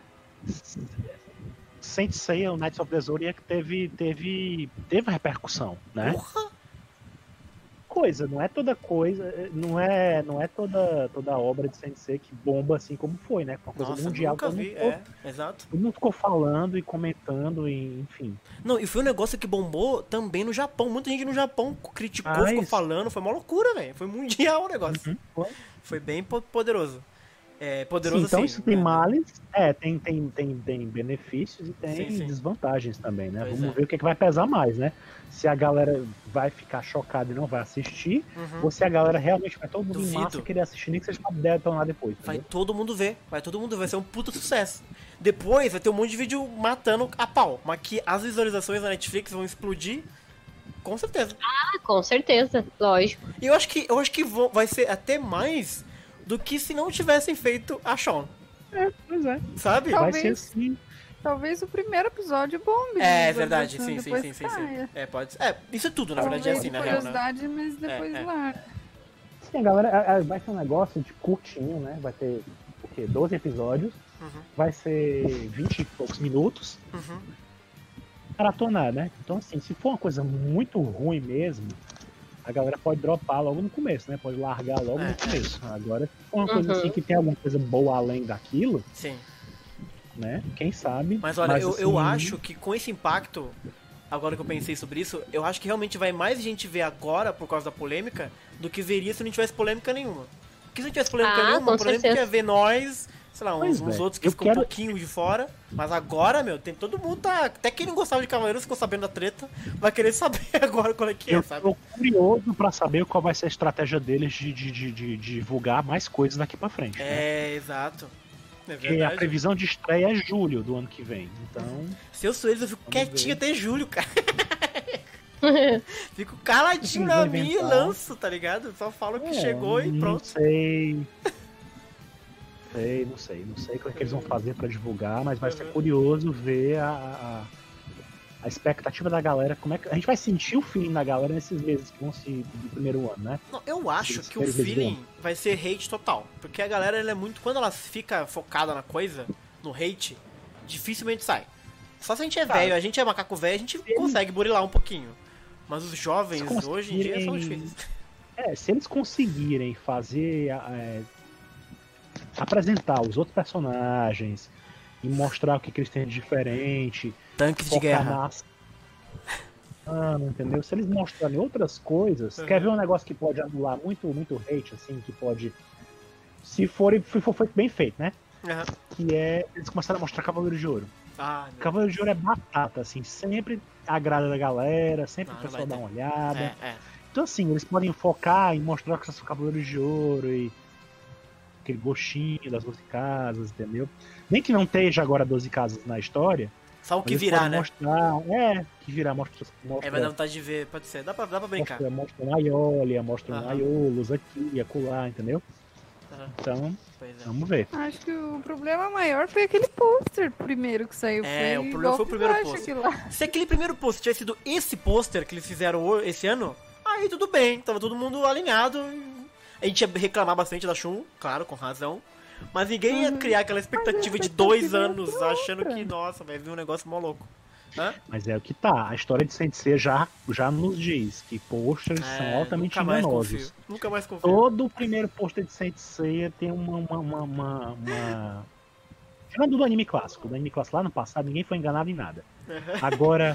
Saint Seiya, o Knights of the Zodiac teve, teve, teve repercussão, né? Porra! Coisa, não é toda coisa, não é, não é toda, toda obra de Saint Seiya que bomba assim como foi, né? Uma coisa Nossa, mundial. nunca todo mundo vi. ficou- É, exato. Todo mundo ficou falando e comentando, e, enfim. Não, e foi um negócio que bombou também no Japão. Muita gente no Japão criticou, Ah, ficou isso. falando. Foi uma loucura, velho. Foi mundial o negócio. Uhum, foi. Foi bem po- poderoso. É, Sim, poderoso então assim, isso tem né? males, é, tem, tem, tem, tem benefícios e tem Sim, sim. desvantagens também, né? Pois Vamos é. ver o que, é que vai pesar mais, né? Se a galera vai ficar chocada e não vai assistir, Uhum. ou se a galera realmente vai todo mundo Duvido. em massa querer assistir, nem que seja pra detonar depois. Vai entendeu? todo mundo ver, vai todo mundo ver, vai ser um puta sucesso. Depois vai ter um monte de vídeo matando a pau, mas que as visualizações da Netflix vão explodir, com certeza. Ah, com certeza, lógico. E eu acho que, eu acho que vão- vai ser até mais do que se não tivessem feito a Shawn. É, pois é. Sabe? Talvez. Vai ser assim. Talvez o primeiro episódio bombe. É, né? verdade, Depois sim, sim, sim, sim, sim. caia. É, pode ser. É, isso é tudo, na verdade, é Talvez assim, na por real, né? curiosidade, mas depois É, é. larga. Sim, galera, a- a- vai ser um negócio de curtinho, né? Vai ter o quê? doze episódios. Uhum. Vai ser vinte e poucos minutos. Uhum. Maratonar, né? Então, assim, se for uma coisa muito ruim mesmo, a galera pode dropar logo no começo, né? Pode largar logo É, no começo. Agora, se for uma coisa Uhum. assim que tem alguma coisa boa além daquilo, Sim. né? Quem sabe. Mas olha, eu, eu assim, acho que com esse impacto, agora que eu pensei sobre isso, eu acho que realmente vai mais gente ver agora por causa da polêmica do que veria se não tivesse polêmica nenhuma. Porque se não tivesse polêmica Ah, nenhuma, com por exemplo, certeza. ia ver nós, sei lá, uns, Pois uns é, outros que eu ficam quero- um pouquinho de fora. Mas agora, meu, tem todo mundo tá. Até quem não gostava de Cavaleiros ficou sabendo da treta, vai querer saber agora qual é que é, Eu sabe? tô curioso pra saber qual vai ser a estratégia deles de, de, de, de- de divulgar mais coisas daqui pra frente. né? É, exato. É Porque a verdade. previsão de estreia é julho do ano que vem. Então, Se eu sou eles, eu fico Vamos quietinho ver. até julho, cara. Fico caladinho Eles na vão minha e inventar. lanço, tá ligado? Só falo que É, chegou e não pronto. sei. Sei, não sei. Não sei o que, é que eles vão fazer pra divulgar, mas vai ser Uhum. curioso ver a, a, a expectativa da galera. Como é que a gente vai sentir o feeling da galera nesses meses que vão se do primeiro ano, né? Não, eu acho Eles que o querem ver feeling vai ser hate total. Porque a galera ela é muito. Quando ela fica focada na coisa, no hate, dificilmente sai. Só se a gente é velho, a gente é macaco velho, a gente consegue burilar um pouquinho. Mas os jovens Se hoje em dia são conseguirem- difíceis. É, se eles conseguirem fazer. é, apresentar os outros personagens e mostrar o que, que eles têm de diferente. Tanques de focar guerra. na ação, entendeu? Se eles mostrarem outras coisas, Uhum. quer ver um negócio que pode anular muito, muito hate, assim, que pode. Se for, se for feito bem feito, né? Aham. Que é. Eles começaram a mostrar Cavaleiro de Ouro. Ah, meu. Cavaleiro de Ouro é batata, assim, sempre agrada a galera, sempre Não, o não pessoal vai dá ter. uma olhada. É, é. Então, assim, eles podem focar em mostrar que são Cavaleiros de Ouro e aquele gostinho das doze casas, entendeu? Nem que não esteja agora doze casas na história. Só o que eles virar, podem né? mostrar, é, que virar, mostra, mostra, É, vai dar vontade de ver, pode ser. Dá pra, dá pra brincar. mostra, mostra um Aiolia, mostra um Aham. Aiolos aqui e acolá, entendeu? Aham. Então, Pois é. vamos ver. Acho que o problema maior foi aquele pôster primeiro que saiu. É, foi o problema foi o golpe primeiro baixo pôster. aquilo lá. Se aquele primeiro pôster tivesse sido esse pôster que eles fizeram ho- esse ano, aí tudo bem, tava todo mundo alinhado. A gente ia reclamar bastante da Shun, claro, com razão. Mas ninguém ia criar aquela expectativa Mas a de dois expectativa anos era achando outra. que, nossa, vai vir um negócio mó louco. Hã? Mas é o que tá. A história de Sensei já, já nos diz que posters são É, altamente nunca mais enganosos. confio. Nunca mais confio. Todo o primeiro pôster de Sensei tem uma, uma, uma, uma, uma... Tirando do anime clássico. Do anime clássico lá no passado, ninguém foi enganado em nada. Agora,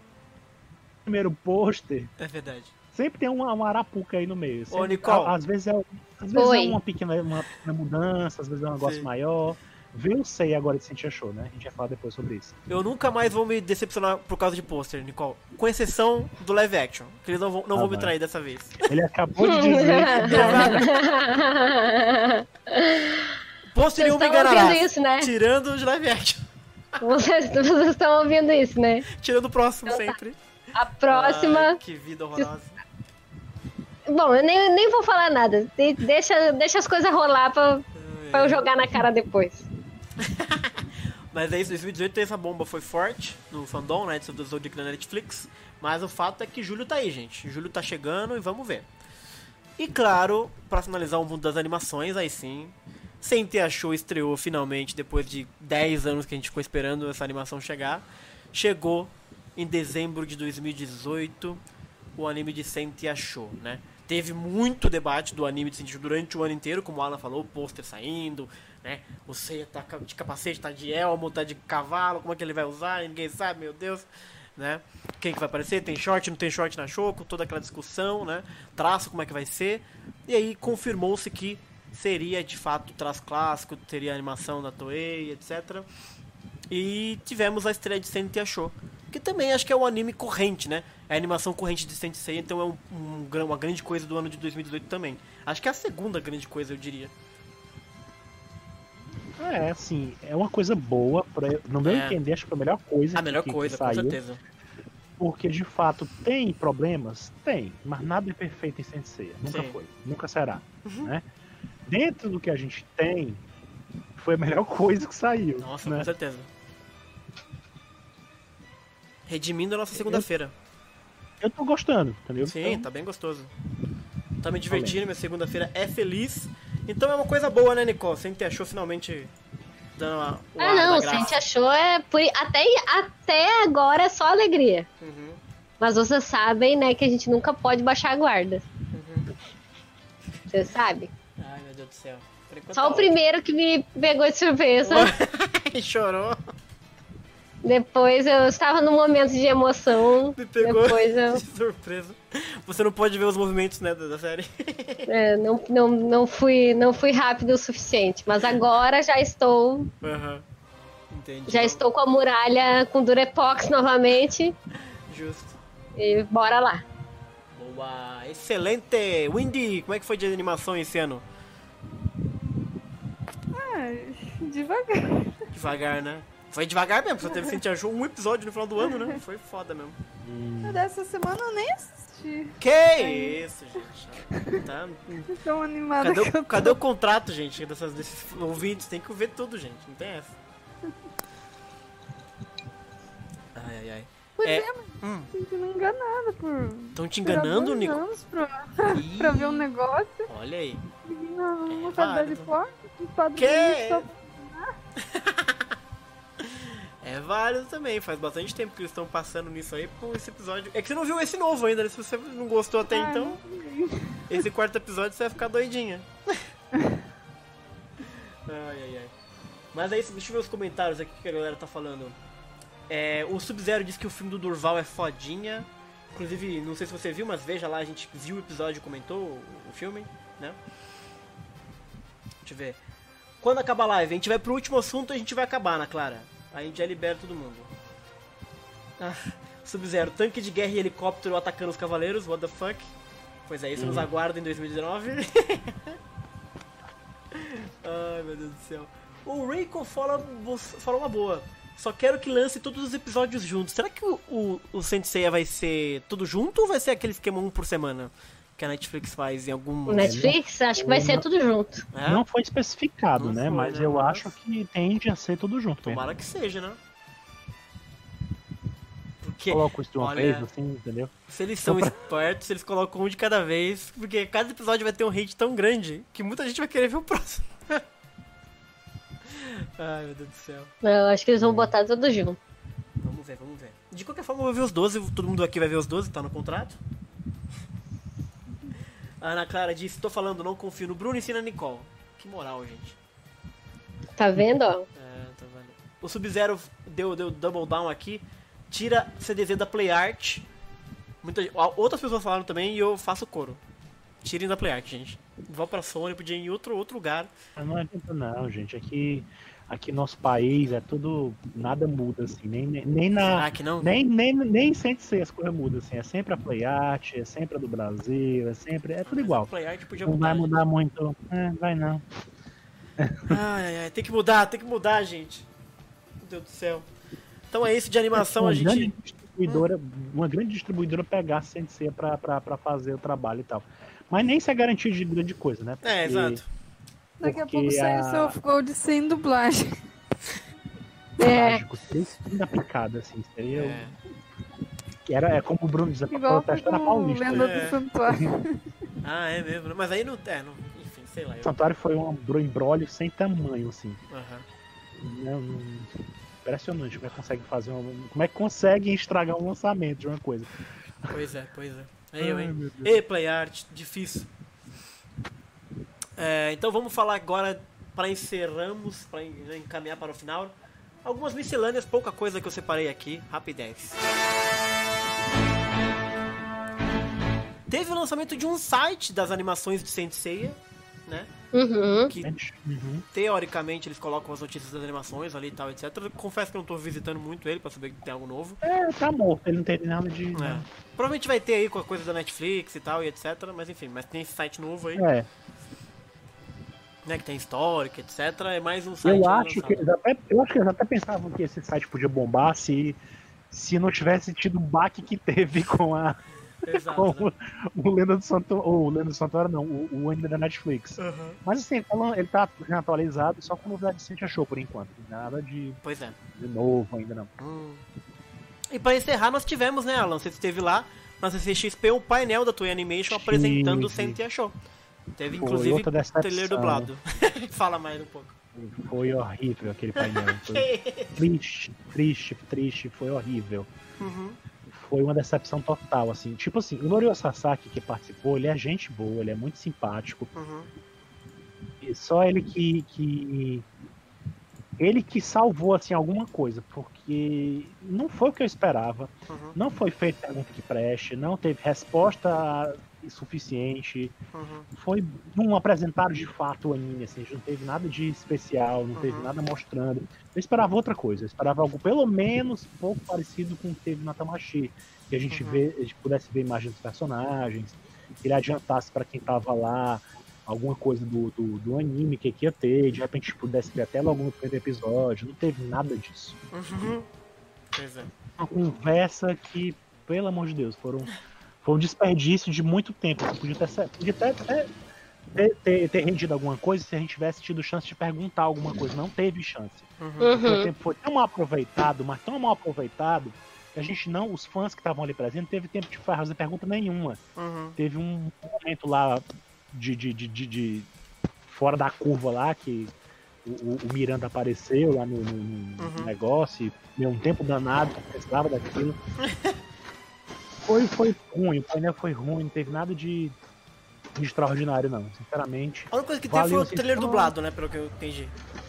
o primeiro pôster É verdade. sempre tem uma, uma arapuca aí no meio. Ô, Sempre- Nicole. a- Às vezes é, às vezes Oi. é uma, pequena, uma pequena mudança, às vezes é um negócio Sim. maior. Vê o Sei agora de Sentia Show, né? A gente vai falar depois sobre isso. Eu nunca mais vou me decepcionar por causa de pôster, Nicole. Com exceção do live action, que eles não vão, não Ah, vão me vai. trair dessa vez. Ele acabou de dizer Pôster Vocês nenhum me estão enganará. ouvindo isso, né? Tirando de live action. Vocês, vocês estão ouvindo isso, né? Tirando o próximo Então tá. sempre. A próxima. Ai, que vida horrorosa. Bom, eu nem, nem vou falar nada. De- deixa, deixa as coisas rolar pra, pra eu jogar na cara depois. Mas é isso, dois mil e dezoito tem essa bomba, foi forte no fandom, né, do Zodiac na Netflix, mas o fato é que julho tá aí, gente, julho tá chegando e vamos ver. E claro, pra finalizar o mundo das animações, aí sim, Sentei a Show estreou finalmente, depois de dez anos que a gente ficou esperando essa animação chegar, chegou em dezembro de dois mil e dezoito, o anime de Sentei a Show, né. Teve muito debate do anime de Sentei a Show durante o ano inteiro, como o Alan falou, o pôster saindo, né? O Seiya tá de capacete, tá de elmo, tá de cavalo, como é que ele vai usar? Ninguém sabe, meu Deus, né? Quem que vai aparecer? Tem short, não tem short na Shoko? Toda aquela discussão, né? Traço, como é que vai ser? E aí confirmou-se que seria de fato traço clássico, teria a animação da Toei, etcétera. E tivemos a estreia de Sentei a Show, que também acho que é o anime corrente, né? É a animação corrente de Sensei, então é um, um, uma grande coisa do ano de dois mil e dezoito também. Acho que é a segunda grande coisa, eu diria. É, assim, é uma coisa boa, pra, no meu É. entender, acho que foi a melhor coisa A melhor que, que coisa, com saiu, certeza. porque de fato tem problemas, tem, mas nada é perfeito em Sensei, nunca Sim. foi, nunca será, Uhum. né? dentro do que a gente tem, foi a melhor coisa que saiu. Nossa, né? com certeza. Redimindo a nossa segunda-feira. Eu tô gostando, entendeu? Sim, Então, tá bem gostoso. Tá me divertindo, minha segunda-feira é feliz. Então é uma coisa boa, né, Nicole? Você que achou finalmente dando uma, o Ah, ar não, da se a graça. gente achou, é por, até, até agora é só alegria. Uhum, Mas vocês sabem, né, que a gente nunca pode baixar a guarda. uhum. Você sabe? Ai, meu Deus do céu. Por enquanto Só tá o primeiro que me pegou de surpresa. ótimo. Chorou. Depois eu estava num momento de emoção. Me pegou Depois eu de surpresa. Você não pode ver os movimentos, né, da da série. é, não, não, não, fui, não fui rápido o suficiente. Mas agora já estou. Aham. Entendi. Já estou com a muralha com Durepox novamente. Justo. E bora lá. Boa. Excelente. Windy, como é que foi de animação esse ano? Ah, devagar. Devagar, né? Foi devagar mesmo, só teve que sentir achou um episódio no final do ano, né? Foi foda mesmo. Dessa semana eu nem assisti. Que isso, gente. Tá. Tão animada Cadê que eu o, tô. cadê o contrato, gente, dessas, desses ouvintes? Tem que ver tudo, gente. Não tem essa. Ai, ai, ai. Pois É. é, mas Hum, tô sentindo enganada por. tão te esperar enganando, dois Nico? anos Pra, pra ver um negócio. Olha aí. Menina, uma É faculdade válido. forte. espada Que? bonita, só- É válido também, faz bastante tempo que eles estão passando nisso aí com esse episódio. É que você não viu esse novo ainda, né? Se você não gostou até Ah, então, não vi. esse quarto episódio você vai ficar doidinha. Ai, ai, ai. Mas aí, deixa eu ver os comentários aqui que a galera tá falando. É, o Sub-Zero diz que o filme do Durval é fodinha. Inclusive, não sei se você viu, mas veja lá, a gente viu o episódio e comentou o, o filme, né? Deixa eu ver. Quando acabar a live, a gente vai pro último assunto, a gente vai acabar, Ana Clara. Aí a gente já libera todo mundo. Ah, Sub-Zero, tanque de guerra e helicóptero atacando os cavaleiros, what the fuck? Pois é, isso nos aguarda em dois mil e dezenove. Ai, meu Deus do céu. O Reiko fala, fala uma boa. Só quero que lance todos os episódios juntos. Será que o, o, o Senseiya vai ser tudo junto ou vai ser aquele esquema um por semana? Que a Netflix faz em algum... O Netflix, acho que vai ser tudo junto. É? Não foi especificado, Não né? foi, Mas né? eu Mas- acho que tende a ser tudo junto. mesmo. Tomara que seja, né? Porque, Coloco isso de uma olha, vez, assim, entendeu? se eles são espertos, eles colocam um de cada vez, porque cada episódio vai ter um hate tão grande que muita gente vai querer ver o próximo. Ai, meu Deus do céu. Eu acho que eles vão botar tudo junto. Vamos ver, vamos ver. De qualquer forma, eu vou ver os doze, todo mundo aqui vai ver os doze, tá no contrato. A Ana Clara disse, tô falando, não confio no Bruno, ensina a Nicole. Que moral, gente. Tá vendo, ó? É, tá vendo. O Sub-Zero deu, deu double down aqui. Tira C D Z da PlayArt. Muita, outras pessoas falaram também e eu faço coro. Tirem da PlayArt, gente. Vão pra Sony, podia ir em outro, outro lugar. Mas não adianta não, gente. Aqui, aqui nosso país é tudo. Nada muda, assim. Nem, nem, nem na. Será que não? Nem, nem, nem sempre ser as coisas mudam, assim. É sempre a PlayArt, é sempre a do Brasil, é sempre. É tudo igual. A PlayArt podia Não mudar. vai gente. mudar muito. É, vai não. Ai, ai, ai, tem que mudar, tem que mudar, gente. Meu Deus do céu. Então é isso de animação, uma a grande gente... distribuidora, uma grande distribuidora pegar a Sensei pra, pra, pra fazer o trabalho e tal. Mas nem isso é garantia de grande coisa, né? É, Porque- exato. Daqui a Porque pouco sai o a- seu of Gold sem dublagem. É, Mágico, seria tudo aplicado, assim. Seria. É. Era, é como o Bruno diz, a Igual protesta na com Paulista. Lenda É. do Santuário. Ah, é mesmo, né? Mas aí não... É, não... Enfim, sei lá. O Eu... Santuário foi um embrólio sem tamanho, assim. Aham. Não- não- Impressionante como é que consegue fazer uma... Como é que consegue estragar um lançamento de uma coisa. Pois é, pois é. É eu, Ai, hein? meu Deus. E PlayArt, difícil. É, então vamos falar agora, para encerramos, para encaminhar para o final, algumas miscelâneas, pouca coisa que eu separei aqui, rapidez. Teve o lançamento de um site das animações de Saint Seiya, né? uhum. Que Uhum. teoricamente eles colocam as notícias das animações ali e tal, etcétera. Eu confesso que eu não tô visitando muito ele para saber que tem algo novo. É, tá morto, ele não tem nada de. É. Provavelmente vai ter aí com a coisa da Netflix e tal, e etcétera. Mas enfim, mas tem esse site novo aí, É, né? Que tem histórico, etcétera. É mais um site. eu aí acho lançado. que eles até. Eu acho que eles até pensavam que esse site podia bombar se, se não tivesse tido o baque que teve com a, Exato. Como o Lenda do Santuário, ou o Lenda do Santuário não, o, o anime da Netflix. Uhum. Mas assim, ele tá atualizado só com novidade de Saint Show por enquanto. Nada de, Pois é. de novo ainda não. Hum. E pra encerrar, nós tivemos, né, Alan? Você esteve lá na C C X P o painel da Toei Animation Tive. apresentando o Saint Show. Teve Foi inclusive outra decepção. trailer dublado. Fala mais um pouco. Foi horrível aquele painel. Foi triste, triste, triste, foi horrível. Uhum. Foi uma decepção total, assim. Tipo assim, o Norio Sasaki que participou, ele é gente boa, ele é muito simpático. Uhum. E só ele que, que. Ele que salvou, assim, alguma coisa, porque não foi o que eu esperava. Uhum. Não foi feita pergunta que preste, não teve resposta suficiente. Uhum. Foi um apresentado de fato o anime, assim, não teve nada de especial, não teve Uhum. nada mostrando. Eu esperava outra coisa, eu esperava algo pelo menos um pouco parecido com o que teve na Tamashi, que a gente, Uhum. vê, a gente pudesse ver imagens dos personagens, que ele adiantasse para quem tava lá alguma coisa do, do, do anime que, que ia ter, de repente pudesse ver até logo no primeiro episódio, não teve nada disso. Uhum. Pois é. Uma conversa que, pelo amor de Deus, foram, foi um desperdício de muito tempo. Podia ter, podia até ter, ter, ter rendido alguma coisa se a gente tivesse tido chance de perguntar alguma coisa. Não teve chance. Uhum. Porque o Uhum. tempo foi tão mal aproveitado, mas tão mal aproveitado, que a gente não, os fãs que estavam ali presentes, não teve tempo de fazer pergunta nenhuma. Uhum. Teve um momento lá de, de, de, de, de fora da curva lá, que o, o- o Miranda apareceu lá no, no- no Uhum. negócio e deu um tempo danado, precisava daquilo. Foi, foi ruim, o painel foi ruim, não teve nada de, de extraordinário não, sinceramente. A única coisa que teve Valeu, foi o assim, trailer só- dublado, né? Pelo que eu entendi.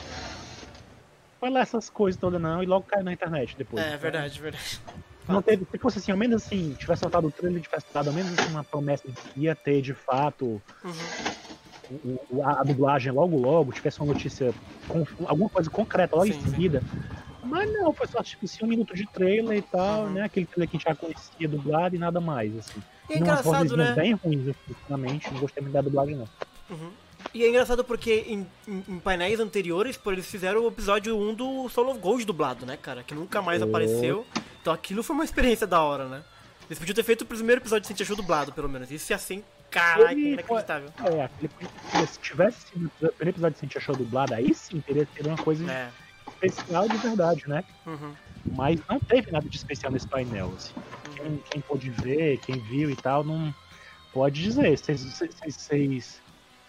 Foi lá essas coisas todas não, e logo caiu na internet depois. É, verdade, verdade. Não teve, se fosse assim, ao menos assim, tivesse soltado o trailer, tivesse dado ao menos assim, uma promessa de que ia ter de fato Uhum. o- o- a, a dublagem logo logo, tivesse uma notícia, com, alguma coisa concreta logo Sim, em sim. seguida. Mas não, foi só tipo assim, um minuto de trailer e tal, Uhum. né? Aquele trailer que a gente já conhecia dublado e nada mais, assim. E é E umas engraçado, vozinhas né? bem ruins, eu, sinceramente, não gostei muito da dublagem, não. Uhum. E é engraçado porque em, em- em painéis anteriores, por eles fizeram o episódio um do Soul of Gold dublado, né, cara? Que nunca mais Oh. apareceu. Então aquilo foi uma experiência da hora, né? Eles podiam ter feito o primeiro episódio de Saint Show dublado, pelo menos. Isso ia ser, caraca, Ele inacreditável. É, aquele, se tivesse sido o primeiro episódio de Sentia Show dublado, aí sim teria sido uma coisa É. especial de verdade, né? Uhum. Mas não teve nada de especial nesse painel, assim. Quem, quem pôde ver, quem viu e tal, não pode dizer. Vocês, vocês, vocês,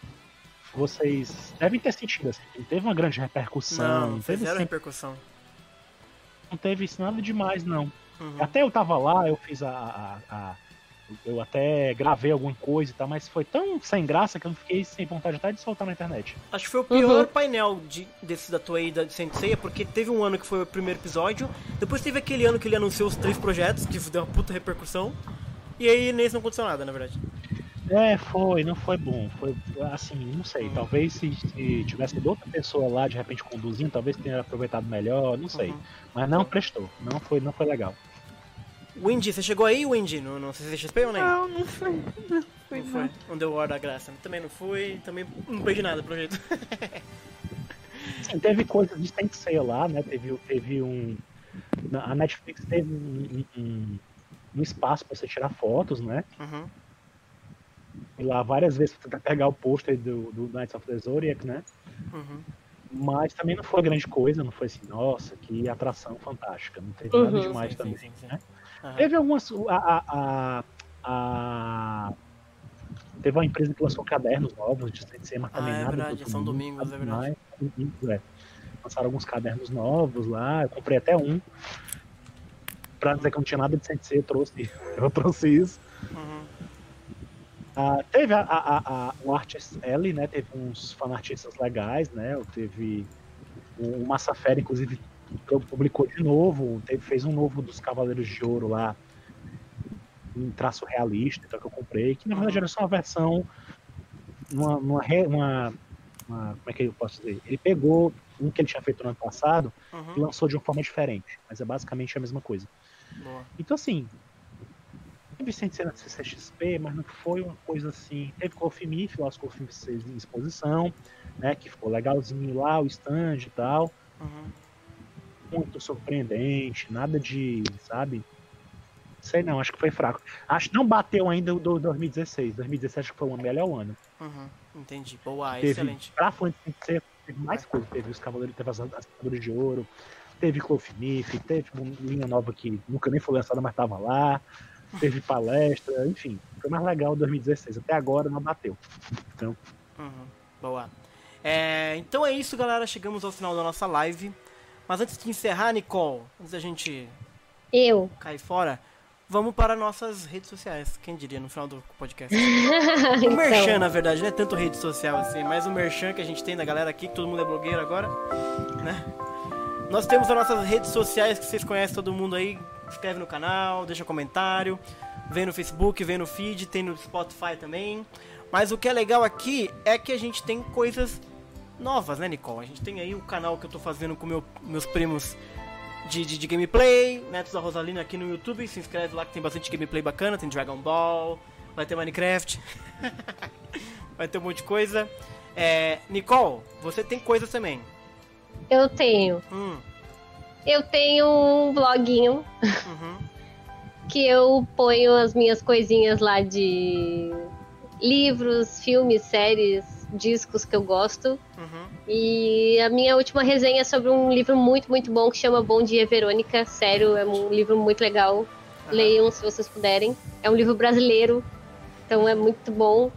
vocês devem ter sentido, assim. Não teve uma grande repercussão. Não, teve, fizeram assim, repercussão. não teve isso nada demais, não. Uhum. Até eu tava lá, eu fiz a, a- a- eu até gravei alguma coisa e tal, mas foi tão sem graça que eu fiquei sem vontade até de soltar na internet. Acho que foi o pior Uhum. painel de, desse da Toei e da de Saint Seiya, porque teve um ano que foi o primeiro episódio, depois teve aquele ano que ele anunciou os três projetos, que deu uma puta repercussão, e aí nesse não aconteceu nada, na verdade. É, foi, não foi bom. Foi assim, não sei. Uhum. Talvez se, se tivesse sido outra pessoa lá de repente conduzindo, talvez tenha aproveitado melhor, não sei. Uhum. Mas não prestou, não foi, não foi legal. Windy, você chegou aí, Windy, no, no C C X P ou nem? Não, não foi. Não foi, Não foi. Não deu hora da graça. Também não fui, também não perdi nada, pelo jeito. Sim, teve coisas de Sensei lá, né? Teve, teve um. na- A Netflix teve um, um, um espaço pra você tirar fotos, né? Uhum. E lá várias vezes pra tentar pegar o pôster do, do Knights of the Zodiac, né? Uhum. Mas também não foi grande coisa, não foi assim, nossa, que atração fantástica. Não teve nada Uhum. demais Sim, também. sim, sim, sim. né? Aham. Teve algumas. A, a, a, a- Teve uma empresa que lançou cadernos novos de Sensei, mas também Ah, é nada. verdade, muito são bom, domingos, nada é verdade. demais, domingos, é. Lançaram alguns cadernos novos lá, eu comprei até um. Pra dizer que eu não tinha nada de Sensei, eu trouxe, eu trouxe isso. Uhum. Ah, teve a, a, a, o Artist Alley, né? Teve uns fanartistas legais, né? Teve o Massafera, inclusive, publicou de novo, teve, fez um novo dos Cavaleiros de Ouro lá, em traço realista, então que eu comprei, que na verdade era só uma versão, uma, uma, re- uma- uma- como é que eu posso dizer? Ele pegou um que ele tinha feito no ano passado e Uhum. lançou de uma forma diferente, mas é basicamente a mesma coisa. Boa. Então, assim, teve Sensei na C C X P, mas não foi uma coisa assim. Teve Cofimif, lá os Cofimif seis em exposição, né? Que ficou legalzinho lá, o stand e tal. Uhum. Muito surpreendente, nada de, sabe? Sei não, acho que foi fraco. Acho que não bateu ainda o do dois mil e dezesseis. dois mil e dezessete acho que foi o melhor ano. Uhum, entendi. Boa, Teve, excelente. pra fã de Saint teve mais coisa. Teve os Cavaleiros, teve as, as Caçadoras de Ouro, teve Clothmith, teve uma linha nova que nunca nem foi lançada, mas tava lá. Teve palestra, enfim. Foi mais legal o dois mil e dezesseis. Até agora não bateu. Então... Uhum, boa. É, então é isso, galera. Chegamos ao final da nossa live. Mas antes de encerrar, Nicole, antes da gente Eu. cair fora, vamos para nossas redes sociais. Quem diria no final do podcast? O Então, merchan, na verdade, não é tanto rede social assim, mas o merchan que a gente tem da galera aqui, que todo mundo é blogueiro agora, né? Nós temos as nossas redes sociais que vocês conhecem, todo mundo aí. Inscreve no canal, deixa comentário. Vem no Facebook, vem no feed, tem no Spotify também. Mas o que é legal aqui é que a gente tem coisas novas, né, Nicole? A gente tem aí o canal que eu tô fazendo com meu, meus primos de, de, de gameplay, Netos da Rosalina aqui no YouTube. Se inscreve lá que tem bastante gameplay bacana. Tem Dragon Ball, vai ter Minecraft, vai ter um monte de coisa. É, Nicole, você tem coisas também. eu tenho. Hum, Eu tenho um bloguinho uhum, que eu ponho as minhas coisinhas lá de livros, filmes, séries, discos que eu gosto. uhum. E a minha última resenha é sobre um livro muito, muito bom que chama Bom Dia, Verônica. Sério, é um livro muito legal. Leiam se vocês puderem. É um livro brasileiro, então é muito bom.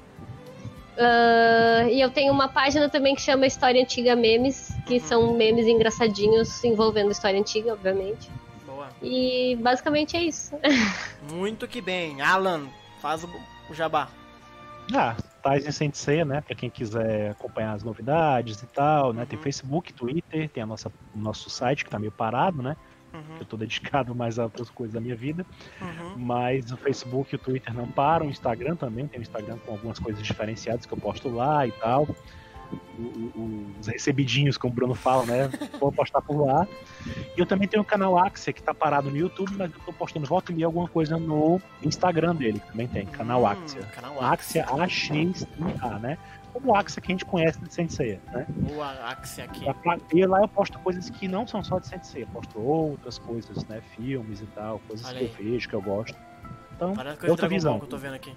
Uh, e eu tenho uma página também que chama História Antiga Memes, que são memes engraçadinhos envolvendo história antiga, obviamente. Boa. E basicamente é isso. Muito que bem. Alan, faz o, o jabá. Ah, Taisen Sensei, né? Pra quem quiser acompanhar as novidades e tal, né? Tem Uhum. Facebook, Twitter, tem a nossa, o nosso site que tá meio parado, né? Uhum, Eu tô dedicado mais a outras coisas da minha vida. uhum. Mas o Facebook e o Twitter não param, o Instagram também, tem o Instagram com algumas coisas diferenciadas que eu posto lá e tal. O- o- os recebidinhos, como o Bruno fala, né? Vou postar por lá. E eu também tenho o canal Axia, que tá parado no YouTube, mas eu tô postando volta e meia alguma coisa no Instagram dele, que também tem, canal Hum, Axia. Canal Axia, A X I A, né? Como o Axia que a gente conhece de Sensei, né? Boa, Axia aqui. E lá eu posto coisas que não são só de Sensei, eu posto outras coisas, né? Filmes e tal, coisas Olha que eu aí. vejo, que eu gosto. Então, Parece é coisa do outra Dragon visão. Ball que eu tô vendo aqui.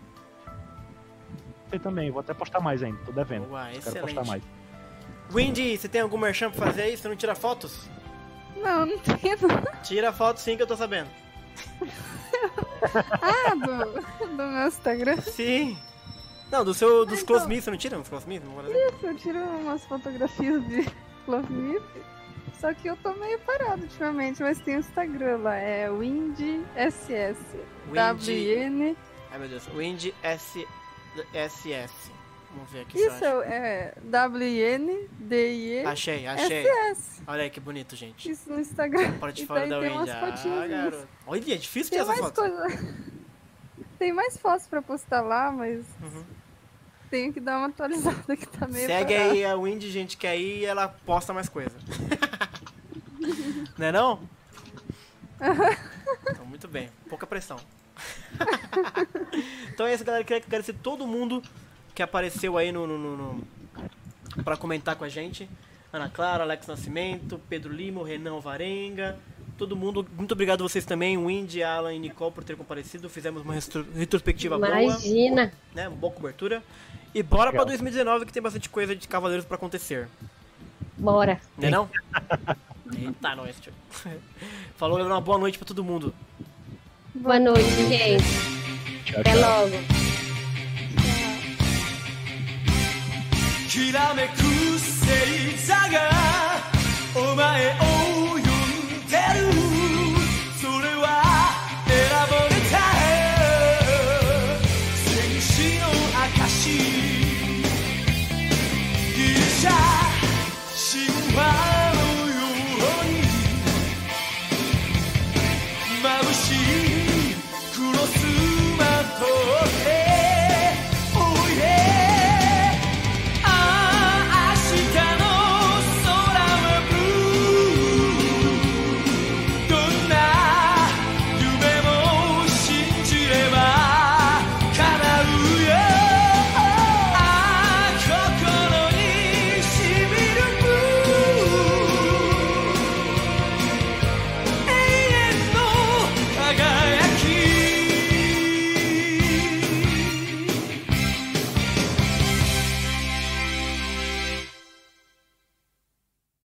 Eu também, vou até postar mais ainda, tô devendo. Boa, Quero postar excelente. mais. Windy, você tem algum merchan pra fazer aí? Você não tira fotos? Não, não tem não. Tira foto sim que eu tô sabendo. Ah, do, do meu Instagram. Sim. Não, do seu, dos então- Close Me, você não tira uns Close Me? Não vou dizer. Isso, eu tiro umas fotografias de Clothmith. Só que eu tô meio parado ultimamente, mas tem o Instagram lá, é Windy S S. W N. Ai meu Deus, Windy S S S. Vamos ver aqui Isso se eu acho. é W N D I E Achei, achei. S S. Olha aí que bonito, gente. Isso no Instagram. Para de E fora daí da tem Windy. umas Ah, fotinhas. garoto. Olha, é difícil ter Tem essa mais foto. coisa. Tem mais fotos pra postar lá, mas Uhum. tenho que dar uma atualizada que tá meio Segue parado. aí a Windy, gente, que aí ela posta mais coisa. Não é não? Então, muito bem. Pouca pressão. Então é isso, galera. Queria agradecer todo mundo que apareceu aí no, no, no, no... pra comentar com a gente. Ana Clara, Alex Nascimento, Pedro Lima, o Renan Alvarenga. Todo mundo. Muito obrigado a vocês também, Windy, Alan e Nicole, por terem comparecido. Fizemos uma retro- retrospectiva boa. Imagina. Né? Uma boa cobertura. E bora pra Legal. dois mil e dezenove que tem bastante coisa de Cavaleiros pra acontecer. Bora. Não é não? Eita, nós, tio. Falou, uma boa noite pra todo mundo. Boa noite, gente. Tchau, Até tchau. logo. きらめく星座がお前を呼んでるそれは選ばれた戦士の証